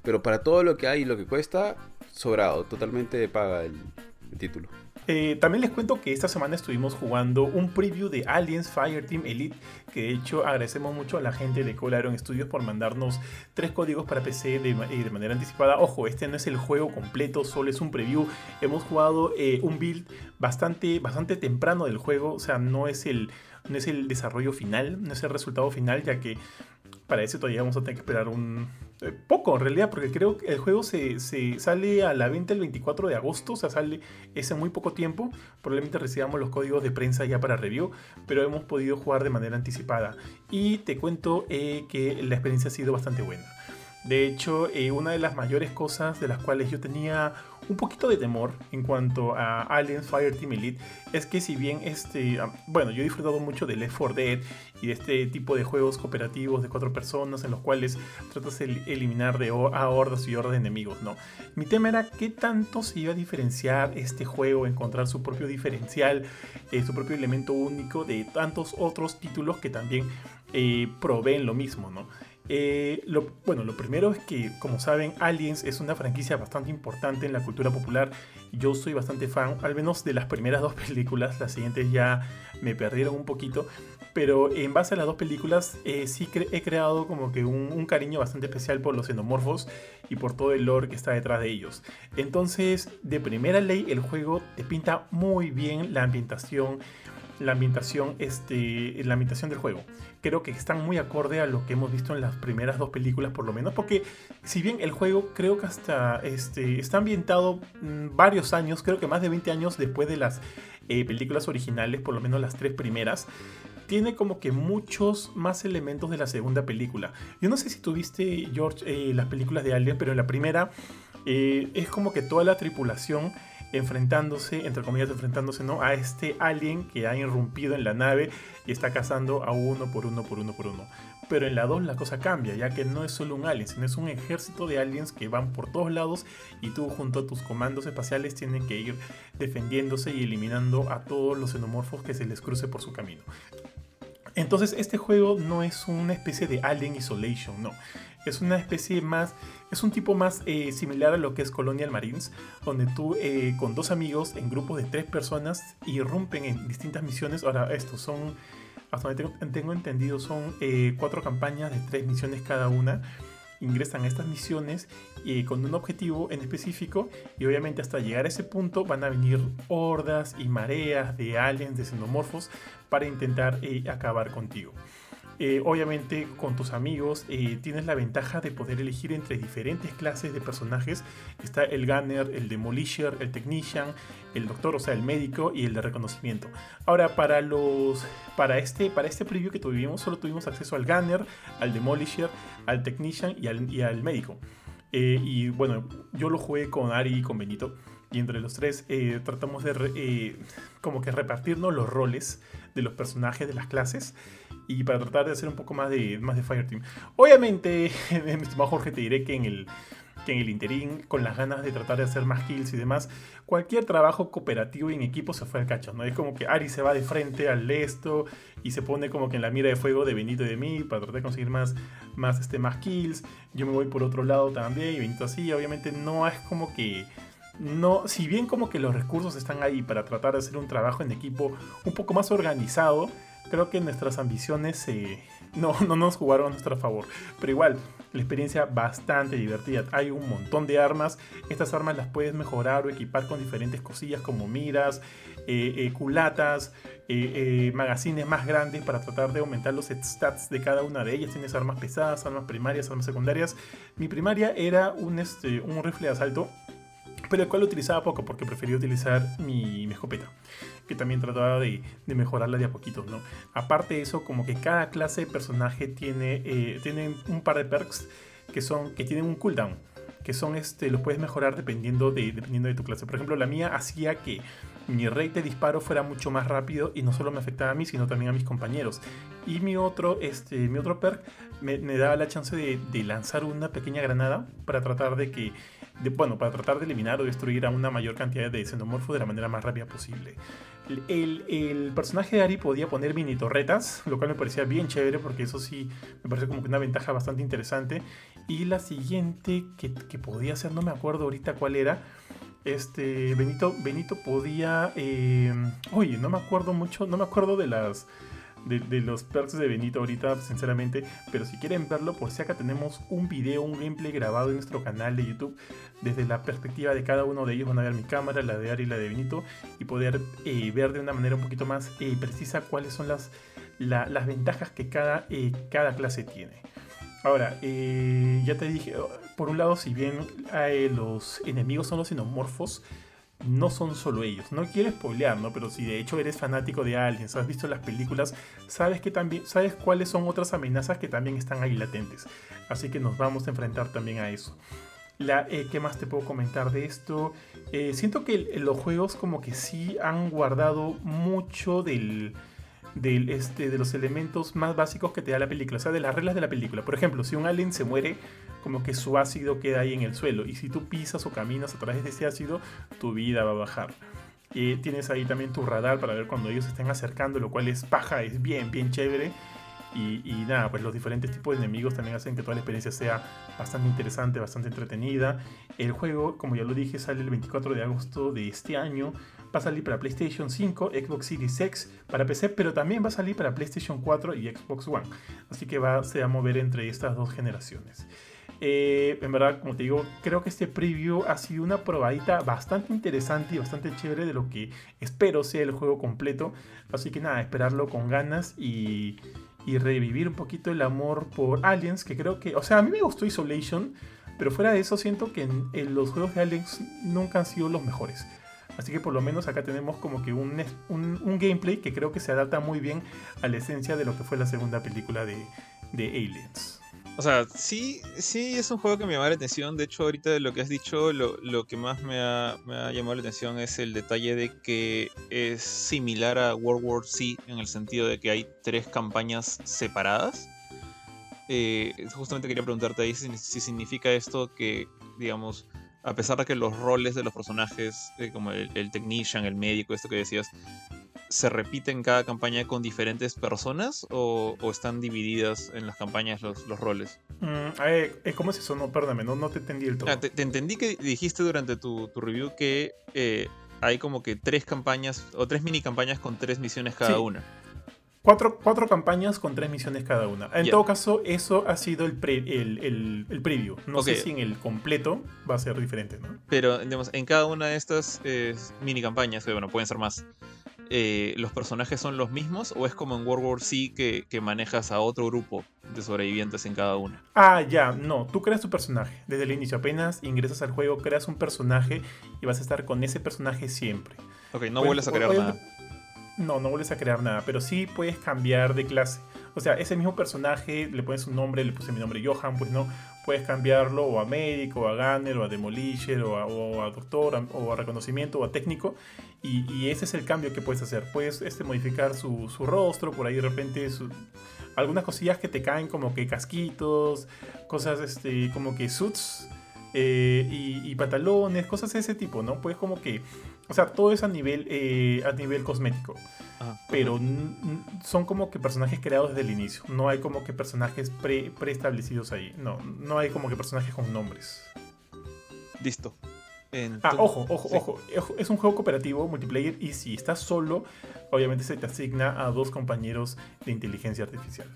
pero para todo lo que hay y lo que cuesta, sobrado, totalmente paga el, el título. Eh, también les cuento que esta semana estuvimos jugando un preview de Aliens Fireteam Elite, que de hecho agradecemos mucho a la gente de Cold Iron Studios por mandarnos tres códigos para P C de, eh, de manera anticipada. Ojo, este no es el juego completo, solo es un preview. Hemos jugado eh, un build bastante, bastante temprano del juego, o sea, no es el, no es el desarrollo final, no es el resultado final, ya que para eso todavía vamos a tener que esperar un eh, poco en realidad, porque creo que el juego se, se sale a la venta el veinticuatro de agosto, o sea, sale ese muy poco tiempo. Probablemente recibamos los códigos de prensa ya para review, pero hemos podido jugar de manera anticipada. Y te cuento eh, que la experiencia ha sido bastante buena. De hecho, eh, una de las mayores cosas de las cuales yo tenía un poquito de temor en cuanto a Aliens Fireteam Elite es que si bien este, bueno, yo he disfrutado mucho de Left four Dead y de este tipo de juegos cooperativos de cuatro personas en los cuales tratas de eliminar de a hordas y hordas de enemigos, ¿no? Mi tema era qué tanto se iba a diferenciar este juego, encontrar su propio diferencial, eh, su propio elemento único de tantos otros títulos que también eh, proveen lo mismo, ¿no? Eh, lo, bueno, lo primero es que, como saben, Aliens es una franquicia bastante importante en la cultura popular. Yo soy bastante fan, al menos de las primeras dos películas. Las siguientes ya me perdieron un poquito, pero en base a las dos películas eh, sí cre he creado como que un, un cariño bastante especial por los xenomorfos y por todo el lore que está detrás de ellos. Entonces, de primera ley, el juego te pinta muy bien la ambientación, la ambientación, este, la ambientación del juego. Creo que están muy acorde a lo que hemos visto en las primeras dos películas, por lo menos, porque si bien el juego creo que hasta este, está ambientado mmm, varios años, creo que más de veinte años después de las eh, películas originales, por lo menos las tres primeras, tiene como que muchos más elementos de la segunda película. Yo no sé si tuviste, George, eh, las películas de Alien, pero en la primera eh, es como que toda la tripulación enfrentándose, entre comillas enfrentándose, ¿no?, a este alien que ha irrumpido en la nave y está cazando a uno por uno, por uno, por uno. Pero en la dos la cosa cambia, ya que no es solo un alien, sino es un ejército de aliens que van por todos lados y tú junto a tus comandos espaciales tienen que ir defendiéndose y eliminando a todos los xenomorfos que se les cruce por su camino. Entonces este juego no es una especie de Alien Isolation, no. Es una especie más, es un tipo más eh, similar a lo que es Colonial Marines, donde tú eh, con dos amigos en grupos de tres personas irrumpen en distintas misiones. Ahora, estos son, hasta donde tengo, tengo entendido, son eh, cuatro campañas de tres misiones cada una. Ingresan a estas misiones eh, con un objetivo en específico y obviamente hasta llegar a ese punto van a venir hordas y mareas de aliens, de xenomorfos para intentar eh, acabar contigo. Eh, obviamente con tus amigos eh, tienes la ventaja de poder elegir entre diferentes clases de personajes. Está el Gunner, el Demolisher, el Technician, el Doctor, o sea el médico, y el de reconocimiento. Ahora para los para este, para este preview que tuvimos solo tuvimos acceso al Gunner, al Demolisher, al Technician y al, y al médico. Eh, y bueno, yo lo jugué con Ari y con Benito, y entre los tres eh, tratamos de re, eh, como que repartirnos los roles de los personajes de las clases y para tratar de hacer un poco más de, más de Fireteam. Obviamente, mi estimado Jorge, te diré que en el que en el interín, con las ganas de tratar de hacer más kills y demás, cualquier trabajo cooperativo y en equipo se fue al cacho, ¿no? Es como que Ari se va de frente al esto y se pone como que en la mira de fuego de Benito y de mí para tratar de conseguir más, más, este, más kills. Yo me voy por otro lado también y Benito así. Obviamente no es como que... No, si bien como que los recursos están ahí para tratar de hacer un trabajo en equipo un poco más organizado, creo que nuestras ambiciones eh, no, no nos jugaron a nuestro favor. Pero igual, la experiencia bastante divertida. Hay un montón de armas. Estas armas las puedes mejorar o equipar con diferentes cosillas como miras, eh, eh, culatas, eh, eh, magazines más grandes para tratar de aumentar los stats de cada una de ellas. Tienes armas pesadas, armas primarias, armas secundarias. Mi primaria era un, este, un rifle de asalto, pero el cual utilizaba poco porque prefería utilizar mi, mi escopeta, que también trataba de, de mejorarla de a poquitos, ¿no? Aparte de eso, como que cada clase de personaje tiene, eh, tiene un par de perks que, son, que tienen un cooldown, que son, este, los puedes mejorar dependiendo de, dependiendo de tu clase. Por ejemplo, la mía hacía que mi rate de disparo fuera mucho más rápido y no solo me afectaba a mí, sino también a mis compañeros. Y mi otro, este, mi otro perk me, me daba la chance de, de lanzar una pequeña granada para tratar de que De, bueno, para tratar de eliminar o destruir a una mayor cantidad de xenomorfos de la manera más rápida posible. El, el, el personaje de Ari podía poner mini torretas, lo cual me parecía bien chévere porque eso sí me parece como que una ventaja bastante interesante. Y la siguiente que, que podía ser, no me acuerdo ahorita cuál era. Este, Benito, Benito podía... Eh, oye, no me acuerdo mucho, no me acuerdo de las... De, de los perks de Benito ahorita, sinceramente. Pero si quieren verlo, por si acá tenemos un video, un gameplay grabado en nuestro canal de YouTube. Desde la perspectiva de cada uno de ellos van a ver mi cámara, la de Ari y la de Benito. Y poder eh, ver de una manera un poquito más eh, precisa cuáles son las, la, las ventajas que cada, eh, cada clase tiene. Ahora, eh, ya te dije, por un lado, si bien eh, los enemigos son los xenomorfos, no son solo ellos. No quiero spoilear, ¿no? Pero si de hecho eres fanático de Aliens, has visto las películas, sabes que también sabes cuáles son otras amenazas que también están ahí latentes. Así que nos vamos a enfrentar también a eso. La, eh, ¿Qué más te puedo comentar de esto? Eh, siento que el, los juegos como que sí han guardado mucho del... Del, este, de los elementos más básicos que te da la película, o sea, de las reglas de la película. Por ejemplo, si un alien se muere, como que su ácido queda ahí en el suelo, y si tú pisas o caminas a través de ese ácido, tu vida va a bajar. Eh, tienes ahí también tu radar para ver cuando ellos se estén acercando, lo cual es paja, es bien, bien chévere. Y, y nada, pues los diferentes tipos de enemigos también hacen que toda la experiencia sea bastante interesante, bastante entretenida. El juego, como ya lo dije, sale el veinticuatro de agosto de este año. Va a salir para PlayStation cinco, Xbox Series X, para P C, pero también va a salir para PlayStation cuatro y Xbox One. Así que va, se va a mover entre estas dos generaciones. Eh, en verdad, como te digo, creo que este preview ha sido una probadita bastante interesante y bastante chévere de lo que espero sea el juego completo. Así que nada, esperarlo con ganas y... y revivir un poquito el amor por Aliens, que creo que... O sea, a mí me gustó Isolation, pero fuera de eso siento que en, en los juegos de Aliens nunca han sido los mejores. Así que por lo menos acá tenemos como que un, un, un gameplay que creo que se adapta muy bien a la esencia de lo que fue la segunda película de, de Aliens. O sea, sí, sí es un juego que me llama la atención. De hecho, ahorita de lo que has dicho, lo, lo que más me ha, me ha llamado la atención es el detalle de que es similar a World War Z en el sentido de que hay tres campañas separadas. Eh, justamente quería preguntarte ahí si, si significa esto que, digamos, a pesar de que los roles de los personajes, eh, como el, el technician, el médico, esto que decías, ¿se repiten cada campaña con diferentes personas o, o están divididas en las campañas los, los roles? Mm, eh, ¿Cómo es eso? No, perdóname, no, no te entendí el todo. Ah, te, te entendí que dijiste durante tu, tu review que eh, hay como que tres campañas o tres mini campañas con tres misiones cada Sí. una. Cuatro, cuatro campañas con tres misiones cada una. En Yeah. todo caso, eso ha sido el, pre, el, el, el preview. No Okay. sé si en el completo va a ser diferente, ¿no? Pero, digamos, en cada una de estas eh, mini campañas, que bueno, pueden ser más, eh, ¿los personajes son los mismos o es como en World War Z que, que manejas a otro grupo de sobrevivientes en cada una? Ah, ya, no. Tú creas tu personaje. Desde el inicio, apenas ingresas al juego, creas un personaje y vas a estar con ese personaje siempre. Ok, no Pues, vuelves a crear oye, nada. No, no vuelves a crear nada, pero sí puedes cambiar de clase. O sea, ese mismo personaje, le pones un nombre, le puse mi nombre Johan, pues no, puedes cambiarlo o a médico, o a gunner, o a demolisher, o a, o a doctor, o a reconocimiento, o a técnico. Y, y ese es el cambio que puedes hacer. Puedes este, modificar su, su rostro, por ahí de repente su, algunas cosillas que te caen como que casquitos, cosas este, como que suits. Eh, y, y pantalones, cosas de ese tipo, ¿no? Pues como que, o sea, todo es a nivel, eh, a nivel cosmético. Ajá, Pero n- n- son como que personajes creados desde el inicio. No hay como que personajes pre, preestablecidos ahí. No, no hay como que personajes con nombres. listo. Ah, Entonces- ojo, ojo, sí. ojo. Ojo, es un juego cooperativo, multiplayer, y si estás solo, obviamente se te asigna a dos compañeros de inteligencia artificial.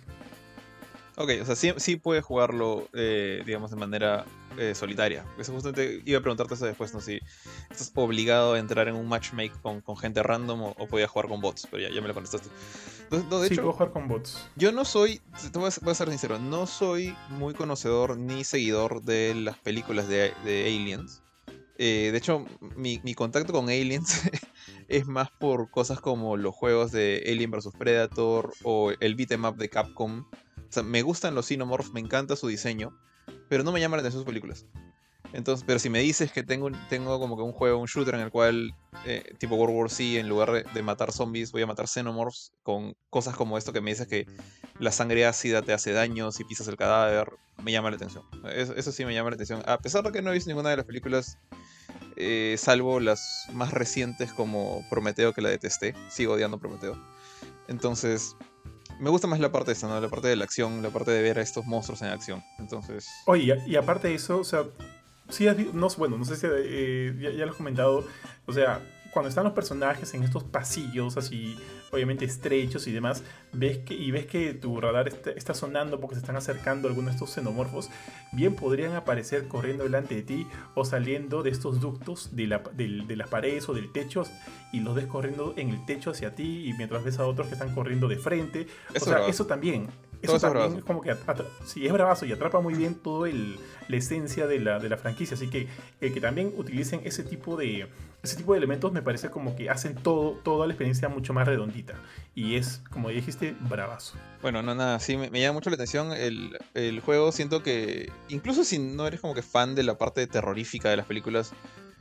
Ok, o sea, sí, sí puedes jugarlo, eh, digamos, de manera eh, solitaria. Eso justamente iba a preguntarte eso después, ¿no? Si estás obligado a entrar en un matchmake con, con gente random o, o podías jugar con bots, pero ya, ya me lo contestaste. Entonces, no, de Sí, hecho, puedo jugar con bots. yo no soy, te voy a, voy a ser sincero, no soy muy conocedor ni seguidor de las películas de, de Aliens. Eh, de hecho, mi, mi contacto con Aliens es más por cosas como los juegos de Alien versus Predator o el beat 'em up de Capcom. O sea, me gustan los Xenomorphs, me encanta su diseño, pero no me llaman la atención sus películas. Entonces, pero si me dices que tengo, un- tengo como que un juego, un shooter en el cual, eh, tipo World War Z, en lugar de, de matar zombies, voy a matar Xenomorphs con cosas como esto que me dices que la sangre ácida te hace daño si pisas el cadáver, me llama la atención. Eso, eso sí me llama la atención. A pesar de que no he visto ninguna de las películas, eh, salvo las más recientes como Prometeo, que la detesté. Sigo odiando Prometeo. Entonces, me gusta más la parte de esta, ¿no? La parte de la acción, la parte de ver a estos monstruos en acción. Entonces, Oye, y, y aparte de eso, o sea, sí has vi- no, bueno, no sé si eh, ya, ya lo has comentado, o sea, cuando están los personajes en estos pasillos así, obviamente estrechos y demás, ves que, y ves que tu radar está, está sonando porque se están acercando algunos de estos xenomorfos, bien podrían aparecer corriendo delante de ti o saliendo de estos ductos de, la, del- de las paredes o del techo y los ves corriendo en el techo hacia ti y mientras ves a otros que están corriendo de frente. O eso es sea, bravazo. eso también. Todo Eso eso es también bravazo. es como que atra- sí, es bravazo y atrapa muy bien todo el, la esencia de la, de la franquicia. Así que el que también utilicen ese tipo de ese tipo de elementos me parece como que hacen todo, toda la experiencia mucho más redondita. Y es, como dijiste, bravazo. Bueno, no, nada, sí, me, me llama mucho la atención el, el juego. Siento que, incluso si no eres como que fan de la parte terrorífica de las películas,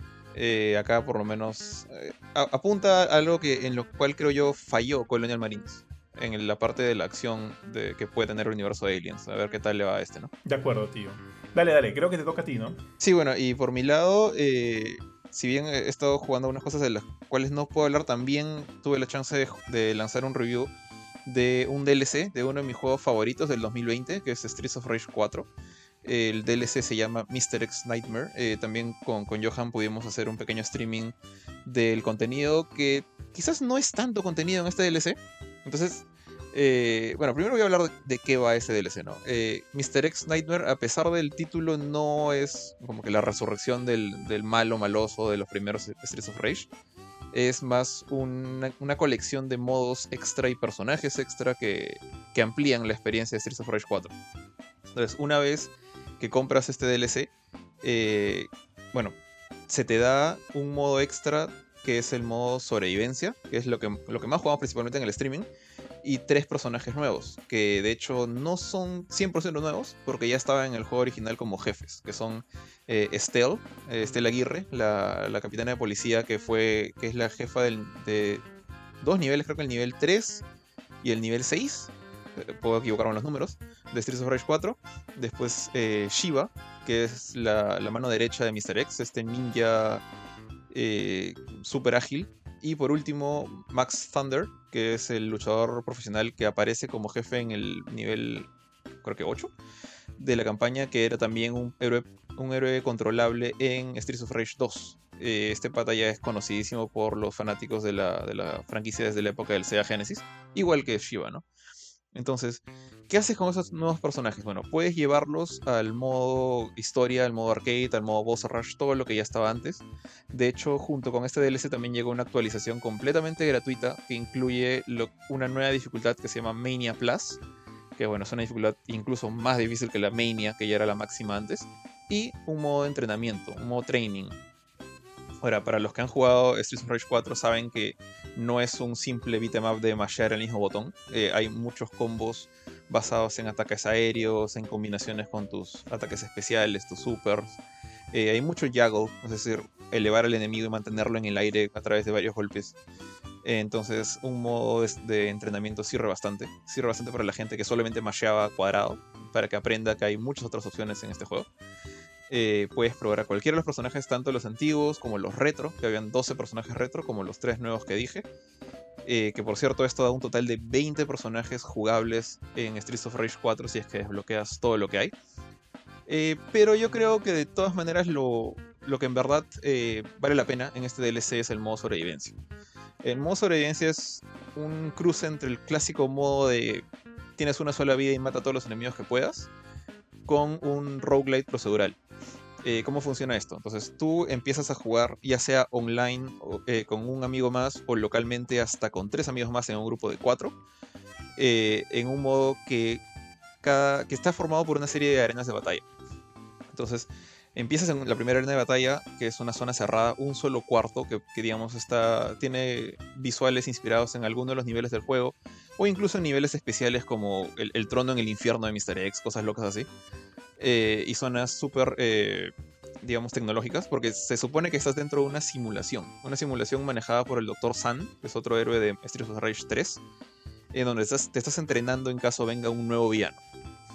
eh, acá por lo menos eh, a- apunta a algo que en lo cual creo yo falló Colonial Marines. En el- la parte de la acción de, que puede tener el universo de Aliens. A ver qué tal le va a este, ¿no? De acuerdo, tío. Dale, dale, creo que te toca a ti, ¿no? Sí, bueno, y por mi lado, eh, si bien he estado jugando algunas cosas de las cuales no puedo hablar, también tuve la chance de, ju- de lanzar un review de un D L C de uno de mis juegos favoritos del dos mil veinte, que es Streets of Rage cuatro. El D L C se llama míster X Nightmare. Eh, también con, con Johan pudimos hacer un pequeño streaming del contenido que quizás no es tanto contenido en este D L C. Entonces, eh, bueno, primero voy a hablar de, de qué va ese D L C, ¿no? Eh, míster X Nightmare, a pesar del título, no es como que la resurrección del, del malo maloso de los primeros Streets of Rage. Es más una, una colección de modos extra y personajes extra que, que amplían la experiencia de Streets of Rage cuatro. Entonces, una vez que compras este D L C, eh, bueno, se te da un modo extra que es el modo sobrevivencia, que es lo que, lo que más jugamos principalmente en el streaming, y tres personajes nuevos, que de hecho no son cien por ciento nuevos, porque ya estaban en el juego original como jefes, que son eh, Estelle, eh, Estelle Aguirre, la, la capitana de policía que fue que es la jefa del- de dos niveles, creo que el nivel tres y el nivel seis, eh, puedo equivocarme en los números, de Streets of Rage cuatro. Después eh, Shiva, que es la, la mano derecha de míster X, este ninja eh, súper ágil. Y por último, Max Thunder, que es el luchador profesional que aparece como jefe en el nivel, creo que ocho, de la campaña, que era también un héroe, un héroe controlable en Streets of Rage dos. Eh, este pata ya es conocidísimo por los fanáticos de la, de la franquicia desde la época del Sega Genesis, igual que Shiva, ¿no? Entonces, ¿qué haces con esos nuevos personajes? Bueno, puedes llevarlos al modo historia, al modo arcade, al modo boss rush, todo lo que ya estaba antes. De hecho, junto con este D L C también llegó una actualización completamente gratuita que incluye lo- una nueva dificultad que se llama Mania Plus, que bueno, es una dificultad incluso más difícil que la Mania, que ya era la máxima antes, y un modo de entrenamiento, un modo training. Ahora, para los que han jugado Streets of Rage cuatro saben que no es un simple beat'em up de mashear el mismo botón. Eh, hay muchos combos basados en ataques aéreos, en combinaciones con tus ataques especiales, tus supers. Eh, hay mucho juggle, es decir, elevar al enemigo y mantenerlo en el aire a través de varios golpes. Eh, entonces, un modo de, de entrenamiento sirve bastante. Sirve bastante para la gente que solamente masheaba cuadrado, para que aprenda que hay muchas otras opciones en este juego. Eh, puedes probar a cualquiera de los personajes, tanto los antiguos como los retro, que habían doce personajes retro, como los tres nuevos que dije. Eh, que por cierto, esto da un total de veinte personajes jugables en Streets of Rage cuatro si es que desbloqueas todo lo que hay. Eh, pero yo creo que de todas maneras lo, lo que en verdad eh, vale la pena en este D L C es el modo sobrevivencia. El modo sobrevivencia es un cruce entre el clásico modo de tienes una sola vida y mata a todos los enemigos que puedas, con un roguelite procedural. Eh, ¿Cómo funciona esto? Entonces tú empiezas a jugar ya sea online o, eh, con un amigo más o localmente hasta con tres amigos más en un grupo de cuatro, eh, en un modo que, cada, que está formado por una serie de arenas de batalla. Entonces empiezas en la primera arena de batalla, que es una zona cerrada, un solo cuarto, que, que digamos está, tiene visuales inspirados en alguno de los niveles del juego, o incluso en niveles especiales como el, el trono en el infierno de míster X, cosas locas así. Eh, y zonas súper, eh, digamos, tecnológicas, porque se supone que estás dentro de una simulación, una simulación manejada por el doctor Sun, que es otro héroe de Streets of Rage tres, en donde estás, te estás entrenando en caso venga un nuevo villano.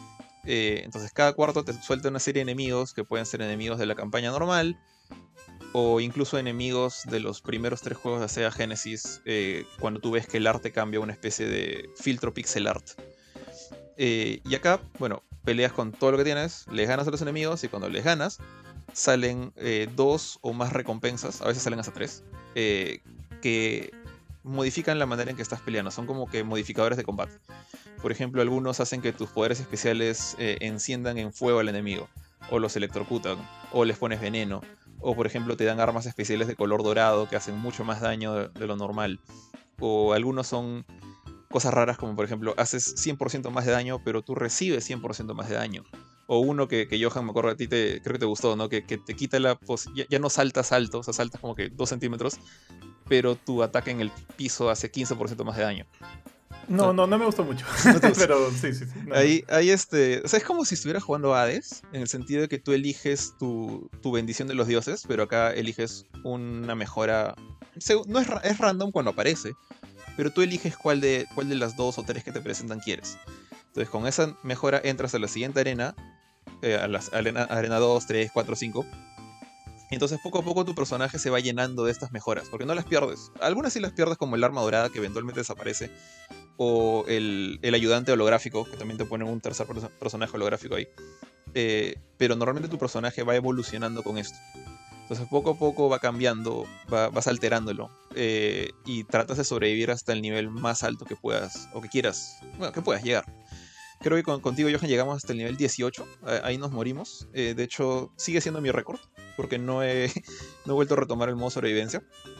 Eh, entonces cada cuarto te suelta una serie de enemigos que pueden ser enemigos de la campaña normal, o incluso enemigos de los primeros tres juegos de Sega Genesis, eh, cuando tú ves que el arte cambia a una especie de filtro pixel art. Eh, y acá, bueno, peleas con todo lo que tienes, les ganas a los enemigos y cuando les ganas salen eh, dos o más recompensas, a veces salen hasta tres, eh, que modifican la manera en que estás peleando. Son como que modificadores de combate. Por ejemplo, algunos hacen que tus poderes especiales eh, enciendan en fuego al enemigo, o los electrocutan, o les pones veneno, o por ejemplo te dan armas especiales de color dorado que hacen mucho más daño de, de lo normal, o algunos son cosas raras como por ejemplo haces cien por ciento más de daño pero tú recibes cien por ciento más de daño, o uno que, que Johan, me acuerdo a ti, te, creo que te gustó, ¿no? Que, que te quita la ya, ya no saltas alto, o sea, saltas como que dos centímetros, pero tu ataque en el piso hace quince por ciento más de daño. No, no, no me gustó mucho. ¿No te gustó? Pero sí, sí, sí. No, Ahí, ahí este, o sea, es como si estuvieras jugando Hades, en el sentido de que tú eliges tu, tu bendición de los dioses, pero acá eliges una mejora. No es, es random cuando aparece, pero tú eliges cuál de, cuál de las dos o tres que te presentan quieres. Entonces, con esa mejora entras a la siguiente arena, eh, a la arena, arena dos, tres, cuatro, cinco. Y entonces, poco a poco, tu personaje se va llenando de estas mejoras, porque no las pierdes. Algunas sí las pierdes, como el arma dorada, que eventualmente desaparece, o el, el ayudante holográfico, que también te ponen un tercer perso- personaje holográfico ahí. Eh, pero normalmente tu personaje va evolucionando con esto. Entonces poco a poco va cambiando, va, vas alterándolo. Eh, y tratas de sobrevivir hasta el nivel más alto que puedas, o que quieras, bueno, que puedas llegar. Creo que con, contigo, Johan, llegamos hasta el nivel dieciocho, eh, ahí nos morimos. Eh, de hecho, sigue siendo mi récord, porque no he, no he vuelto a retomar el modo sobrevivencia.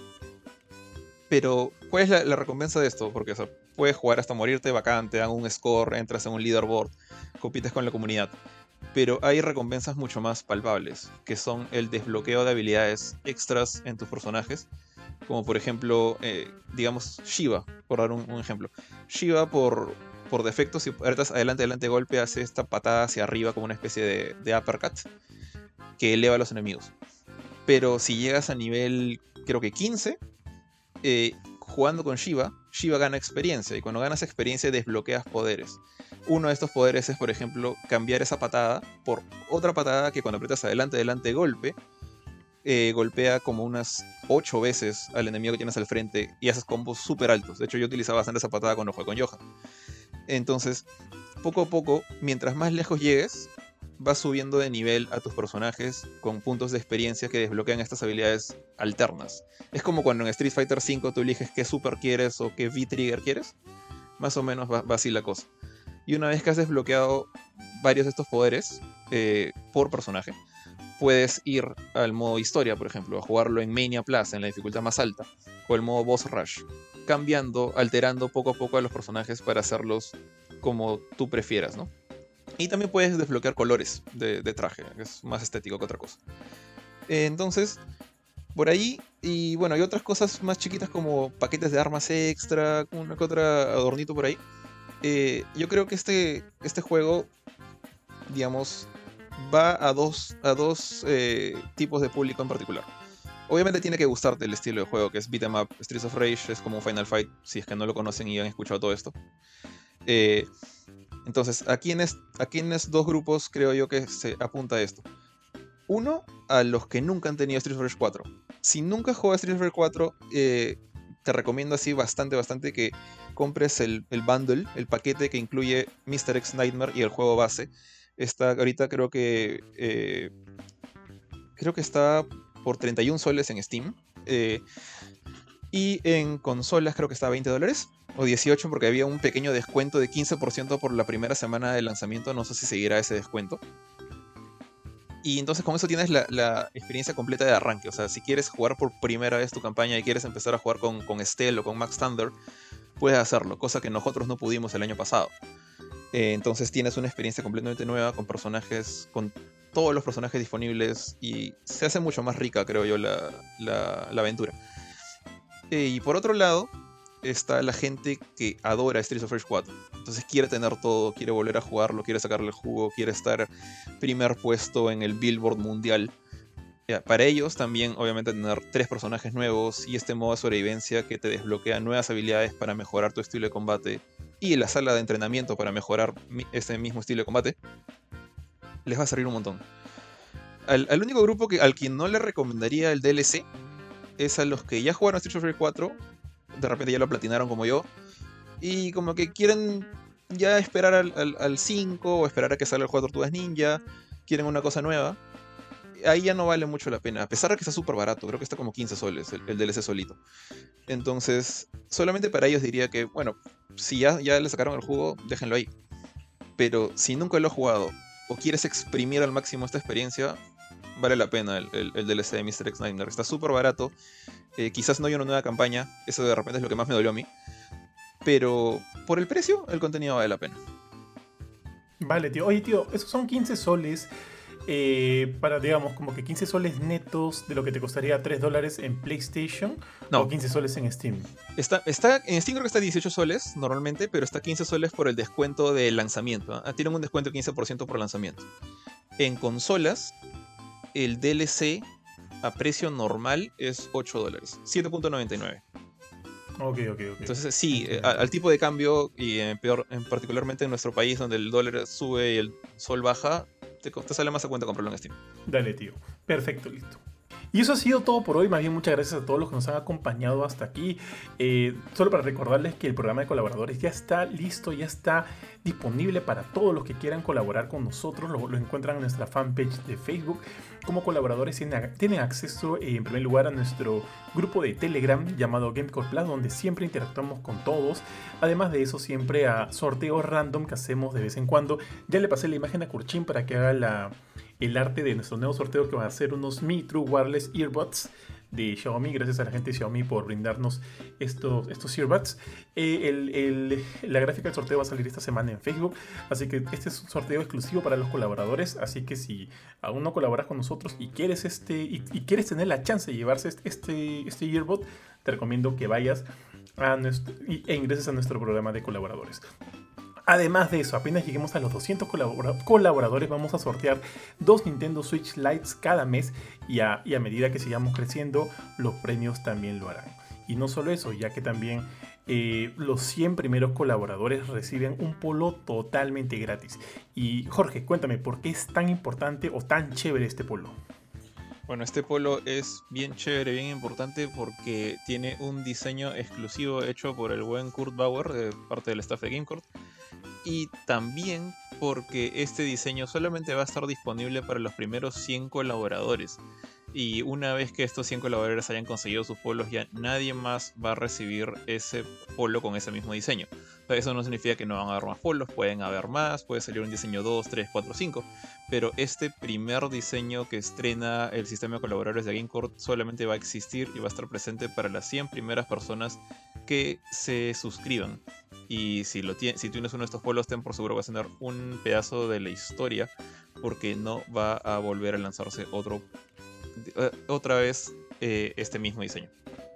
Pero, ¿cuál es la, la recompensa de esto? Porque, o sea, puedes jugar hasta morirte, bacán, te dan un score, entras en un leaderboard, compites con la comunidad. Pero hay recompensas mucho más palpables, que son el desbloqueo de habilidades extras en tus personajes. Como por ejemplo, eh, digamos, Shiva, por dar un, un ejemplo. Shiva, por, por defecto, si apretas adelante, adelante, golpe, hace esta patada hacia arriba como una especie de, de uppercut que eleva a los enemigos. Pero si llegas a nivel, creo que quince, eh, jugando con Shiva, Shiva gana experiencia, y cuando ganas experiencia desbloqueas poderes. Uno de estos poderes es, por ejemplo, cambiar esa patada por otra patada que cuando aprietas adelante, adelante, golpe, eh, golpea como unas ocho veces al enemigo que tienes al frente y haces combos súper altos. De hecho, yo utilizaba bastante esa patada cuando jugué con Johan. Entonces, poco a poco, mientras más lejos llegues, vas subiendo de nivel a tus personajes con puntos de experiencia que desbloquean estas habilidades alternas. Es como cuando en Street Fighter cinco tú eliges qué super quieres o qué V-Trigger quieres. Más o menos va, va así la cosa. Y una vez que has desbloqueado varios de estos poderes eh, por personaje, puedes ir al modo historia, por ejemplo, a jugarlo en Mania Plus, en la dificultad más alta, o el modo Boss Rush, cambiando, alterando poco a poco a los personajes para hacerlos como tú prefieras, ¿no? Y también puedes desbloquear colores de, de traje, que es más estético que otra cosa. Eh, entonces, por ahí, y bueno, hay otras cosas más chiquitas como paquetes de armas extra, una que otra adornito por ahí. Eh, yo creo que este, este juego, digamos, va a dos, a dos eh, tipos de público en particular. Obviamente tiene que gustarte el estilo de juego, que es beat'em up. Streets of Rage es como un Final Fight, si es que no lo conocen y han escuchado todo esto. Eh, entonces, ¿a quiénes, ¿a quiénes dos grupos creo yo que se apunta esto? Uno, a los que nunca han tenido Streets of Rage cuatro. Si nunca has jugado Streets of Rage cuatro, eh, te recomiendo así bastante, bastante que compres el, el bundle, el paquete que incluye míster X Nightmare y el juego base. Está ahorita creo que eh, creo que está por treinta y un soles en Steam, eh, y en consolas creo que está a veinte dólares o dieciocho, porque había un pequeño descuento de quince por ciento por la primera semana de lanzamiento. No sé si seguirá ese descuento. Y entonces con eso tienes la, la experiencia completa de arranque. O sea, si quieres jugar por primera vez tu campaña y quieres empezar a jugar con, con Estelle o con Max Thunder, puedes hacerlo, cosa que nosotros no pudimos el año pasado. Eh, entonces tienes una experiencia completamente nueva con personajes, con todos los personajes disponibles, y se hace mucho más rica, creo yo, la, la, la aventura. Eh, y por otro lado, está la gente que adora Streets of Rage cuatro. Entonces quiere tener todo, quiere volver a jugarlo, quiere sacarle el jugo, quiere estar primer puesto en el Billboard mundial. Ya, para ellos también, obviamente, tener tres personajes nuevos y este modo de sobrevivencia que te desbloquea nuevas habilidades para mejorar tu estilo de combate, y la sala de entrenamiento para mejorar este mismo estilo de combate, les va a servir un montón. al, al único grupo que, al quien no le recomendaría el D L C es a los que ya jugaron Street Fighter cuatro, de repente ya lo platinaron como yo, y como que quieren ya esperar al, al, al cinco o esperar a que salga el juego de Tortugas Ninja, quieren una cosa nueva. Ahí ya no vale mucho la pena, a pesar de que está súper barato, creo que está como quince soles el, el D L C solito. Entonces, solamente para ellos diría que, bueno, si ya, ya le sacaron el juego, déjenlo ahí. Pero si nunca lo has jugado o quieres exprimir al máximo esta experiencia, vale la pena el, el, el D L C de mister X Nightmare. Está súper barato, eh, quizás no hay una nueva campaña, eso de repente es lo que más me dolió a mí. Pero por el precio, el contenido vale la pena. Vale, tío. Oye, tío, esos son quince soles. Eh, para, digamos, como que quince soles netos de lo que te costaría tres dólares en PlayStation. No. O quince soles en Steam. Está, está, en Steam creo que está dieciocho soles normalmente, pero está quince soles por el descuento de lanzamiento. ¿eh? Tienen un descuento de quince por ciento por lanzamiento. En consolas, el D L C a precio normal es ocho dólares, siete punto noventa y nueve. Ok, ok, ok. Entonces sí, eh, al tipo de cambio, y en peor, en particularmente en nuestro país donde el dólar sube y el sol baja, te, te sale más a cuenta comprarlo en Steam. Dale, tío. Perfecto, listo. Y eso ha sido todo por hoy. Más bien, muchas gracias a todos los que nos han acompañado hasta aquí. Eh, solo para recordarles que el programa de colaboradores ya está listo, ya está disponible para todos los que quieran colaborar con nosotros. Lo, lo encuentran en nuestra fanpage de Facebook. Como colaboradores tienen, tienen acceso, eh, en primer lugar, a nuestro grupo de Telegram llamado Gamecore Plus, donde siempre interactuamos con todos. Además de eso, siempre a sorteos random que hacemos de vez en cuando. Ya le pasé la imagen a Kurchin para que haga la... el arte de nuestro nuevo sorteo, que van a ser unos Mi True Wireless Earbuds de Xiaomi. Gracias a la gente de Xiaomi por brindarnos estos, estos earbuds. Eh, el, el, la gráfica del sorteo va a salir esta semana en Facebook, así que este es un sorteo exclusivo para los colaboradores. Así que si aún no colaboras con nosotros y quieres, este, y, y quieres tener la chance de llevarse este, este, este earbud, te recomiendo que vayas a nuestro, y, e ingreses a nuestro programa de colaboradores. Además de eso, apenas lleguemos a los doscientos colaboradores, vamos a sortear dos Nintendo Switch Lites cada mes, y a, y a medida que sigamos creciendo, los premios también lo harán. Y no solo eso, ya que también eh, los cien primeros colaboradores reciben un polo totalmente gratis. Y Jorge, cuéntame, ¿por qué es tan importante o tan chévere este polo? Bueno, este polo es bien chévere, bien importante, porque tiene un diseño exclusivo hecho por el buen Kurt Bauer, de parte del staff de GameCourt. Y también porque este diseño solamente va a estar disponible para los primeros cien colaboradores. Y una vez que estos cien colaboradores hayan conseguido sus polos, ya nadie más va a recibir ese polo con ese mismo diseño. O sea, eso no significa que no van a haber más polos, pueden haber más, puede salir un diseño dos, tres, cuatro, cinco. Pero este primer diseño que estrena el sistema de colaboradores de GameCourt solamente va a existir y va a estar presente para las cien primeras personas que se suscriban. Y si, lo si tienes uno de estos polos, ten por seguro que vas a tener un pedazo de la historia, porque no va a volver a lanzarse otro uh, otra vez eh, este mismo diseño.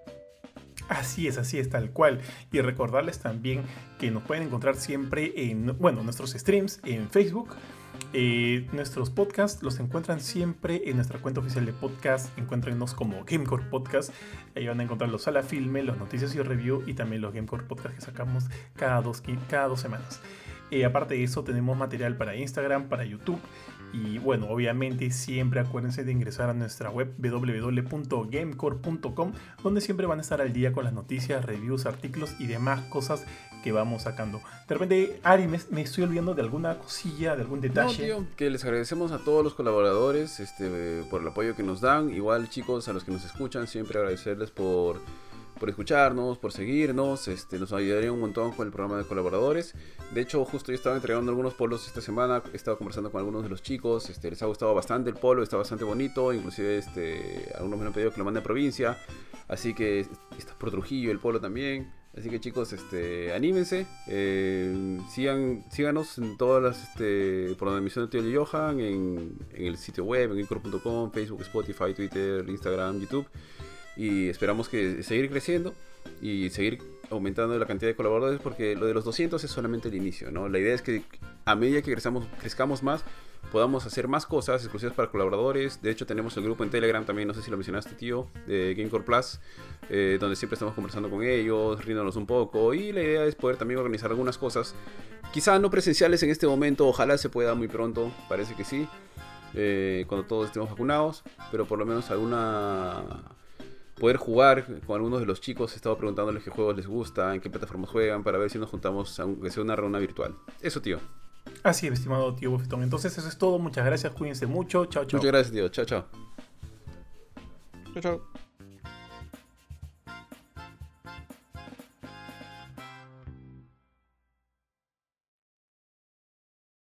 Así es, así es, tal cual. Y recordarles también que nos pueden encontrar siempre en, bueno, nuestros streams en Facebook. Eh, nuestros podcasts los encuentran siempre en nuestra cuenta oficial de podcast. Encuéntrenos como Gamecore Podcast. Ahí van a encontrar los Sala Filme, los noticias y review, y también los Gamecore Podcast que sacamos cada dos, cada dos semanas. Eh, aparte de eso, tenemos material para Instagram, para YouTube. Y bueno, obviamente siempre acuérdense de ingresar a nuestra web w w w punto gamecore punto com, donde siempre van a estar al día con las noticias, reviews, artículos y demás cosas que vamos sacando. De repente, Ari, me, me estoy olvidando de alguna cosilla, de algún detalle. No, tío, que les agradecemos a todos los colaboradores este, por el apoyo que nos dan. Igual, chicos, a los que nos escuchan, siempre agradecerles por... por escucharnos, por seguirnos, este, nos ayudaría un montón con el programa de colaboradores. De hecho, justo yo estaba entregando algunos polos esta semana, he estado conversando con algunos de los chicos, este, les ha gustado bastante el polo, está bastante bonito, inclusive este, algunos me han pedido que lo mande a provincia, así que está por Trujillo el polo también. Así que chicos, este, anímense, eh, sigan, síganos en todas las este, programación de Tío Johan, en, en el sitio web, en gamecore punto com, Facebook, Spotify, Twitter, Instagram, YouTube. Y esperamos que seguir creciendo y seguir aumentando la cantidad de colaboradores, porque lo de los doscientos es solamente el inicio, ¿no? La idea es que a medida que crezcamos, crezcamos más, podamos hacer más cosas exclusivas para colaboradores. De hecho, tenemos el grupo en Telegram también, no sé si lo mencionaste, tío, de Gamecore Plus, eh, donde siempre estamos conversando con ellos, riéndonos un poco. Y la idea es poder también organizar algunas cosas, quizá no presenciales en este momento, ojalá se pueda muy pronto, parece que sí. eh, cuando todos estemos vacunados, pero por lo menos alguna... poder jugar con algunos de los chicos. He estado preguntándoles qué juegos les gusta, en qué plataformas juegan, para ver si nos juntamos, aunque sea una reunión virtual. Eso, tío. Así es, estimado tío Bofetón. Entonces eso es todo. Muchas gracias. Cuídense mucho. Chao, chao. Muchas gracias, tío. Chao, chao. Chao, chao.